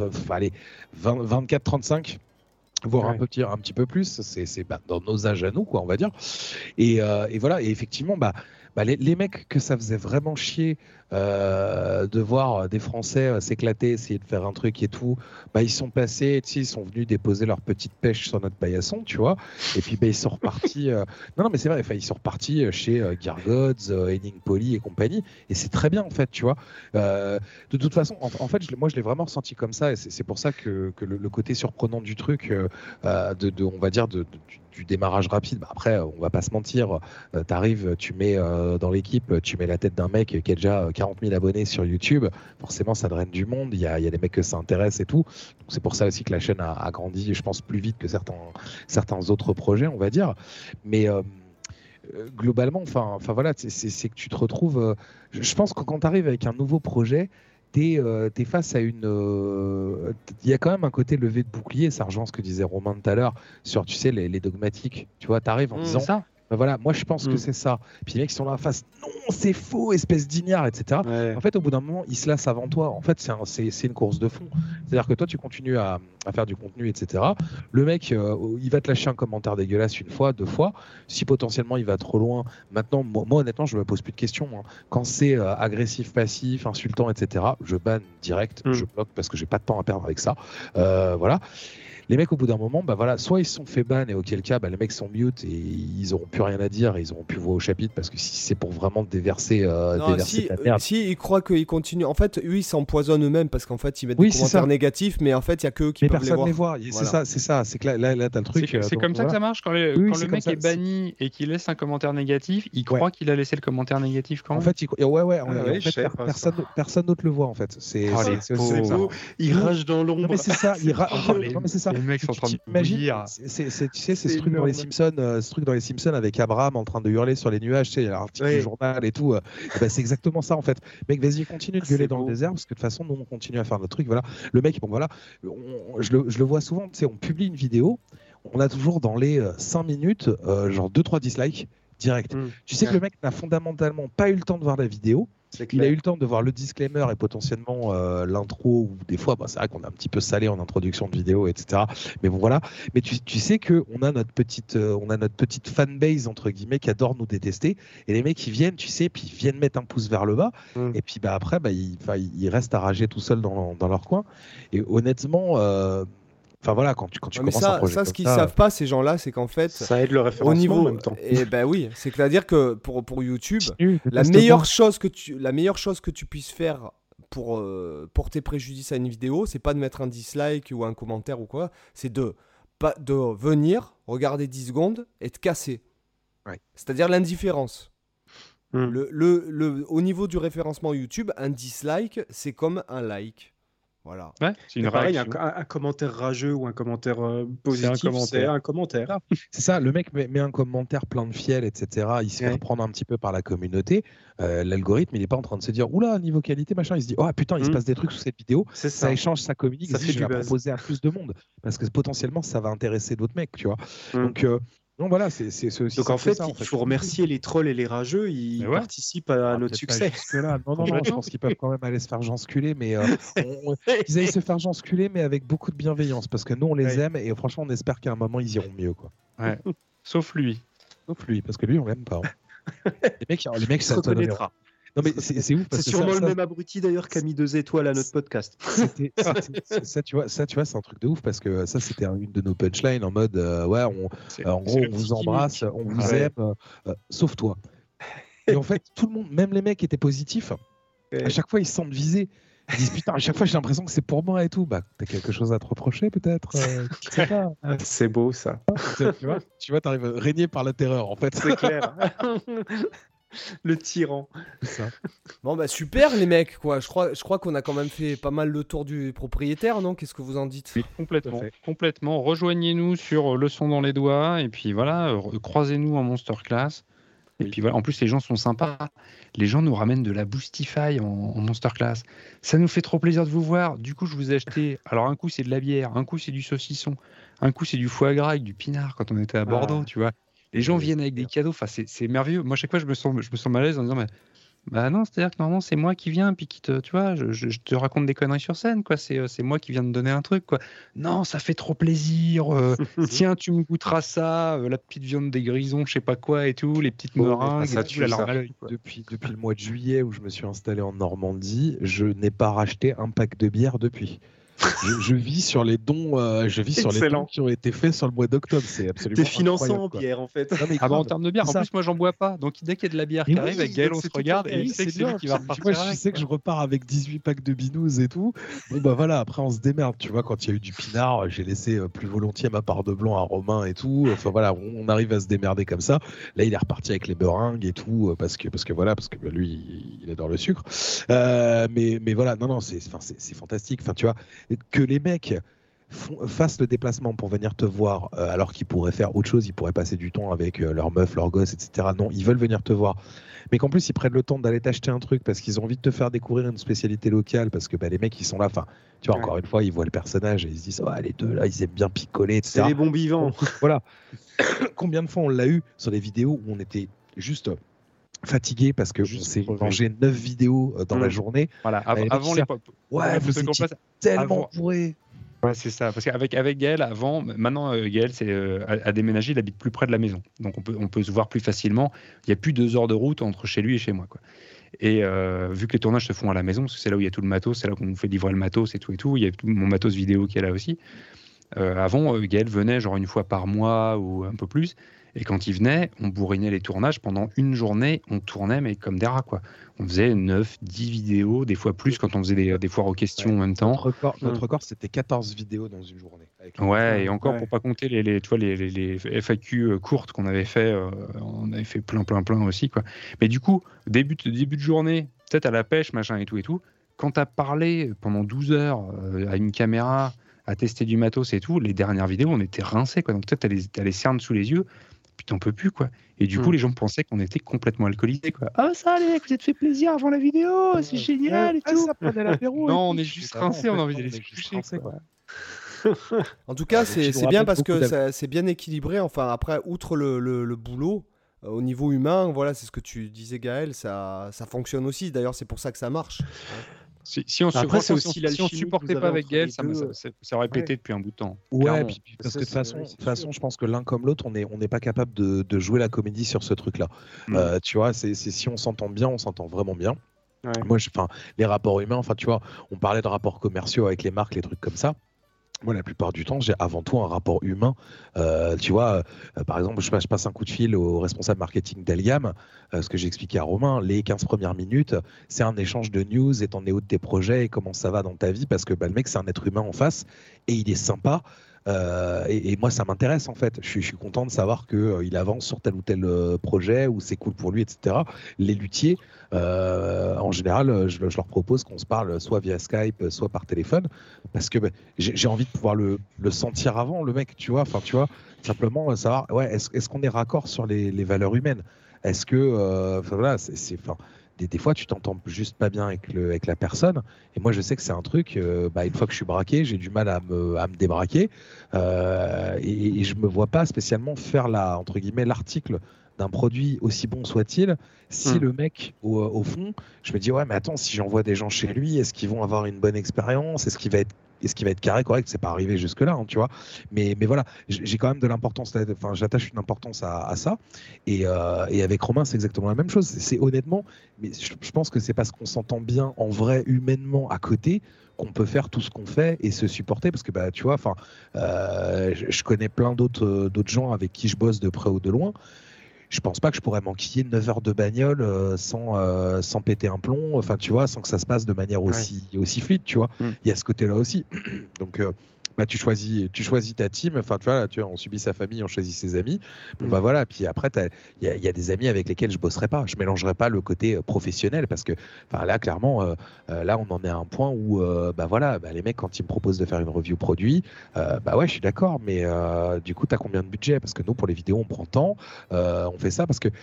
24-35. Voire un petit peu plus, c'est dans nos âges à nous, quoi, on va dire. Et voilà, et effectivement, les mecs que ça faisait vraiment chier de voir des Français s'éclater, essayer de faire un truc et tout, ils sont passés, ils sont venus déposer leur petite pêche sur notre paillasson, tu vois, et puis ils sont repartis non mais c'est vrai, ils sont repartis chez Gear Gods, Henning Poly et compagnie, et c'est très bien en fait, tu vois. De toute façon, en fait, moi je l'ai vraiment ressenti comme ça, et c'est pour ça que le côté surprenant du truc, on va dire du démarrage rapide, après on va pas se mentir, t'arrives, tu mets dans l'équipe, tu mets la tête d'un mec qui a déjà 40 000 abonnés sur YouTube, forcément ça draine du monde, il y a des mecs que ça intéresse et tout, donc c'est pour ça aussi que la chaîne a grandi, je pense, plus vite que certains autres projets, on va dire, mais globalement, voilà, c'est que tu te retrouves, je pense que quand tu arrives avec un nouveau projet, t'es face à une... Il y a quand même un côté levé de bouclier, ça rejoint ce que disait Romain tout à l'heure, sur, tu sais, les dogmatiques, tu vois, t'arrives en disant... ça. Voilà, moi je pense que c'est ça. Puis les mecs qui sont là en face, non, c'est faux, espèce d'ignare, etc. Ouais. En fait, au bout d'un moment, ils se lassent avant toi. En fait, c'est une course de fond. C'est-à-dire que toi, tu continues à faire du contenu, etc. Le mec, il va te lâcher un commentaire dégueulasse une fois, deux fois. Si potentiellement il va trop loin, maintenant, moi honnêtement, je me pose plus de questions. Quand c'est agressif, passif, insultant, etc., je banne direct, je bloque parce que j'ai pas de temps à perdre avec ça. Voilà. Les mecs, au bout d'un moment, bah voilà, soit ils se sont fait ban et auquel cas, bah, les mecs sont mute et ils auront plus rien à dire et ils auront plus voix au chapitre parce que si c'est pour vraiment déverser, Non, déverser ta merde. si, ils croient qu'ils continuent. En fait, eux, ils s'empoisonnent eux-mêmes parce qu'en fait, ils mettent Oui, des c'est commentaires ça. négatifs, mais en fait, il y a que eux qui Mais peuvent les personne voir. les voit. Voilà. C'est ça. C'est que là, t'as le truc. C'est donc, comme ça que voilà. ça marche quand, Oui, quand c'est le mec comme est ça, banni et qu'il laisse un commentaire négatif, il Ouais. croit qu'il a laissé le commentaire négatif quand En même. fait, ouais, Ah en ouais, fait, je savais pas ça. personne d'autre le voit en fait. C'est Oh, les c'est aussi pauvres. ça. beau, il rage dans Non l'ombre. mais c'est ça, les- non mais c'est ça. les mecs sont en train de T'imagines, bouillir. tu sais, c'est C'est ce truc dans les énorme. Simpsons, ce truc dans les Simpsons avec Abraham en train de hurler sur les nuages, tu sais, il y a l'article Ouais. du journal et tout. Et ben, c'est exactement ça en fait. Mec, vas-y, continue de C'est gueuler dans beau. le désert parce que de toute façon, nous on continue à faire notre truc. Voilà. Le mec, bon voilà, je le vois souvent, tu sais, on publie une vidéo, on a toujours dans les 5 minutes, genre 2-3 dislikes direct. Tu sais que le mec n'a fondamentalement pas eu le temps de voir la vidéo. C'est Il a clair. eu le temps de voir le disclaimer et potentiellement l'intro, ou des fois, bah, c'est vrai qu'on est un petit peu salé en introduction de vidéo, etc. Mais bon, voilà. Mais tu sais qu'on a notre petite fanbase, entre guillemets, qui adore nous détester. Et les mecs, ils viennent, tu sais, puis ils viennent mettre un pouce vers le bas. Et puis bah, après, bah, ils restent à rager tout seuls dans leur coin. Et honnêtement, enfin voilà, quand tu Ouais, mais commences un projet ce comme qu'ils ça, savent pas, ces gens-là, c'est qu'en fait, Ça aide le au référencement niveau. en même temps. Et ben oui, c'est-à-dire que pour YouTube, continue, la déteste-moi. meilleure chose que tu puisses faire pour porter préjudice à une vidéo, c'est pas de mettre un dislike ou un commentaire ou quoi, c'est de venir, regarder 10 secondes et te casser. Ouais. C'est-à-dire l'indifférence. Mm. Au niveau du référencement YouTube, un dislike, c'est comme un like. Voilà. Ouais, c'est une C'est pareil, réaction. un commentaire rageux ou un commentaire positif, c'est commentaire. un commentaire. C'est ça, le mec met un commentaire plein de fiel, etc. Il se fait Ouais. reprendre un petit peu par la communauté. L'algorithme, il n'est pas en train de se dire oula, niveau qualité, machin. Il se dit oh putain, il se passe des trucs sous cette vidéo. C'est Ça ça. échange, ça communique. Ça Il se fait dit, je du vais la buzz. proposer à plus de monde parce que potentiellement, ça va intéresser d'autres mecs, tu vois. Mm. Donc voilà, c'est aussi Donc ça en que fait, ça, il faut remercier les trolls et les rageux, ils Mais ouais. participent à Ah, notre peut-être pas succès. jusque-là. Non, je Complètement. pense qu'ils peuvent quand même aller se faire gensculer, mais ils aillent se faire gensculer, mais avec beaucoup de bienveillance, parce que nous, on les Ouais. aime, et franchement, on espère qu'à un moment, ils iront mieux, quoi. Ouais. Sauf lui. Sauf lui, parce que lui, on l'aime pas. hein. Les mecs, Il se ça donnerait- reconnaîtra. Non, mais c'est ouf, parce C'est que sûrement ça, le même abruti d'ailleurs qui a mis 2 étoiles à notre podcast. ça, tu vois, c'est un truc de ouf, parce que ça, c'était une de nos punchlines en mode, ouais, en gros, on vous embrasse, on vous Ouais. aime, sauf toi. Et en fait, tout le monde, même les mecs étaient positifs, à chaque fois, ils se sentent visés. Ils disent putain, à chaque fois, j'ai l'impression que c'est pour moi et tout. Bah, t'as quelque chose à te reprocher, peut-être je sais pas. C'est beau ça. Tu vois, t'arrives à régner par la terreur, en fait. C'est clair. Le tyran. C'est ça. Bon bah super les mecs quoi. Je crois qu'on a quand même fait pas mal le tour du propriétaire, non? Qu'est-ce que vous en dites? Complètement. Tout à fait. Complètement. Rejoignez-nous sur Le Son dans les Doigts et puis voilà, croisez-nous en Masterclass. Et puis voilà, en plus les gens sont sympas. Les gens nous ramènent de la Boostify en Masterclass. Ça nous fait trop plaisir de vous voir. Du coup, je vous ai acheté. Alors un coup c'est de la bière, un coup c'est du saucisson, un coup c'est du foie gras avec du pinard quand on était à Bordeaux, tu vois. Les gens viennent avec des cadeaux. Enfin, c'est merveilleux. Moi, chaque fois, je me sens mal à l'aise en disant, bah non, c'est-à-dire que normalement, c'est moi qui viens, puis qui te, tu vois, je te raconte des conneries sur scène, quoi. C'est moi qui viens de donner un truc, quoi. Non, ça fait trop plaisir. Tiens, tu me goûteras ça, la petite viande des grisons, je sais pas quoi et tout, les petites meringues. ça et tout, tue, la ça. larme à l'œil, quoi. Depuis le mois de juillet où je me suis installé en Normandie, je n'ai pas racheté un pack de bière depuis. Je vis sur les dons, Excellent. qui ont été faits sur le mois d'octobre. C'est absolument T'es finançant en incroyable, quoi. bière en fait. Non, mais Ah bah en grave. termes de bière, en C'est ça. plus moi j'en bois pas. Donc dès qu'il y a de la bière Mais qui arrive oui, avec Gaël, on c'est se tout regarde ok, et il sait que c'est lui bien. qui va Tu repartir. vois, je avec, sais que quoi. je repars avec 18 packs de binous et tout. Bon bah voilà, après on se démerde, tu vois, quand il y a eu du pinard, j'ai laissé plus volontiers ma part de blanc à Romain et tout. Enfin voilà, on arrive à se démerder comme ça. Là, il est reparti avec les meringues et tout parce que bah, lui, il adore le sucre. Mais voilà, non, c'est fantastique. Enfin, tu vois, que les mecs fassent le déplacement pour venir te voir alors qu'ils pourraient faire autre chose, ils pourraient passer du temps avec leur meuf, leur gosse, etc. Non, ils veulent venir te voir. Mais qu'en plus ils prennent le temps d'aller t'acheter un truc parce qu'ils ont envie de te faire découvrir une spécialité locale, parce que bah, les mecs ils sont là, enfin tu vois, Ouais. encore une fois ils voient le personnage et ils se disent oh, les deux là ils aiment bien picoler, etc. C'est les bons vivants. Voilà. Combien de fois on l'a eu sur des vidéos où on était juste fatigué parce que Juste on s'est crevé. mangé 9 vidéos dans la journée. Voilà, les mecs, avant ils l'époque. Ouais, vous faut qu'on étiez passe- tellement avant- bourrés. Ouais, c'est ça. Parce qu'avec Gaël, avant, maintenant, Gaël a déménagé, il habite plus près de la maison. Donc, on peut se voir plus facilement. Il n'y a plus 2 heures de route entre chez lui et chez moi, quoi. Et vu que les tournages se font à la maison, parce que c'est là où il y a tout le matos, c'est là qu'on nous fait livrer le matos et tout, il y a tout mon matos vidéo qui est là aussi. Avant, Gaël venait genre une fois par mois ou un peu plus. Et quand il venait, on bourrinait les tournages. Pendant une journée, on tournait, mais comme des rats, quoi. On faisait 9, 10 vidéos, des fois plus quand on faisait des foires aux questions en même temps. Notre record, c'était 14 vidéos dans une journée. Ouais, et encore pour pas compter les FAQ courtes qu'on avait fait. On avait fait plein aussi, quoi. Mais du coup, début de journée, peut-être à la pêche, machin et tout. Quand t'as parlé pendant 12 heures à une caméra, à tester du matos et tout, les dernières vidéos, on était rincés, quoi. Donc peut-être t'as les cernes sous les yeux, puis t'en peux plus, quoi. Et du coup, les gens pensaient qu'on était complètement alcoolisés, quoi. Ah, ça, les mecs, vous êtes fait plaisir avant la vidéo, c'est génial et tout. Ça prenait l'apéro. Non, on est juste rincés, on a envie d'aller se coucher, quoi. En tout cas, c'est bien parce que c'est bien équilibré. Enfin, après, outre le boulot, au niveau humain, voilà, c'est ce que tu disais, Gaël, ça fonctionne aussi. D'ailleurs, c'est pour ça que ça marche. Si on supportait pas avec Gaël, ça aurait pété depuis un bout de temps. Ouais, parce que de toute façon, je pense que l'un comme l'autre, on n'est pas capable de jouer la comédie sur ce truc-là. Tu vois, c'est si on s'entend bien, on s'entend vraiment bien. Ouais. Moi, les rapports humains, tu vois, on parlait de rapports commerciaux avec les marques, les trucs comme ça. Moi, la plupart du temps, j'ai avant tout un rapport humain. Tu vois, par exemple, je passe un coup de fil au responsable marketing d'Eliam, ce que j'ai expliqué à Romain, les 15 premières minutes, c'est un échange de news et t'en es où de tes projets et comment ça va dans ta vie, parce que le mec, c'est un être humain en face et il est sympa. Et moi, ça m'intéresse en fait. Je suis content de savoir qu'il avance sur tel ou tel projet, ou c'est cool pour lui, etc. Les luthiers, en général, je leur propose qu'on se parle soit via Skype, soit par téléphone, parce que j'ai envie de pouvoir le sentir avant, le mec, tu vois. Enfin, tu vois, simplement savoir, ouais, est-ce qu'on est raccord sur les valeurs humaines? Est-ce que, voilà, des fois, tu t'entends juste pas bien avec la personne. Et moi, je sais que c'est un truc, une fois que je suis braqué, j'ai du mal à me débraquer. Et je me vois pas spécialement faire entre guillemets, l'article d'un produit aussi bon soit-il, si le mec, au fond, je me dis, ouais, mais attends, si j'envoie des gens chez lui, est-ce qu'ils vont avoir une bonne expérience? Est-ce qu'il va être carré, correct? C'est pas arrivé jusque-là, hein, tu vois. Mais voilà, j'ai quand même de l'importance, j'attache une importance à ça. Et avec Romain, c'est exactement la même chose. C'est honnêtement, mais je pense que c'est parce qu'on s'entend bien en vrai, humainement, à côté, qu'on peut faire tout ce qu'on fait et se supporter. Parce que, tu vois, je connais plein d'autres gens avec qui je bosse de près ou de loin. Je pense pas que je pourrais m'enquiller 9 heures de bagnole sans péter un plomb, tu vois, sans que ça se passe de manière aussi fluide, tu vois. Il y a ce côté-là aussi. Donc, tu choisis ta team. Enfin, tu vois, on subit sa famille, on choisit ses amis. Bon, voilà. Puis après, il y a des amis avec lesquels je bosserai pas. Je mélangerai pas le côté professionnel parce que, là, clairement, là, on en est à un point où, les mecs, quand ils me proposent de faire une review produit, ouais, je suis d'accord. Mais du coup, t'as combien de budget? Parce que nous, pour les vidéos, on prend temps. On fait ça parce que,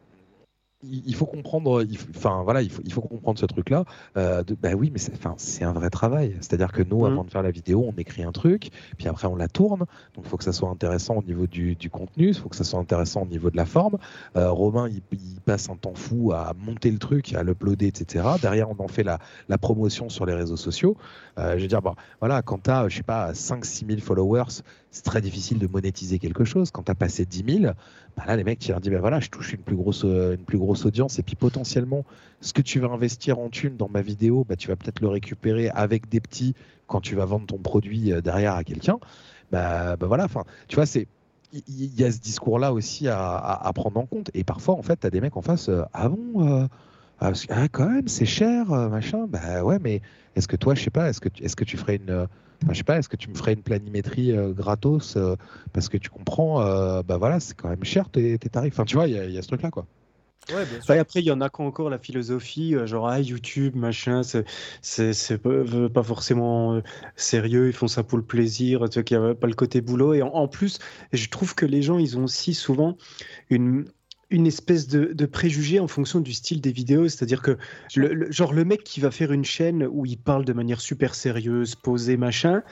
il faut comprendre, il faut comprendre ce truc-là. Oui, mais c'est un vrai travail. C'est-à-dire que nous, avant de faire la vidéo, on écrit un truc, puis après on la tourne. Donc, il faut que ça soit intéressant au niveau du contenu, il faut que ça soit intéressant au niveau de la forme. Romain, il passe un temps fou à monter le truc, à l'uploader, etc. Derrière, on en fait la promotion sur les réseaux sociaux. Je veux dire, voilà, quand tu as, 5-6 000 followers, c'est très difficile de monétiser quelque chose. Quand tu as passé 10 000, là, les mecs, tu leur dis, je touche une plus grosse audience, et puis potentiellement, ce que tu vas investir en thunes dans ma vidéo, tu vas peut-être le récupérer avec des petits quand tu vas vendre ton produit derrière à quelqu'un. Voilà, tu vois, il y a ce discours-là aussi à prendre en compte. Et parfois, en fait, tu as des mecs en face, quand même, c'est cher, machin. Ouais, mais est-ce que toi, je sais pas, est-ce que tu ferais est-ce que tu me ferais une planimétrie gratos parce que tu comprends, voilà, c'est quand même cher tes tarifs. Tu vois, il y a ce truc-là, quoi. Ouais, bien sûr. Après, il y en a qui ont encore la philosophie, genre YouTube, machin, c'est pas forcément sérieux, ils font ça pour le plaisir, tu vois, qu'il n'y a pas le côté boulot. Et en plus, je trouve que les gens, ils ont aussi souvent une espèce de préjugé en fonction du style des vidéos, c'est-à-dire que le mec qui va faire une chaîne où il parle de manière super sérieuse, posée, machin,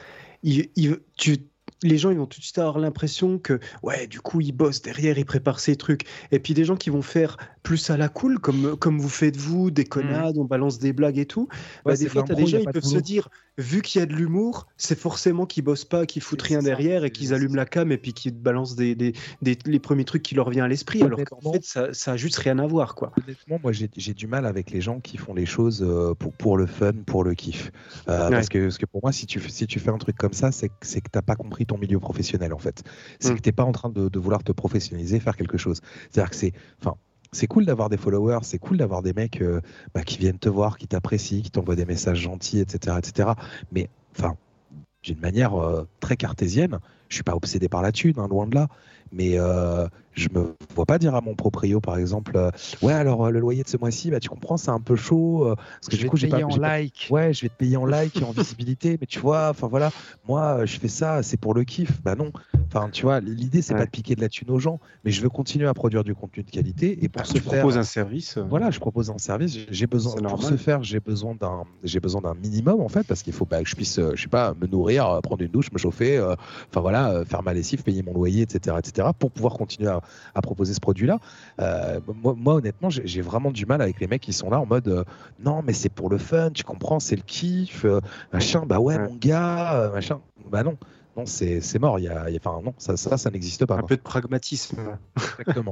les gens, ils vont tout de suite avoir l'impression que, ouais, du coup, il bosse derrière, il prépare ses trucs. Et puis, des gens qui vont faire plus à la cool, comme vous faites vous, des connards, on balance des blagues et tout. Des fois, t'as des gens, ils peuvent se dire, vu qu'il y a de l'humour, c'est forcément qu'ils bossent pas, qu'ils foutent rien derrière et qu'ils allument la cam et puis qu'ils te balancent les premiers trucs qui leur viennent à l'esprit, alors qu'en fait, ça a juste rien à voir, quoi. Honnêtement, moi, j'ai du mal avec les gens qui font les choses pour le fun, pour le kiff. Parce que pour moi, si tu fais un truc comme ça, c'est que t'as pas compris ton milieu professionnel, en fait. C'est que t'es pas en train de vouloir te professionnaliser, faire quelque chose. C'est-à-dire que c'est cool d'avoir des followers, c'est cool d'avoir des mecs qui viennent te voir, qui t'apprécient, qui t'envoient des messages gentils, etc., etc. Mais d'une manière très cartésienne, je suis pas obsédé par la thune, hein, loin de là. Mais je me vois pas dire à mon proprio, par exemple, ouais, alors le loyer de ce mois-ci, tu comprends, c'est un peu chaud, parce que du coup, je vais te payer en like et en visibilité, mais tu vois, voilà, moi, je fais ça, c'est pour le kiff. Bah non, tu vois, l'idée, c'est pas de piquer de la thune aux gens, mais je veux continuer à produire du contenu de qualité et pour ce faire, proposes un service. Voilà, je propose un service. J'ai besoin pour ce faire, j'ai besoin d'un minimum en fait, parce qu'il faut que je puisse, je sais pas, me nourrir, prendre une douche, me chauffer, faire ma lessive, payer mon loyer, etc., pour pouvoir continuer à proposer ce produit-là. Moi, honnêtement, j'ai vraiment du mal avec les mecs qui sont là en mode non, mais c'est pour le fun, tu comprends, c'est le kiff, machin. Bah ouais, mon gars, machin. Bah non. Non, c'est mort. Non, ça n'existe pas. Un peu de pragmatisme. Exactement.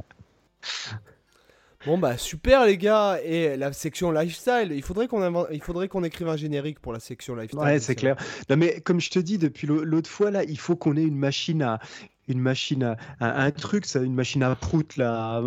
Bon bah super les gars, et la section lifestyle, il faudrait qu'on écrive un générique pour la section lifestyle. Ouais, c'est clair. Non mais comme je te dis depuis l'autre fois là, il faut qu'on ait une machine à un truc, ça, une machine à prout là.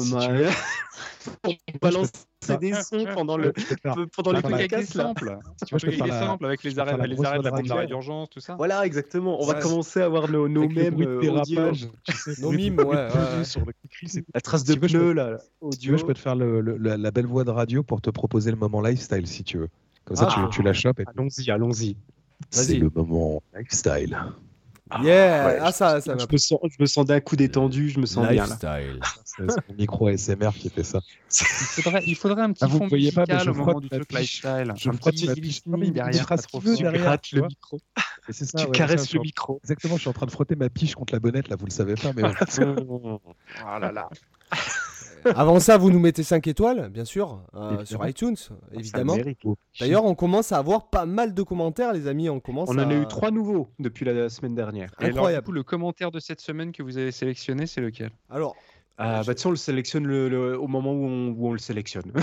On balance des sons pendant les podcasts là. Tu vois, je simple avec les arrêts de la bombe d'arrêt d'urgence, tout ça. Voilà, exactement. On va commencer à avoir nos mèmes audio. Nos mimes, ouais. La trace de pneu là. Si tu veux, je peux te faire la belle voix de radio pour te proposer le moment lifestyle si tu veux. Comme ça, tu la chopes. Allons-y. C'est le moment lifestyle. Yeah, ouais, ça je me sens d'un coup détendu, je me sens bien là. C'est mon micro ASMR qui fait ça. Il faudrait un petit fond musical au moment du truc lifestyle. Je frotte ma piche. Derrière, tu grattes le micro. Tu caresses le micro. Exactement, je suis en train de frotter ma piche contre la bonnette, là, vous le savez pas, mais oh là là. Avant ça, vous nous mettez 5 étoiles, bien sûr, sur iTunes, évidemment. D'ailleurs, on commence à avoir pas mal de commentaires, les amis. On en a eu 3 nouveaux depuis la semaine dernière. Et incroyable. Alors, du coup, le commentaire de cette semaine que vous avez sélectionné, c'est lequel? Alors, on le sélectionne au moment où on le sélectionne.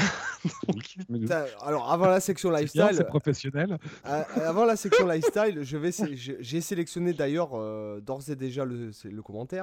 Alors, avant la section lifestyle, c'est professionnel. Avant la section lifestyle, j'ai sélectionné d'ailleurs d'ores et déjà le commentaire.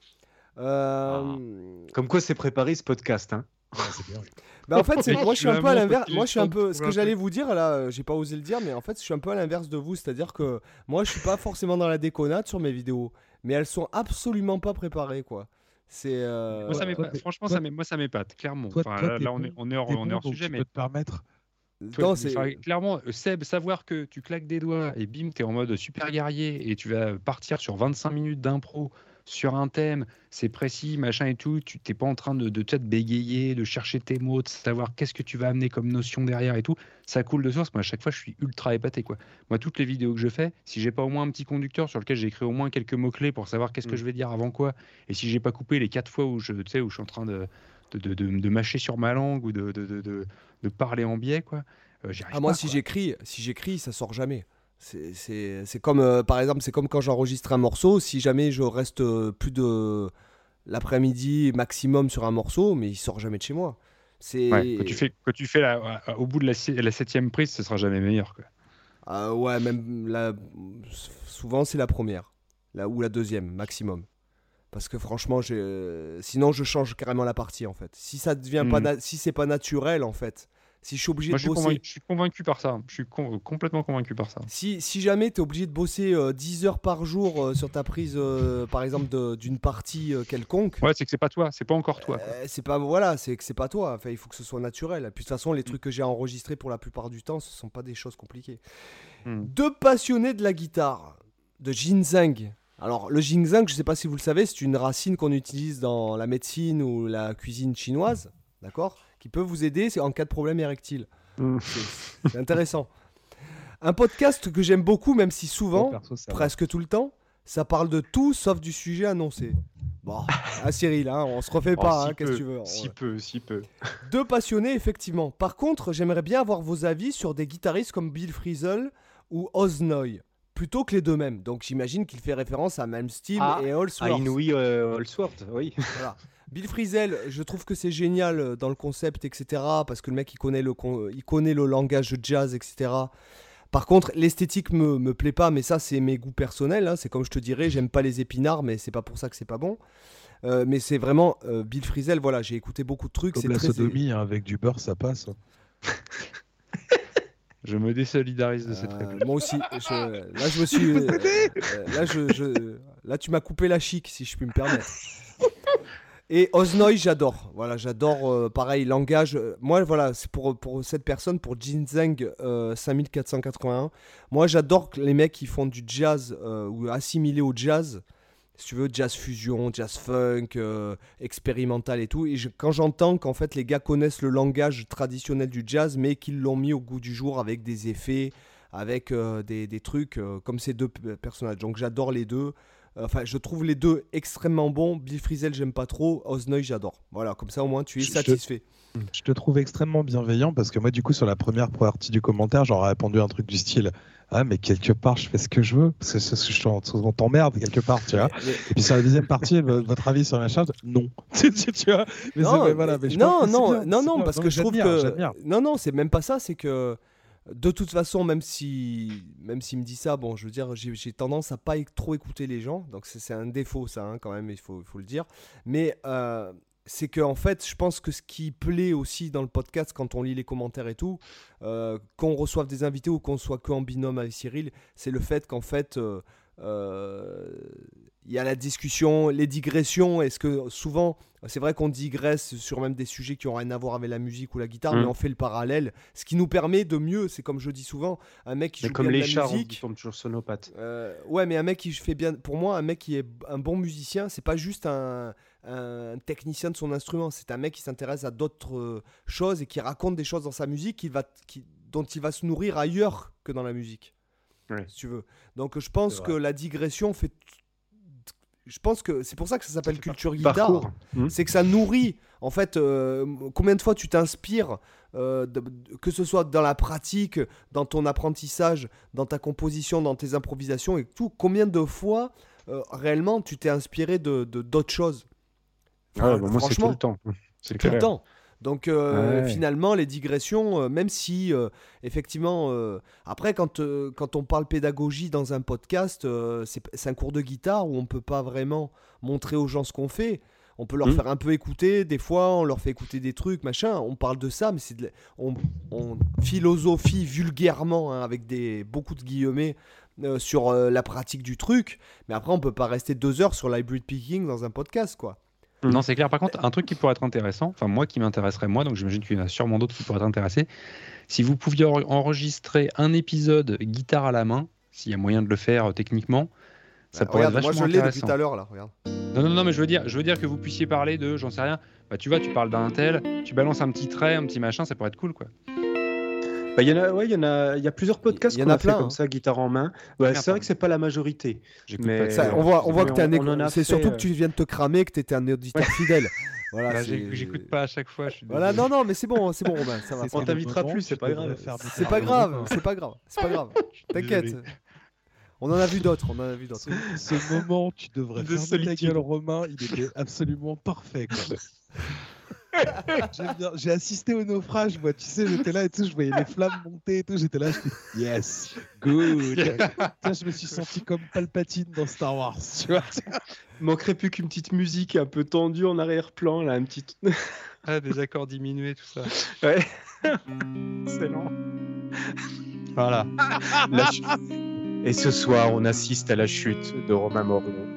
Comme quoi c'est préparé ce podcast, hein. Ouais, c'est bien. Bah en fait, moi je suis un peu à l'inverse. Moi je suis un peu ce que j'allais vous dire là, j'ai pas osé le dire, mais en fait je suis un peu à l'inverse de vous, c'est-à-dire que moi je suis pas forcément dans la déconnade sur mes vidéos, mais elles sont absolument pas préparées quoi. C'est moi ça m'épate. Franchement, ça m'épate clairement. Là on est hors sujet, mais tu peux te permettre. Clairement, Seb, savoir que tu claques des doigts et bim, t'es en mode super guerrier et tu vas partir sur 25 minutes d'impro sur un thème, c'est précis, machin et tout, tu t'es pas en train de te bégayer, de chercher tes mots, de savoir qu'est-ce que tu vas amener comme notion derrière et tout, ça coule de source. Moi, à chaque fois, je suis ultra épaté, quoi. Moi, toutes les vidéos que je fais, si j'ai pas au moins un petit conducteur sur lequel j'ai écrit au moins quelques mots-clés pour savoir qu'est-ce que je vais dire avant quoi, et si j'ai pas coupé les 4 fois où je suis en train de mâcher sur ma langue ou de parler en biais, quoi. J'y arrive moi, pas, si j'écris, ça sort jamais. C'est comme, par exemple, c'est comme quand j'enregistre un morceau, si jamais je reste plus de l'après-midi maximum sur un morceau, mais il sort jamais de chez moi. Ouais, quand tu fais au bout de la 7e prise, ce sera jamais meilleur, quoi. Ouais, même souvent c'est la première, ou la 2e maximum. Parce que franchement, sinon je change carrément la partie en fait. Si ça devient si c'est pas naturel en fait. Si je suis obligé de bosser... Je suis convaincu par ça. Je suis complètement convaincu par ça. Si jamais tu es obligé de bosser 10 heures par jour sur ta prise, par exemple, d'une partie quelconque... Ouais, c'est que c'est pas toi, c'est pas encore toi. C'est que c'est pas toi. Enfin, il faut que ce soit naturel. Puis de toute façon, les trucs que j'ai enregistrés pour la plupart du temps, ce sont pas des choses compliquées. Deux passionnés de la guitare, de ginseng. Alors, le ginseng, je sais pas si vous le savez, c'est une racine qu'on utilise dans la médecine ou la cuisine chinoise. D'accord ? Qui peut vous aider en cas de problème érectile. C'est intéressant. Un podcast que j'aime beaucoup, même si souvent, presque tout le temps, ça parle de tout sauf du sujet annoncé. Bon, Cyril, on se refait pas, qu'est-ce que tu veux. Si peu. Deux passionnés, effectivement. Par contre, j'aimerais bien avoir vos avis sur des guitaristes comme Bill Frisell ou Oznoy plutôt que les deux mêmes. Donc j'imagine qu'il fait référence à Malmsteen et Holsworth. Inouï Holsworth, oui. Voilà. Bill Frisell, je trouve que c'est génial dans le concept, etc. Parce que le mec, il connaît le langage de jazz, etc. Par contre, l'esthétique me plaît pas, mais ça, c'est mes goûts personnels. Hein. C'est comme je te dirais, j'aime pas les épinards, mais c'est pas pour ça que c'est pas bon. Mais c'est vraiment Bill Frisell, voilà, j'ai écouté beaucoup de trucs. Comme c'est la très... sodomie, hein, avec du beurre, ça passe. Je me désolidarise de cette réponse. Moi aussi. Là, je me suis. Là, tu m'as coupé la chic, si je puis me permettre. Et Oznoy, j'adore. Voilà, j'adore. Pareil, langage. Moi, voilà, c'est pour cette personne, pour Ginseng 5481. Moi, j'adore les mecs qui font du jazz ou assimilés au jazz. Si tu veux, jazz fusion, jazz funk, expérimental et tout. Et quand j'entends qu'en fait les gars connaissent le langage traditionnel du jazz, mais qu'ils l'ont mis au goût du jour avec des effets, avec des trucs comme ces deux personnages. Donc j'adore les deux. Enfin, je trouve les deux extrêmement bons. Bill Frisell, j'aime pas trop. Oznoy, j'adore. Voilà, comme ça au moins tu es satisfait. Je te trouve extrêmement bienveillant parce que moi, du coup, sur la première partie du commentaire, j'aurais répondu un truc du style ah, mais quelque part, je fais ce que je veux. C'est ce que je t'emmerde quelque part, tu vois. Et puis sur la deuxième partie, votre avis sur la charge, non. tu vois. Mais non, voilà, mais non, parce que je trouve que j'admire. non, c'est même pas ça. C'est que de toute façon, même s'il me dit ça, bon, je veux dire, j'ai tendance à pas trop écouter les gens. Donc c'est un défaut, ça, hein, quand même, il faut le dire. Mais c'est que en fait, je pense que ce qui plaît aussi dans le podcast, quand on lit les commentaires et tout, qu'on reçoive des invités ou qu'on soit que en binôme avec Cyril, c'est le fait qu'en fait, il y a la discussion, les digressions. Est-ce que souvent, c'est vrai qu'on digresse sur même des sujets qui n'ont rien à voir avec la musique ou la guitare, mais on fait le parallèle. Ce qui nous permet de mieux, c'est comme je dis souvent, un mec qui joue comme bien les de la chars, musique. qui tombent toujours sonopathe. Ouais, mais un mec qui fait bien. Pour moi, un mec qui est un bon musicien, c'est pas juste un technicien de son instrument. C'est un mec qui s'intéresse à d'autres choses et qui raconte des choses dans sa musique dont il va se nourrir ailleurs que dans la musique. Ouais. Si tu veux. Donc je pense que la digression fait. Je pense que c'est pour ça que ça s'appelle culture guitare. C'est que ça nourrit. En fait, combien de fois tu t'inspires, que ce soit dans la pratique, dans ton apprentissage, dans ta composition, dans tes improvisations et tout. Combien de fois réellement tu t'es inspiré de d'autres choses. Enfin, moi c'est tout le temps. C'est tout le temps. Donc finalement les digressions, même si effectivement après quand on parle pédagogie dans un podcast, c'est un cours de guitare où on peut pas vraiment montrer aux gens ce qu'on fait. On peut leur faire un peu écouter, des fois on leur fait écouter des trucs, machin, on parle de ça, mais on philosophie vulgairement, hein, avec beaucoup de guillemets, sur la pratique du truc, mais après on peut pas rester 2 heures sur l'hybrid picking dans un podcast, quoi. Non, c'est clair. Par contre, un truc qui pourrait être intéressant, enfin moi qui m'intéresserait moi, donc j'imagine qu'il y en a sûrement d'autres qui pourraient être intéressés, si vous pouviez enregistrer un épisode guitare à la main, s'il y a moyen de le faire techniquement, ça pourrait être vachement intéressant. Moi je l'ai depuis tout à l'heure là, regarde. Non, mais je veux dire que vous puissiez parler de, j'en sais rien, bah tu vois, tu parles d'un tel, tu balances un petit trait, un petit machin, ça pourrait être cool, quoi. Bah, il y a plusieurs podcasts qu'on a fait comme ça, guitare en main. Ouais, c'est vrai que c'est pas la majorité. Mais ça, on voit que t'es c'est surtout que tu viens de te cramer, que t'étais un auditeur fidèle. Voilà, bah, j'écoute pas à chaque fois. Voilà, non, mais c'est bon, Romain, ça va. On t'invitera plus, c'est pas grave. C'est pas grave. T'inquiète. On en a vu d'autres. Ce moment, tu devrais fermer ta gueule, Romain. Il était absolument parfait, quoi. J'ai assisté au naufrage, moi, tu sais, j'étais là et tout, je voyais les flammes monter et tout, j'étais là, yes, good. Je me suis senti comme Palpatine dans Star Wars, tu vois. Manquerait plus qu'une petite musique un peu tendue en arrière-plan, là, un petit. Des accords diminués, tout ça. Ouais. C'est lent. Voilà. Et ce soir, on assiste à la chute de Romain Morgon.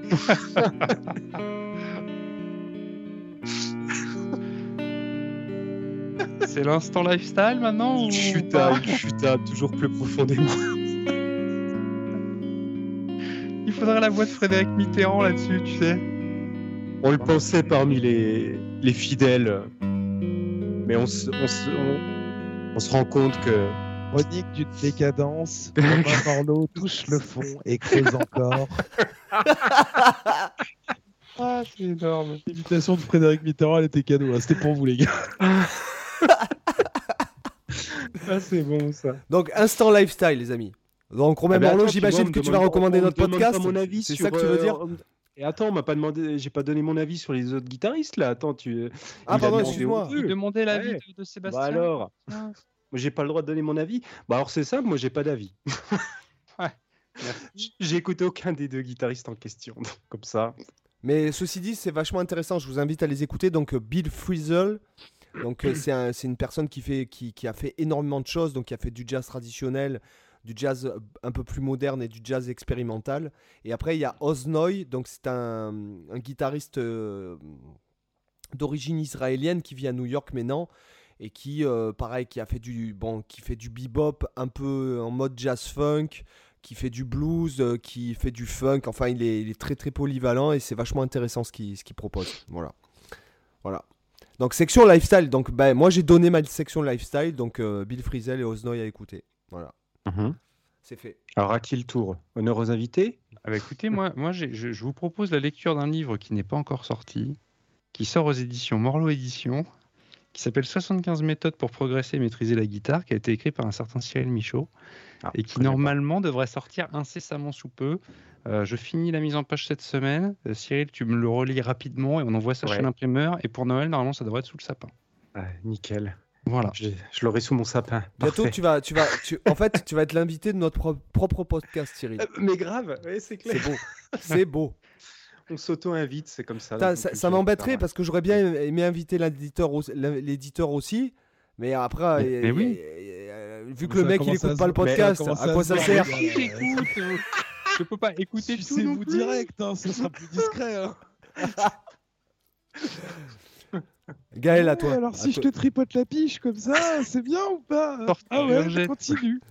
C'est l'instant lifestyle maintenant ou... Chuta, toujours plus profondément. Il faudrait la voix de Frédéric Mitterrand là-dessus, tu sais. On le pensait parmi les fidèles, mais on se rend compte que... Chronique d'une décadence, Romain Morneau touche le fond et creuse encore. Ah, c'est énorme. L'imitation de Frédéric Mitterrand, elle était cadeau, hein. C'était pour vous les gars. Ah, c'est bon ça. Donc instant lifestyle, les amis. Donc Romain Morlot, j'imagine que tu vas recommander notre podcast. Mon avis c'est sur, ça que tu veux dire Et attends, on m'a pas demandé, j'ai pas donné mon avis sur les autres guitaristes là. Attends, pardon, excuse-moi. Tu demandais l'avis de Sébastien. Bah alors, moi j'ai pas le droit de donner mon avis. Bah alors c'est simple, moi j'ai pas d'avis. Ouais. J'ai écouté aucun des deux guitaristes en question, donc, comme ça. Mais ceci dit, c'est vachement intéressant. Je vous invite à les écouter. Donc Bill Frisell, donc c'est une personne qui a fait énormément de choses. Donc qui a fait du jazz traditionnel, du jazz un peu plus moderne et du jazz expérimental. Et après il y a Oz Noy, donc c'est un guitariste d'origine israélienne qui vit à New York maintenant et qui pareil qui fait du bebop un peu en mode jazz funk, qui fait du blues, qui fait du funk. Enfin, il est très très polyvalent et c'est vachement intéressant ce qu'il propose. Voilà. Donc section lifestyle. Donc moi j'ai donné ma section lifestyle. Donc Bill Frisell et Oz Noy à écouter. Voilà. C'est fait. Alors à qui le tour? Honneur aux invités. Ah bah écoutez, moi je vous propose la lecture d'un livre qui n'est pas encore sorti, qui sort aux éditions Morlot Éditions, qui s'appelle 75 méthodes pour progresser et maîtriser la guitare, qui a été écrit par un certain Cyril Michaud, et qui normalement devrait sortir incessamment sous peu. Je finis la mise en page cette semaine. Cyril, tu me le relis rapidement et on envoie ça chez l'imprimeur. Et pour Noël, normalement, ça devrait être sous le sapin. Nickel. Voilà. Je l'aurai sous mon sapin. Bientôt, Parfait. en fait, tu vas être l'invité de notre propre podcast, Cyril. Mais grave, ouais, c'est clair. C'est beau. C'est beau. On s'auto-invite, c'est comme ça. Ça m'embêterait parce que j'aurais bien aimé inviter l'éditeur aussi. Mais après, vu que le mec il écoute pas le podcast, à quoi ça sert? Je peux pas écouter tout non vous plus. direct, hein, ce sera plus discret. Hein. Gaël, à toi. Alors si je te tripote la piche comme ça, c'est bien ou pas? Ah ouais, continue.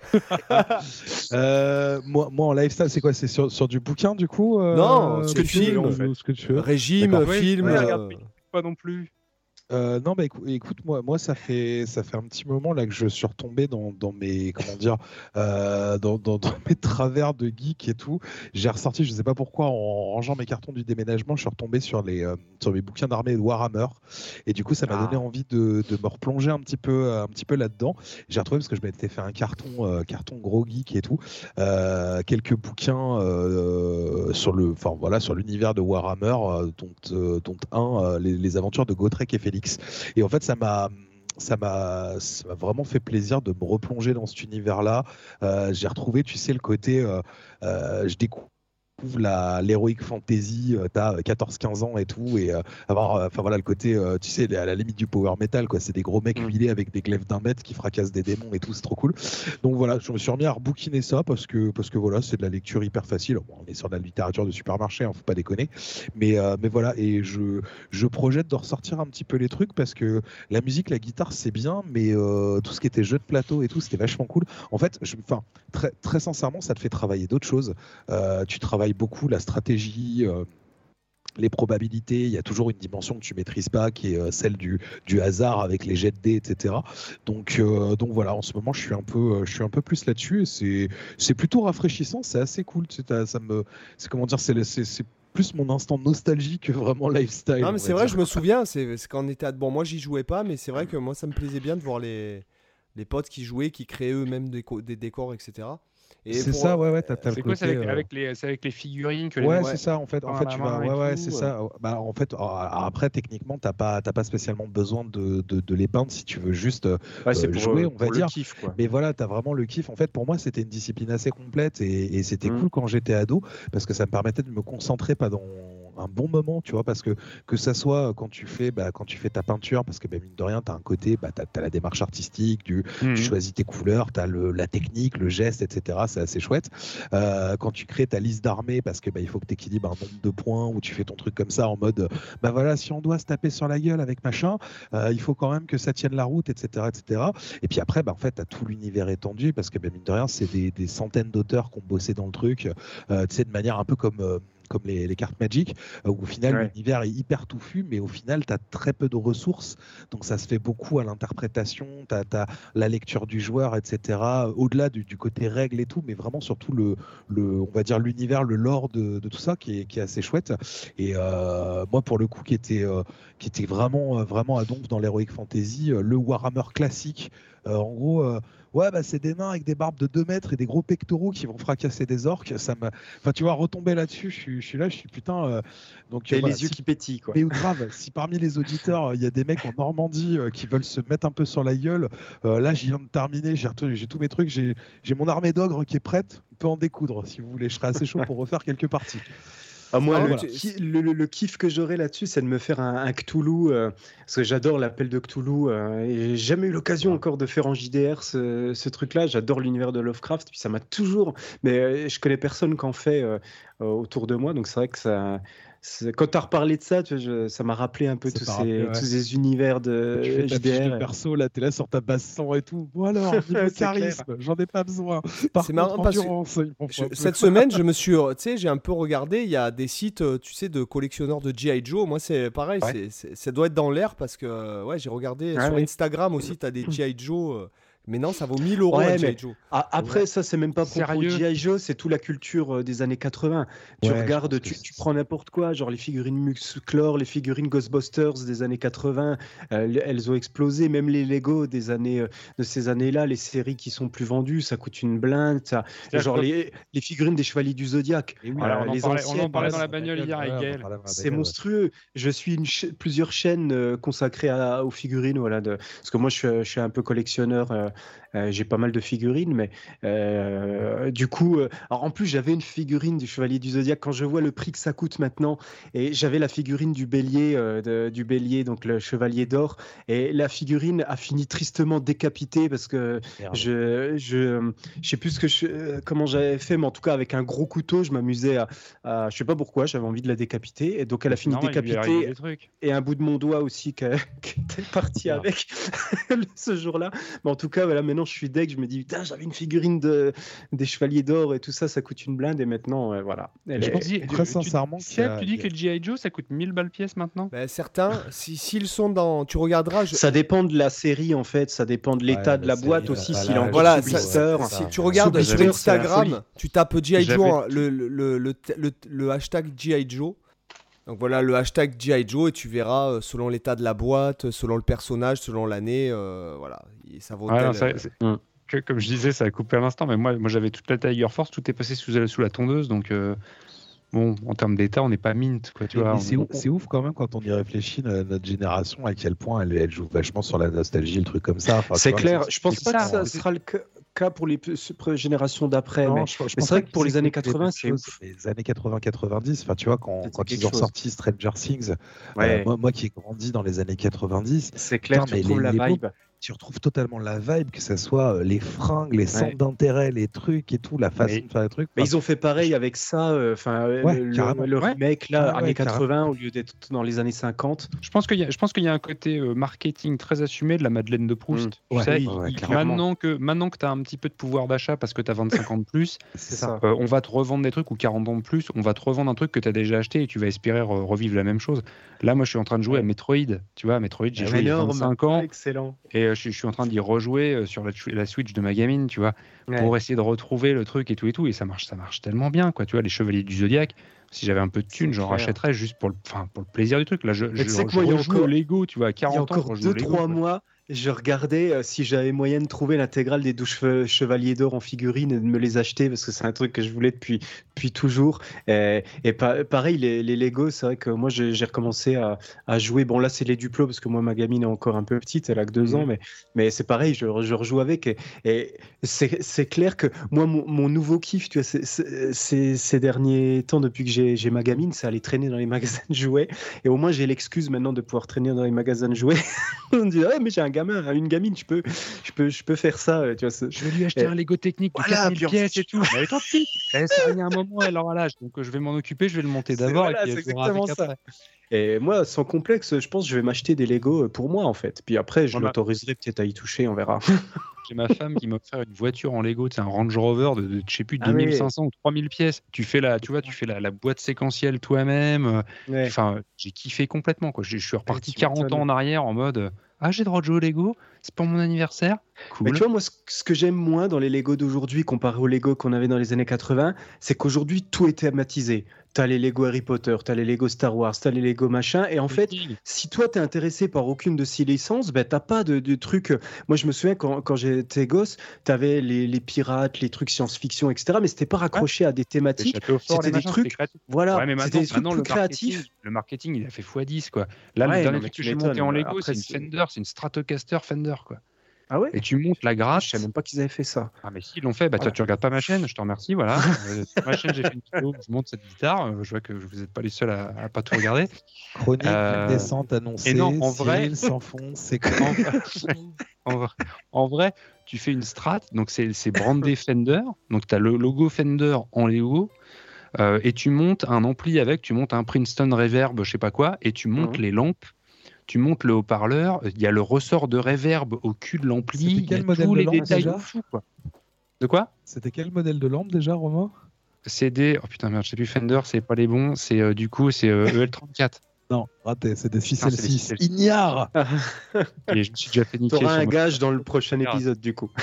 Moi en lifestyle, c'est quoi? C'est sur du bouquin du coup? Non, ce que tu veux, en fait. Ce que tu veux. Régime, film. Pas non plus. Non, bah écoute, moi ça fait un petit moment là que je suis retombé dans mes dans mes travers de geek et tout. J'ai ressorti, je sais pas pourquoi, en rangeant mes cartons du déménagement, je suis retombé sur mes bouquins d'armée de Warhammer et du coup ça m'a donné envie de me replonger un petit peu là-dedans. J'ai retrouvé parce que je m'étais fait un carton gros geek et tout, quelques bouquins sur l'univers de Warhammer, dont un les aventures de Gotrek et Félix. Et en fait, ça m'a vraiment fait plaisir de me replonger dans cet univers-là. J'ai retrouvé, tu sais, le côté, je découvre l'heroic fantasy, t'as 14-15 ans et tout, et avoir le côté, tu sais, à la limite du power metal, quoi. C'est des gros mecs huilés avec des glaives d'1 mètre qui fracassent des démons et tout, c'est trop cool. Donc voilà, je me suis remis à rebouquiner ça parce que voilà, c'est de la lecture hyper facile. Bon, on est sur de la littérature de supermarché, faut pas déconner, mais voilà, et je projette de ressortir un petit peu les trucs parce que la musique, la guitare, c'est bien, mais tout ce qui était jeu de plateau et tout, c'était vachement cool. En fait, très, très sincèrement, ça te fait travailler d'autres choses. Tu travailles beaucoup la stratégie, les probabilités. Il y a toujours une dimension que tu maîtrises pas, qui est celle du hasard avec les jets de dés, etc. Donc voilà, en ce moment, je suis un peu plus là-dessus et c'est plutôt rafraîchissant. C'est assez cool. C'est plus mon instant nostalgie que vraiment lifestyle. Non, mais c'est vrai, je me souviens. C'est quand on était à... Bon, moi, j'y jouais pas, mais c'est vrai que moi, ça me plaisait bien de voir les potes qui jouaient, qui créaient eux-mêmes des décors, etc. Et c'est ça, ouais, t'as le c'est quoi, côté, c'est avec les figurines que c'est ça, en fait tu vas, c'est ça. Bah, en fait, après, techniquement, t'as pas spécialement besoin de les peindre si tu veux juste c'est pour jouer, on va dire. Le kiff, quoi. Mais voilà, t'as vraiment le kiff. En fait, pour moi, c'était une discipline assez complète et c'était cool quand j'étais ado parce que ça me permettait de me concentrer pendant un bon moment, tu vois, parce que ça soit quand tu fais ta peinture, parce que mine de rien, t'as un côté, t'as la démarche artistique, tu choisis tes couleurs, t'as la technique, le geste, etc. C'est assez chouette. Quand tu crées ta liste d'armées, parce que il faut que tu équilibres un nombre de points, ou tu fais ton truc comme ça en mode voilà, si on doit se taper sur la gueule avec machin, il faut quand même que ça tienne la route, etc. Et puis après, en fait, tu as tout l'univers étendu, parce que mine de rien, c'est des centaines d'auteurs qui ont bossé dans le truc, tu sais, de manière un peu comme comme les cartes Magic, où au final l'univers est hyper touffu, mais au final tu as très peu de ressources, donc ça se fait beaucoup à l'interprétation, tu as la lecture du joueur, etc. Au-delà du côté règles et tout, mais vraiment surtout on va dire l'univers, le lore de tout ça qui est assez chouette. Et moi pour le coup qui était vraiment à donf dans l'Heroic Fantasy, le Warhammer classique, en gros c'est des nains avec des barbes de 2 mètres et des gros pectoraux qui vont fracasser des orques. Enfin, tu vois, retomber là-dessus, je suis là, je suis putain. Donc, les yeux qui pétillent, quoi. Mais grave, si parmi les auditeurs, il y a des mecs en Normandie qui veulent se mettre un peu sur la gueule, là, j'y viens de terminer, j'ai tous mes trucs, j'ai mon armée d'ogres qui est prête, on peut en découdre si vous voulez, je serai assez chaud pour refaire quelques parties. Moi, le kiff que j'aurais là-dessus, c'est de me faire un Cthulhu, parce que j'adore l'appel de Cthulhu, et j'ai jamais eu l'occasion encore de faire en JDR ce truc-là. J'adore l'univers de Lovecraft, puis ça m'a toujours... Mais je connais personne qui en fait autour de moi, donc c'est vrai que ça... Quand tu as reparlé de ça, ça m'a rappelé un peu tous ces univers de JDR. Perso, là, tu es là sur ta basse sang et tout. Bon alors, niveau charisme, j'en ai pas besoin. C'est marrant parce que cette semaine, je me suis, j'ai un peu regardé. Il y a des sites, de collectionneurs de G.I. Joe. Moi, c'est pareil. Ça doit être dans l'air parce que j'ai regardé sur Instagram aussi. Tu as des G.I. Joe. Mais non, ça vaut 1 000 € G.I. Joe. Après, ça, c'est même pas pour G.I. Joe, c'est toute la culture des années 80. Tu regardes, tu prends n'importe quoi, genre les figurines Musclor, les figurines Ghostbusters des années 80, elles ont explosé. Même les Lego de ces années-là, les séries qui sont plus vendues, ça coûte une blinde. Genre les figurines des Chevaliers du Zodiac. On en parlait dans la bagnole hier avec Gaël. C'est monstrueux. Je suis plusieurs chaînes consacrées aux figurines. Parce que moi, je suis un peu collectionneur. J'ai pas mal de figurines, mais du coup, alors en plus j'avais une figurine du Chevalier du Zodiac. Quand je vois le prix que ça coûte maintenant, et j'avais la figurine du Bélier, donc le Chevalier d'Or, et la figurine a fini tristement décapitée parce que je sais plus comment j'avais fait, mais en tout cas avec un gros couteau, je m'amusais à je sais pas pourquoi, j'avais envie de la décapiter, et donc elle a fini décapitée, et un bout de mon doigt aussi qui était parti avec ce jour-là. Mais en tout cas, maintenant je suis deg, je me dis putain, j'avais une figurine des Chevaliers d'Or et tout ça, ça coûte une blinde, et maintenant Je pense très sincèrement tu dis que les G.I. Joe ça coûte 1000 balles pièce maintenant. Certains, s'ils sont dans, tu regarderas. Ça dépend de la série en fait, ça dépend de l'état de la boîte aussi, s'il en blister. Si tu regardes sur Instagram, tu tapes G.I. Joe, le hashtag G.I. Joe. Donc voilà le hashtag G.I. Joe, et tu verras selon l'état de la boîte, selon le personnage, selon l'année, ça vaut comme je disais, ça a coupé à l'instant, mais moi j'avais toute la Tiger Force, tout est passé sous la tondeuse, donc en termes d'état, on n'est pas mint, quoi, tu vois. C'est ouf quand même quand on y réfléchit, notre génération, à quel point elle joue vachement sur la nostalgie, le truc comme ça. C'est clair, je pense pas que ça sera le cas pour les générations d'après, mais c'est vrai que pour les années 80, c'est ouf. Les années 80-90, enfin tu vois, quand ils ont sorti Stranger Things, moi qui ai grandi dans les années 90, c'est clair, tu retrouves la vibe. Tu retrouves totalement la vibe, que ce soit les fringues, les centres d'intérêt, les trucs et tout, la façon de faire les trucs. Mais ils ont fait pareil avec ça, le remake là, années 80 au lieu d'être dans les années 50. Je pense qu'il y a un côté marketing très assumé de la Madeleine de Proust. Maintenant que tu as un petit peu de pouvoir d'achat parce que tu as 25 ans de plus, on va te revendre des trucs, ou 40 ans de plus, on va te revendre un truc que tu as déjà acheté et tu vas espérer revivre la même chose. Là, moi, je suis en train de jouer à Metroid. Tu vois, Metroid, j'ai joué il y a 25 ans. Excellent. Et je suis en train d'y rejouer sur la Switch de ma gamine, tu vois, pour essayer de retrouver le truc et tout, et ça marche tellement bien, quoi. Tu vois, les Chevaliers du Zodiac, si j'avais un peu de thunes, j'en rachèterais juste pour le plaisir du truc. Là, je rejoue au Lego, tu vois, à 40 ans. Il y a encore 2-3 mois, je regardais si j'avais moyen de trouver l'intégrale des 12 Chevaliers d'Or en figurine et de me les acheter, parce que c'est un truc que je voulais depuis toujours. Et pareil, les Lego, c'est vrai que moi j'ai recommencé à jouer. Bon, là c'est les Duplo, parce que moi ma gamine est encore un peu petite, elle a que 2 ans, mais c'est pareil, je rejoue avec. Et c'est clair que moi, mon nouveau kiff, tu vois, ces derniers temps, depuis que j'ai ma gamine, c'est aller traîner dans les magasins de jouets. Et au moins j'ai l'excuse maintenant de pouvoir traîner dans les magasins de jouets. On dit, mais j'ai un gamin, une gamine, je peux faire ça, tu vois. Je vais lui acheter un Lego technique de 4000 pièces et tout. Mais tant pis, il y a un moment, elle aura l'âge, donc je vais m'en occuper, je vais le monter d'abord. Voilà, c'est exactement ça. Et moi, sans complexe, je pense que je vais m'acheter des Lego pour moi, en fait. Puis après, je m'autoriserai peut-être à y toucher, on verra. j'ai ma femme qui m'a offert une voiture en Lego, un Range Rover de je sais plus, 2500 ou 3000 pièces. Tu fais la boîte séquentielle toi-même. Ouais. Enfin, j'ai kiffé complètement, quoi. Je suis reparti tu 40 m'étonnes. ans en arrière en mode j'ai le droit de jouer au Lego, c'est pour mon anniversaire. Mais Cool. tu vois, moi, ce que j'aime moins dans les Lego d'aujourd'hui comparé aux Lego qu'on avait dans les années 80, c'est qu'aujourd'hui, tout est thématisé. T'as les Lego Harry Potter, t'as les Lego Star Wars, t'as les Lego machin. Et en fait, si toi, t'es intéressé par aucune de ces licences, ben, t'as pas de trucs. Moi, je me souviens quand j'étais gosse, t'avais les pirates, les trucs science-fiction, etc. Mais c'était pas raccroché à des Les thématiques. châteaux forts, C'était les des machins, trucs. c'était créatif. Voilà, Ouais, mais c'était des trucs maintenant, plus créatifs. le marketing, il a fait x10, quoi. Là, Ouais, le non, dernier mais truc tu que j'ai monté m'étonnes. en Lego, Après, c'est une c'est- Fender, c'est une Stratocaster Fender, quoi. Ah ouais? Et tu montes la gratte. Je savais même pas qu'ils avaient fait ça. Ah mais si, ils l'ont fait. Bah toi, Voilà. tu regardes pas ma chaîne, je te remercie, voilà. Sur ma chaîne, j'ai fait une vidéo où je monte cette guitare. Je vois que vous n'êtes pas les seuls à pas tout regarder. Chronique, descente annoncée, et non, en vrai- Cyril s'enfonce, c'est quoi En vrai, tu fais une strat, donc c'est brandé Fender, donc tu as le logo Fender en Lego, et tu montes un ampli avec, tu montes un Princeton Reverb, je sais pas quoi, et tu montes les lampes, tu montes le haut-parleur, il y a le ressort de reverb au cul de l'ampli, C'était il y a quel modèle tous de les lampe, détails déjà de fou, quoi. De quoi? C'était quel modèle de lampe déjà, Romain? C'est des... Oh putain, merde, je sais plus, Fender, c'est pas les bons, c'est du coup, c'est EL34. Non, raté, c'est des Putain, 6 c'est des 6 6L6. Ignare. Et je me suis déjà fait niquer. T'auras sur un mon- gage dans le prochain épisode, du coup.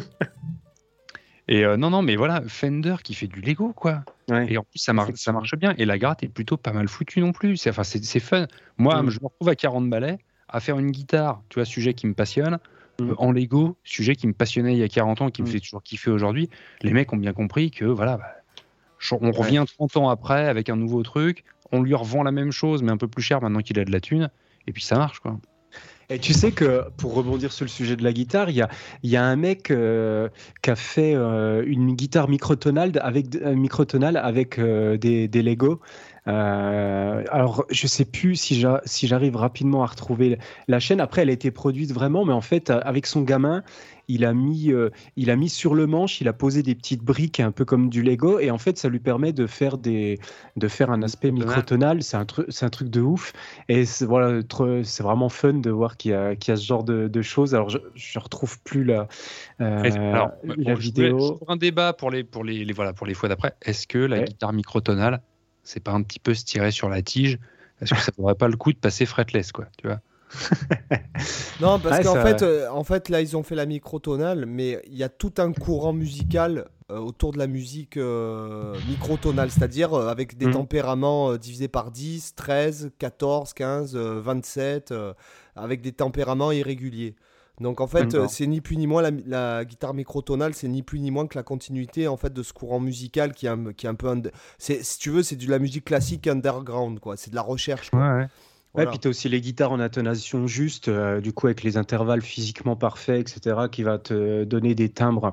Et non, mais voilà, Fender qui fait du Lego, quoi. Ouais. Et en plus, ça marche bien. Et la gratte est plutôt pas mal foutue non plus. C'est fun. Moi, je me retrouve à 40 balais à faire une guitare, tu vois, sujet qui me passionne. En Lego, sujet qui me passionnait il y a 40 ans, qui me fait toujours kiffer aujourd'hui. Les mecs ont bien compris que, voilà, on revient 30 ans après avec un nouveau truc. On lui revend la même chose, mais un peu plus cher maintenant qu'il a de la thune. Et puis ça marche, quoi. Et tu sais que, pour rebondir sur le sujet de la guitare, il y a un mec qui a fait une guitare microtonale avec des Lego. Alors, je sais plus si j'arrive rapidement à retrouver la chaîne. Après, elle a été produite vraiment, mais en fait, avec son gamin, il a mis sur le manche, il a posé des petites briques un peu comme du Lego, et en fait, ça lui permet de faire un aspect microtonal. C'est un truc de ouf, et c'est vraiment fun de voir qu'il y a ce genre de choses. Alors, je retrouve plus la vidéo. Pour un débat pour les fois d'après, est-ce que la guitare microtonale, c'est pas un petit peu se tirer sur la tige? Est-ce que ça vaudrait pas le coup de passer fretless, quoi, tu vois? Non, parce qu'en fait, là, ils ont fait la microtonale, mais il y a tout un courant musical autour de la musique microtonale, c'est-à-dire avec des tempéraments divisés par 10, 13, 14, 15, 27, avec des tempéraments irréguliers. Donc en fait, c'est ni plus ni moins la guitare microtonale, c'est ni plus ni moins que la continuité en fait de ce courant musical qui est un peu si tu veux, c'est de la musique classique underground, quoi. C'est de la recherche, quoi. Ouais. Voilà. Ouais, puis tu as aussi les guitares en intonation juste, du coup avec les intervalles physiquement parfaits, etc., qui va te donner des timbres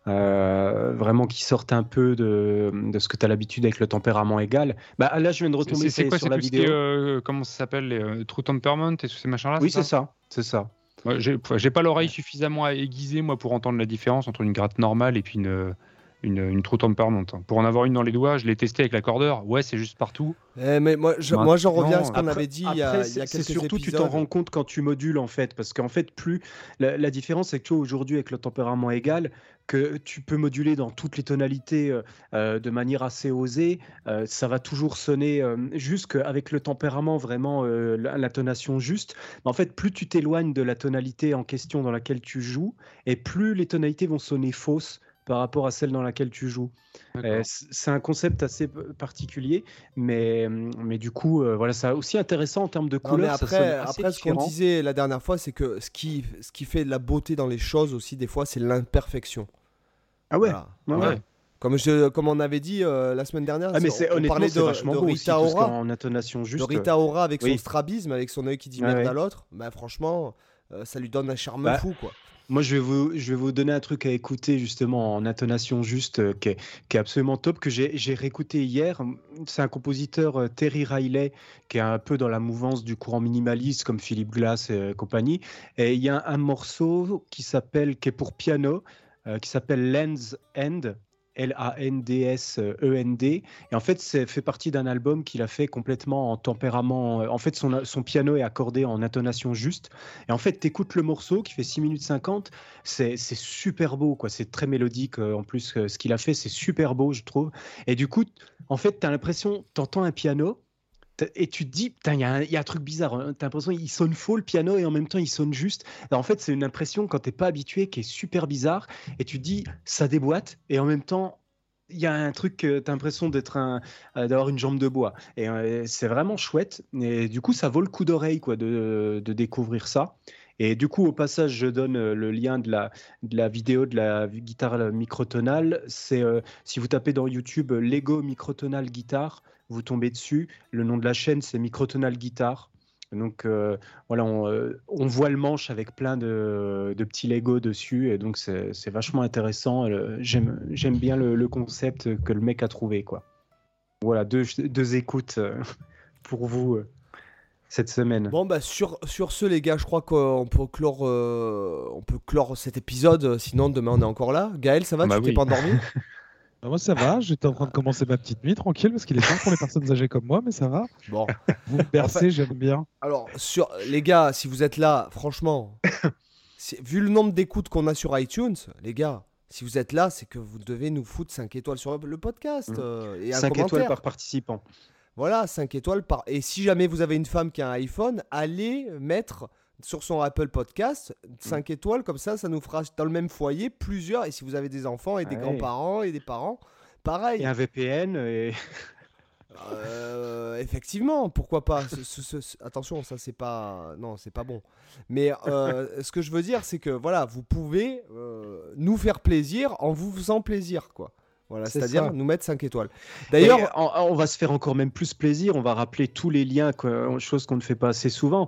vraiment qui sortent un peu de ce que tu as l'habitude avec le tempérament égal. Bah, là, je viens de retomber sur la vidéo. Comment ça s'appelle, les True Temperament et tous ces machins-là? Oui, c'est ça. Ouais, j'ai pas l'oreille suffisamment aiguisée, moi, pour entendre la différence entre une gratte normale et puis une True Temperament. Pour en avoir une dans les doigts, je l'ai testé avec l'accordeur. Ouais, c'est juste partout. Mais moi, j'en reviens à ce qu'on avait dit il y a quelques c'est surtout, épisodes. tu t'en rends compte quand tu modules, en fait. Parce qu'en fait, la différence, c'est que tu vois, aujourd'hui, avec le tempérament égal, que tu peux moduler dans toutes les tonalités de manière assez osée, ça va toujours sonner juste qu'avec le tempérament, vraiment, l'intonation juste. Mais en fait, plus tu t'éloignes de la tonalité en question dans laquelle tu joues, et plus les tonalités vont sonner fausses par rapport à celle dans laquelle tu joues. C'est un concept assez particulier, mais du coup, voilà, c'est aussi intéressant en termes de couleurs. Après, ce qu'on disait la dernière fois, c'est que ce qui fait de la beauté dans les choses aussi, des fois, c'est l'imperfection. Ah ouais, voilà. Ouais. Comme on avait dit la semaine dernière, on parlait de Rita Ora, en intonation juste. De Rita Ora avec son strabisme, avec son œil qui dit merde à l'autre. Bah, franchement, ça lui donne un charme fou, quoi. Moi, je vais vous donner un truc à écouter justement en intonation juste qui est absolument top, que j'ai réécouté hier. C'est un compositeur, Terry Riley, qui est un peu dans la mouvance du courant minimaliste comme Philip Glass et compagnie. Et il y a un morceau qui est pour piano, qui s'appelle Land's End. Landsend. Et en fait, c'est fait partie d'un album qu'il a fait complètement en tempérament. En fait, son piano est accordé en intonation juste. Et en fait, t'écoutes le morceau qui fait 6 minutes 50. C'est super beau, quoi. C'est très mélodique. En plus, ce qu'il a fait, c'est super beau, je trouve. Et du coup, en fait, t'as l'impression, t'entends un piano. Et tu te dis, putain, il y a un truc bizarre. Hein. T'as l'impression qu'il sonne faux le piano et en même temps il sonne juste. Alors, en fait, c'est une impression quand t'es pas habitué qui est super bizarre. Et tu te dis, ça déboîte et en même temps, il y a un truc, t'as l'impression d'avoir une jambe de bois. Et c'est vraiment chouette. Et du coup, ça vaut le coup d'oreille quoi, de découvrir ça. Et du coup, au passage, je donne le lien de la vidéo de la guitare microtonale. C'est si vous tapez dans YouTube Lego microtonal guitare, vous tombez dessus. Le nom de la chaîne, c'est Microtonal Guitar. Donc voilà, on voit le manche avec plein de petits Lego dessus. Et donc, c'est vachement intéressant. J'aime bien le concept que le mec a trouvé, quoi. Voilà, deux écoutes pour vous cette semaine. Bon, bah, sur ce, les gars, je crois qu'on peut clore cet épisode. Sinon, demain, on est encore là. Gaël, ça va? Bah Tu t'es oui. pas endormi? Moi, ça va. J'étais en train de commencer ma petite nuit tranquille parce qu'il est tard pour les personnes âgées comme moi, mais ça va. Bon. Vous me bercez, j'aime bien. Alors, les gars, si vous êtes là, franchement, vu le nombre d'écoutes qu'on a sur iTunes, les gars, si vous êtes là, c'est que vous devez nous foutre 5 étoiles sur le podcast et un 5 commentaire. étoiles par participant. Voilà, 5 étoiles par... Et si jamais vous avez une femme qui a un iPhone, allez mettre sur son Apple Podcast 5 étoiles, comme ça nous fera dans le même foyer plusieurs. Et si vous avez des enfants et des grands-parents et des parents, pareil. Et un VPN et... Effectivement, pourquoi pas. Attention, ça c'est pas... Non, c'est pas bon. Mais ce que je veux dire, c'est que voilà, vous pouvez nous faire plaisir en vous faisant plaisir, quoi. Voilà, c'est-à-dire nous mettre 5 étoiles. D'ailleurs, on va se faire encore même plus plaisir. On va rappeler tous les liens, chose qu'on ne fait pas assez souvent.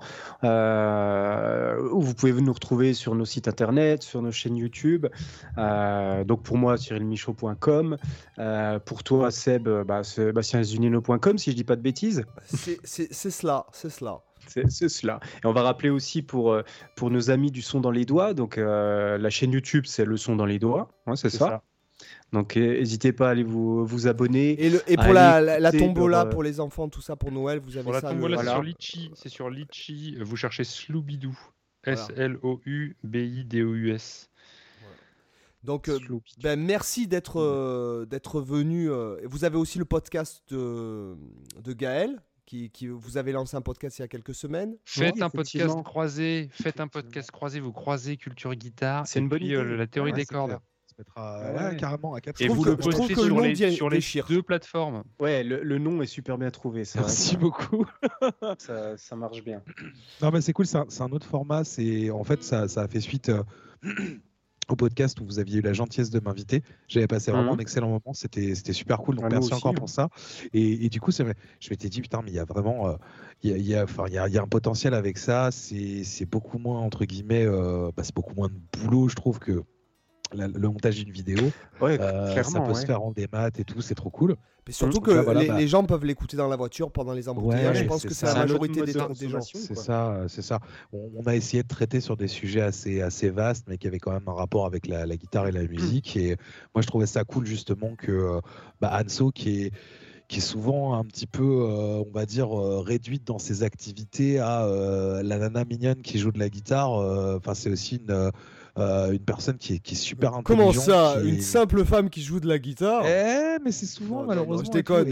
Où vous pouvez nous retrouver sur nos sites internet, sur nos chaînes YouTube. Donc pour moi, cyrilmichaud.com. Pour toi, Seb, sebastienzunino.com, si je dis pas de bêtises. C'est cela. C'est cela. Et on va rappeler aussi pour nos amis du son dans les doigts. Donc la chaîne YouTube, c'est le son dans les doigts. Ouais, c'est ça. Donc n'hésitez pas à aller vous abonner. Et pour la tombola pour les enfants, tout ça pour Noël, vous avez pour la ça. Tombola, c'est sur Litchi. C'est sur Litchi. Vous cherchez Sloubidou. Voilà. Sloubidous. Voilà. Donc merci d'être venu. Vous avez aussi le podcast de Gaël. Qui vous avez lancé un podcast il y a quelques semaines. Faites un podcast croisé. Vous croisez culture guitare. C'est une bonne idée. La théorie des cordes. Carrément à 4. Et vous le postez sur les deux plateformes. Ouais, le nom est super bien trouvé. Merci beaucoup. ça marche bien. Non, mais c'est cool, c'est un autre format. En fait, ça a fait suite au podcast où vous aviez eu la gentillesse de m'inviter. J'avais passé vraiment un excellent moment. C'était super cool. Donc merci encore pour ça. Et du coup, c'est vrai, je m'étais dit, putain, mais il y a vraiment il y a un potentiel avec ça. C'est beaucoup moins, entre guillemets, c'est beaucoup moins de boulot, je trouve, que le montage d'une vidéo. Ouais, ça peut se faire en démat et tout, c'est trop cool. Mais surtout que les gens peuvent l'écouter dans la voiture pendant les embouteillages. Je pense que c'est la majorité des gens. C'est ça. On a essayé de traiter sur des sujets assez vastes, mais qui avaient quand même un rapport avec la guitare et la musique. Et moi, je trouvais ça cool justement que Anso, qui est souvent un petit peu, on va dire, réduite dans ses activités à la nana mignonne qui joue de la guitare. Enfin, c'est aussi une personne qui est super intelligente. Comment ça, une simple femme qui joue de la guitare? Mais c'est souvent malheureusement. Je déconne.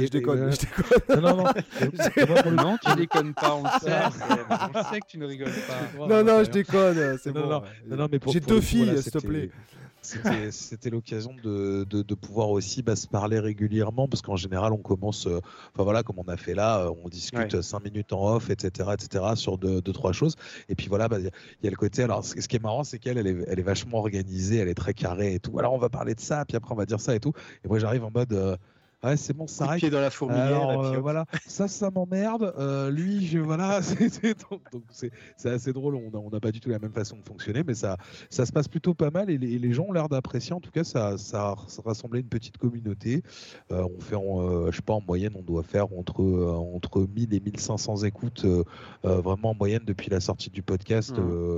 Non, tu déconnes pas, on le sait. On sait que tu ne rigoles pas. Non, je déconne. C'est bon. Non, mais j'ai 2 filles, s'il te plaît. C'était l'occasion de pouvoir aussi se parler régulièrement, parce qu'en général on commence, comme on a fait là, on discute 5 minutes en off, etc. sur 2-3 choses. Et puis voilà, il y a le côté. Alors ce qui est marrant, c'est qu'elle est vachement organisée, elle est très carrée et tout. Alors on va parler de ça, puis après on va dire ça et tout. Et moi j'arrive en mode. Ouais, c'est bon, ça arrête. Pied dans la fourmilière. Alors, voilà, ça m'emmerde. Lui, voilà, donc c'est assez drôle. On n'a pas du tout la même façon de fonctionner, mais ça se passe plutôt pas mal et les gens ont l'air d'apprécier. En tout cas, ça rassemblait une petite communauté. On fait, je sais pas, en moyenne, on doit faire entre 1000 et 1500 écoutes, vraiment en moyenne depuis la sortie du podcast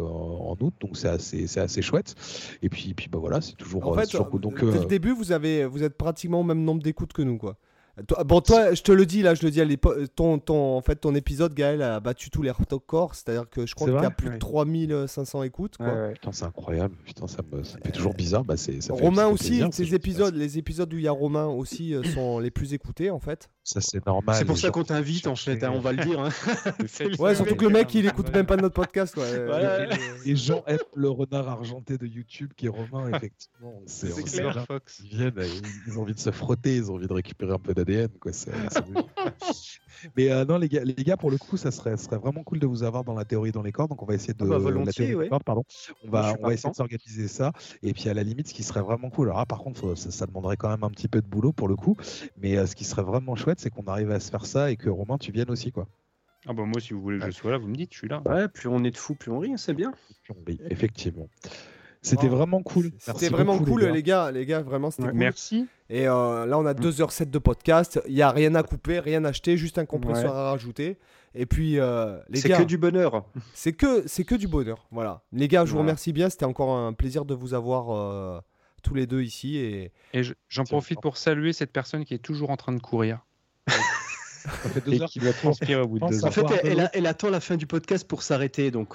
en août, donc c'est assez chouette. Et puis bah voilà, c'est toujours, En fait, toujours cool. Donc, dès le début, vous êtes pratiquement au même nombre d'écoutes que nous, quoi. Toi, je te le dis, là, je le dis à l'époque, en fait, ton épisode, Gaël, a battu tous les records, c'est-à-dire que je crois qu'il y a plus de 3500 écoutes, quoi. Ouais. Putain, c'est incroyable. Putain, ça me fait toujours bizarre. Bah, Romain aussi, les épisodes où il y a Romain aussi sont les plus écoutés, en fait. Ça, c'est normal. C'est pour ça qu'on t'invite, en fait, on va le dire. Hein. Ouais, surtout que le mec, il écoute même pas notre podcast, quoi. Les gens aiment le renard argenté de YouTube qui est Romain, effectivement. C'est clair, Fox. Ils viennent, ils ont envie de se frotter, ils ont envie de récupérer un peu d'ADN, quoi. Mais non, les gars, pour le coup, ça serait vraiment cool de vous avoir dans la théorie dans les cordes. Donc, on va essayer de. Volontiers, la théorie ouais. des cordes, pardon. On va essayer de s'organiser ça. Et puis, à la limite, ce qui serait vraiment cool. Alors, par contre, ça demanderait quand même un petit peu de boulot pour le coup. Mais ce qui serait vraiment chouette, c'est qu'on arrive à se faire ça et que Romain, tu viennes aussi, quoi. Ah bah moi, si vous voulez que je sois là, vous me dites, je suis là. Ouais, plus on est de fous, plus on rit, c'est bien. Effectivement. C'était vraiment cool. C'était vraiment cool, les gars, vraiment, c'était cool. Merci. Et là, on a 2h07 de podcast. Il n'y a rien à couper, rien à acheter, juste un compresseur à rajouter. Et puis, les gars. C'est que du bonheur. C'est que du bonheur. Voilà. Les gars, je vous remercie bien. C'était encore un plaisir de vous avoir tous les deux ici. Et j'en profite pour saluer cette personne qui est toujours en train de courir. Ça fait 2 heures qui doit transpirer au bout de 2 heures. En fait, elle attend la fin du podcast pour s'arrêter. Donc,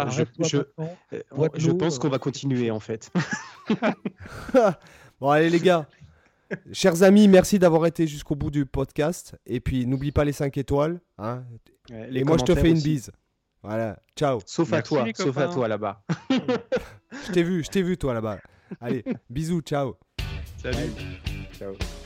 je pense qu'on va continuer, en fait. Bon, allez, les gars. Chers amis, merci d'avoir été jusqu'au bout du podcast. Et puis, n'oublie pas les 5 étoiles. Hein. Et moi, je te fais une bise. Voilà, ciao. Sauf à toi là-bas. Je t'ai vu, toi, là-bas. Allez, bisous, ciao. Salut. Ciao.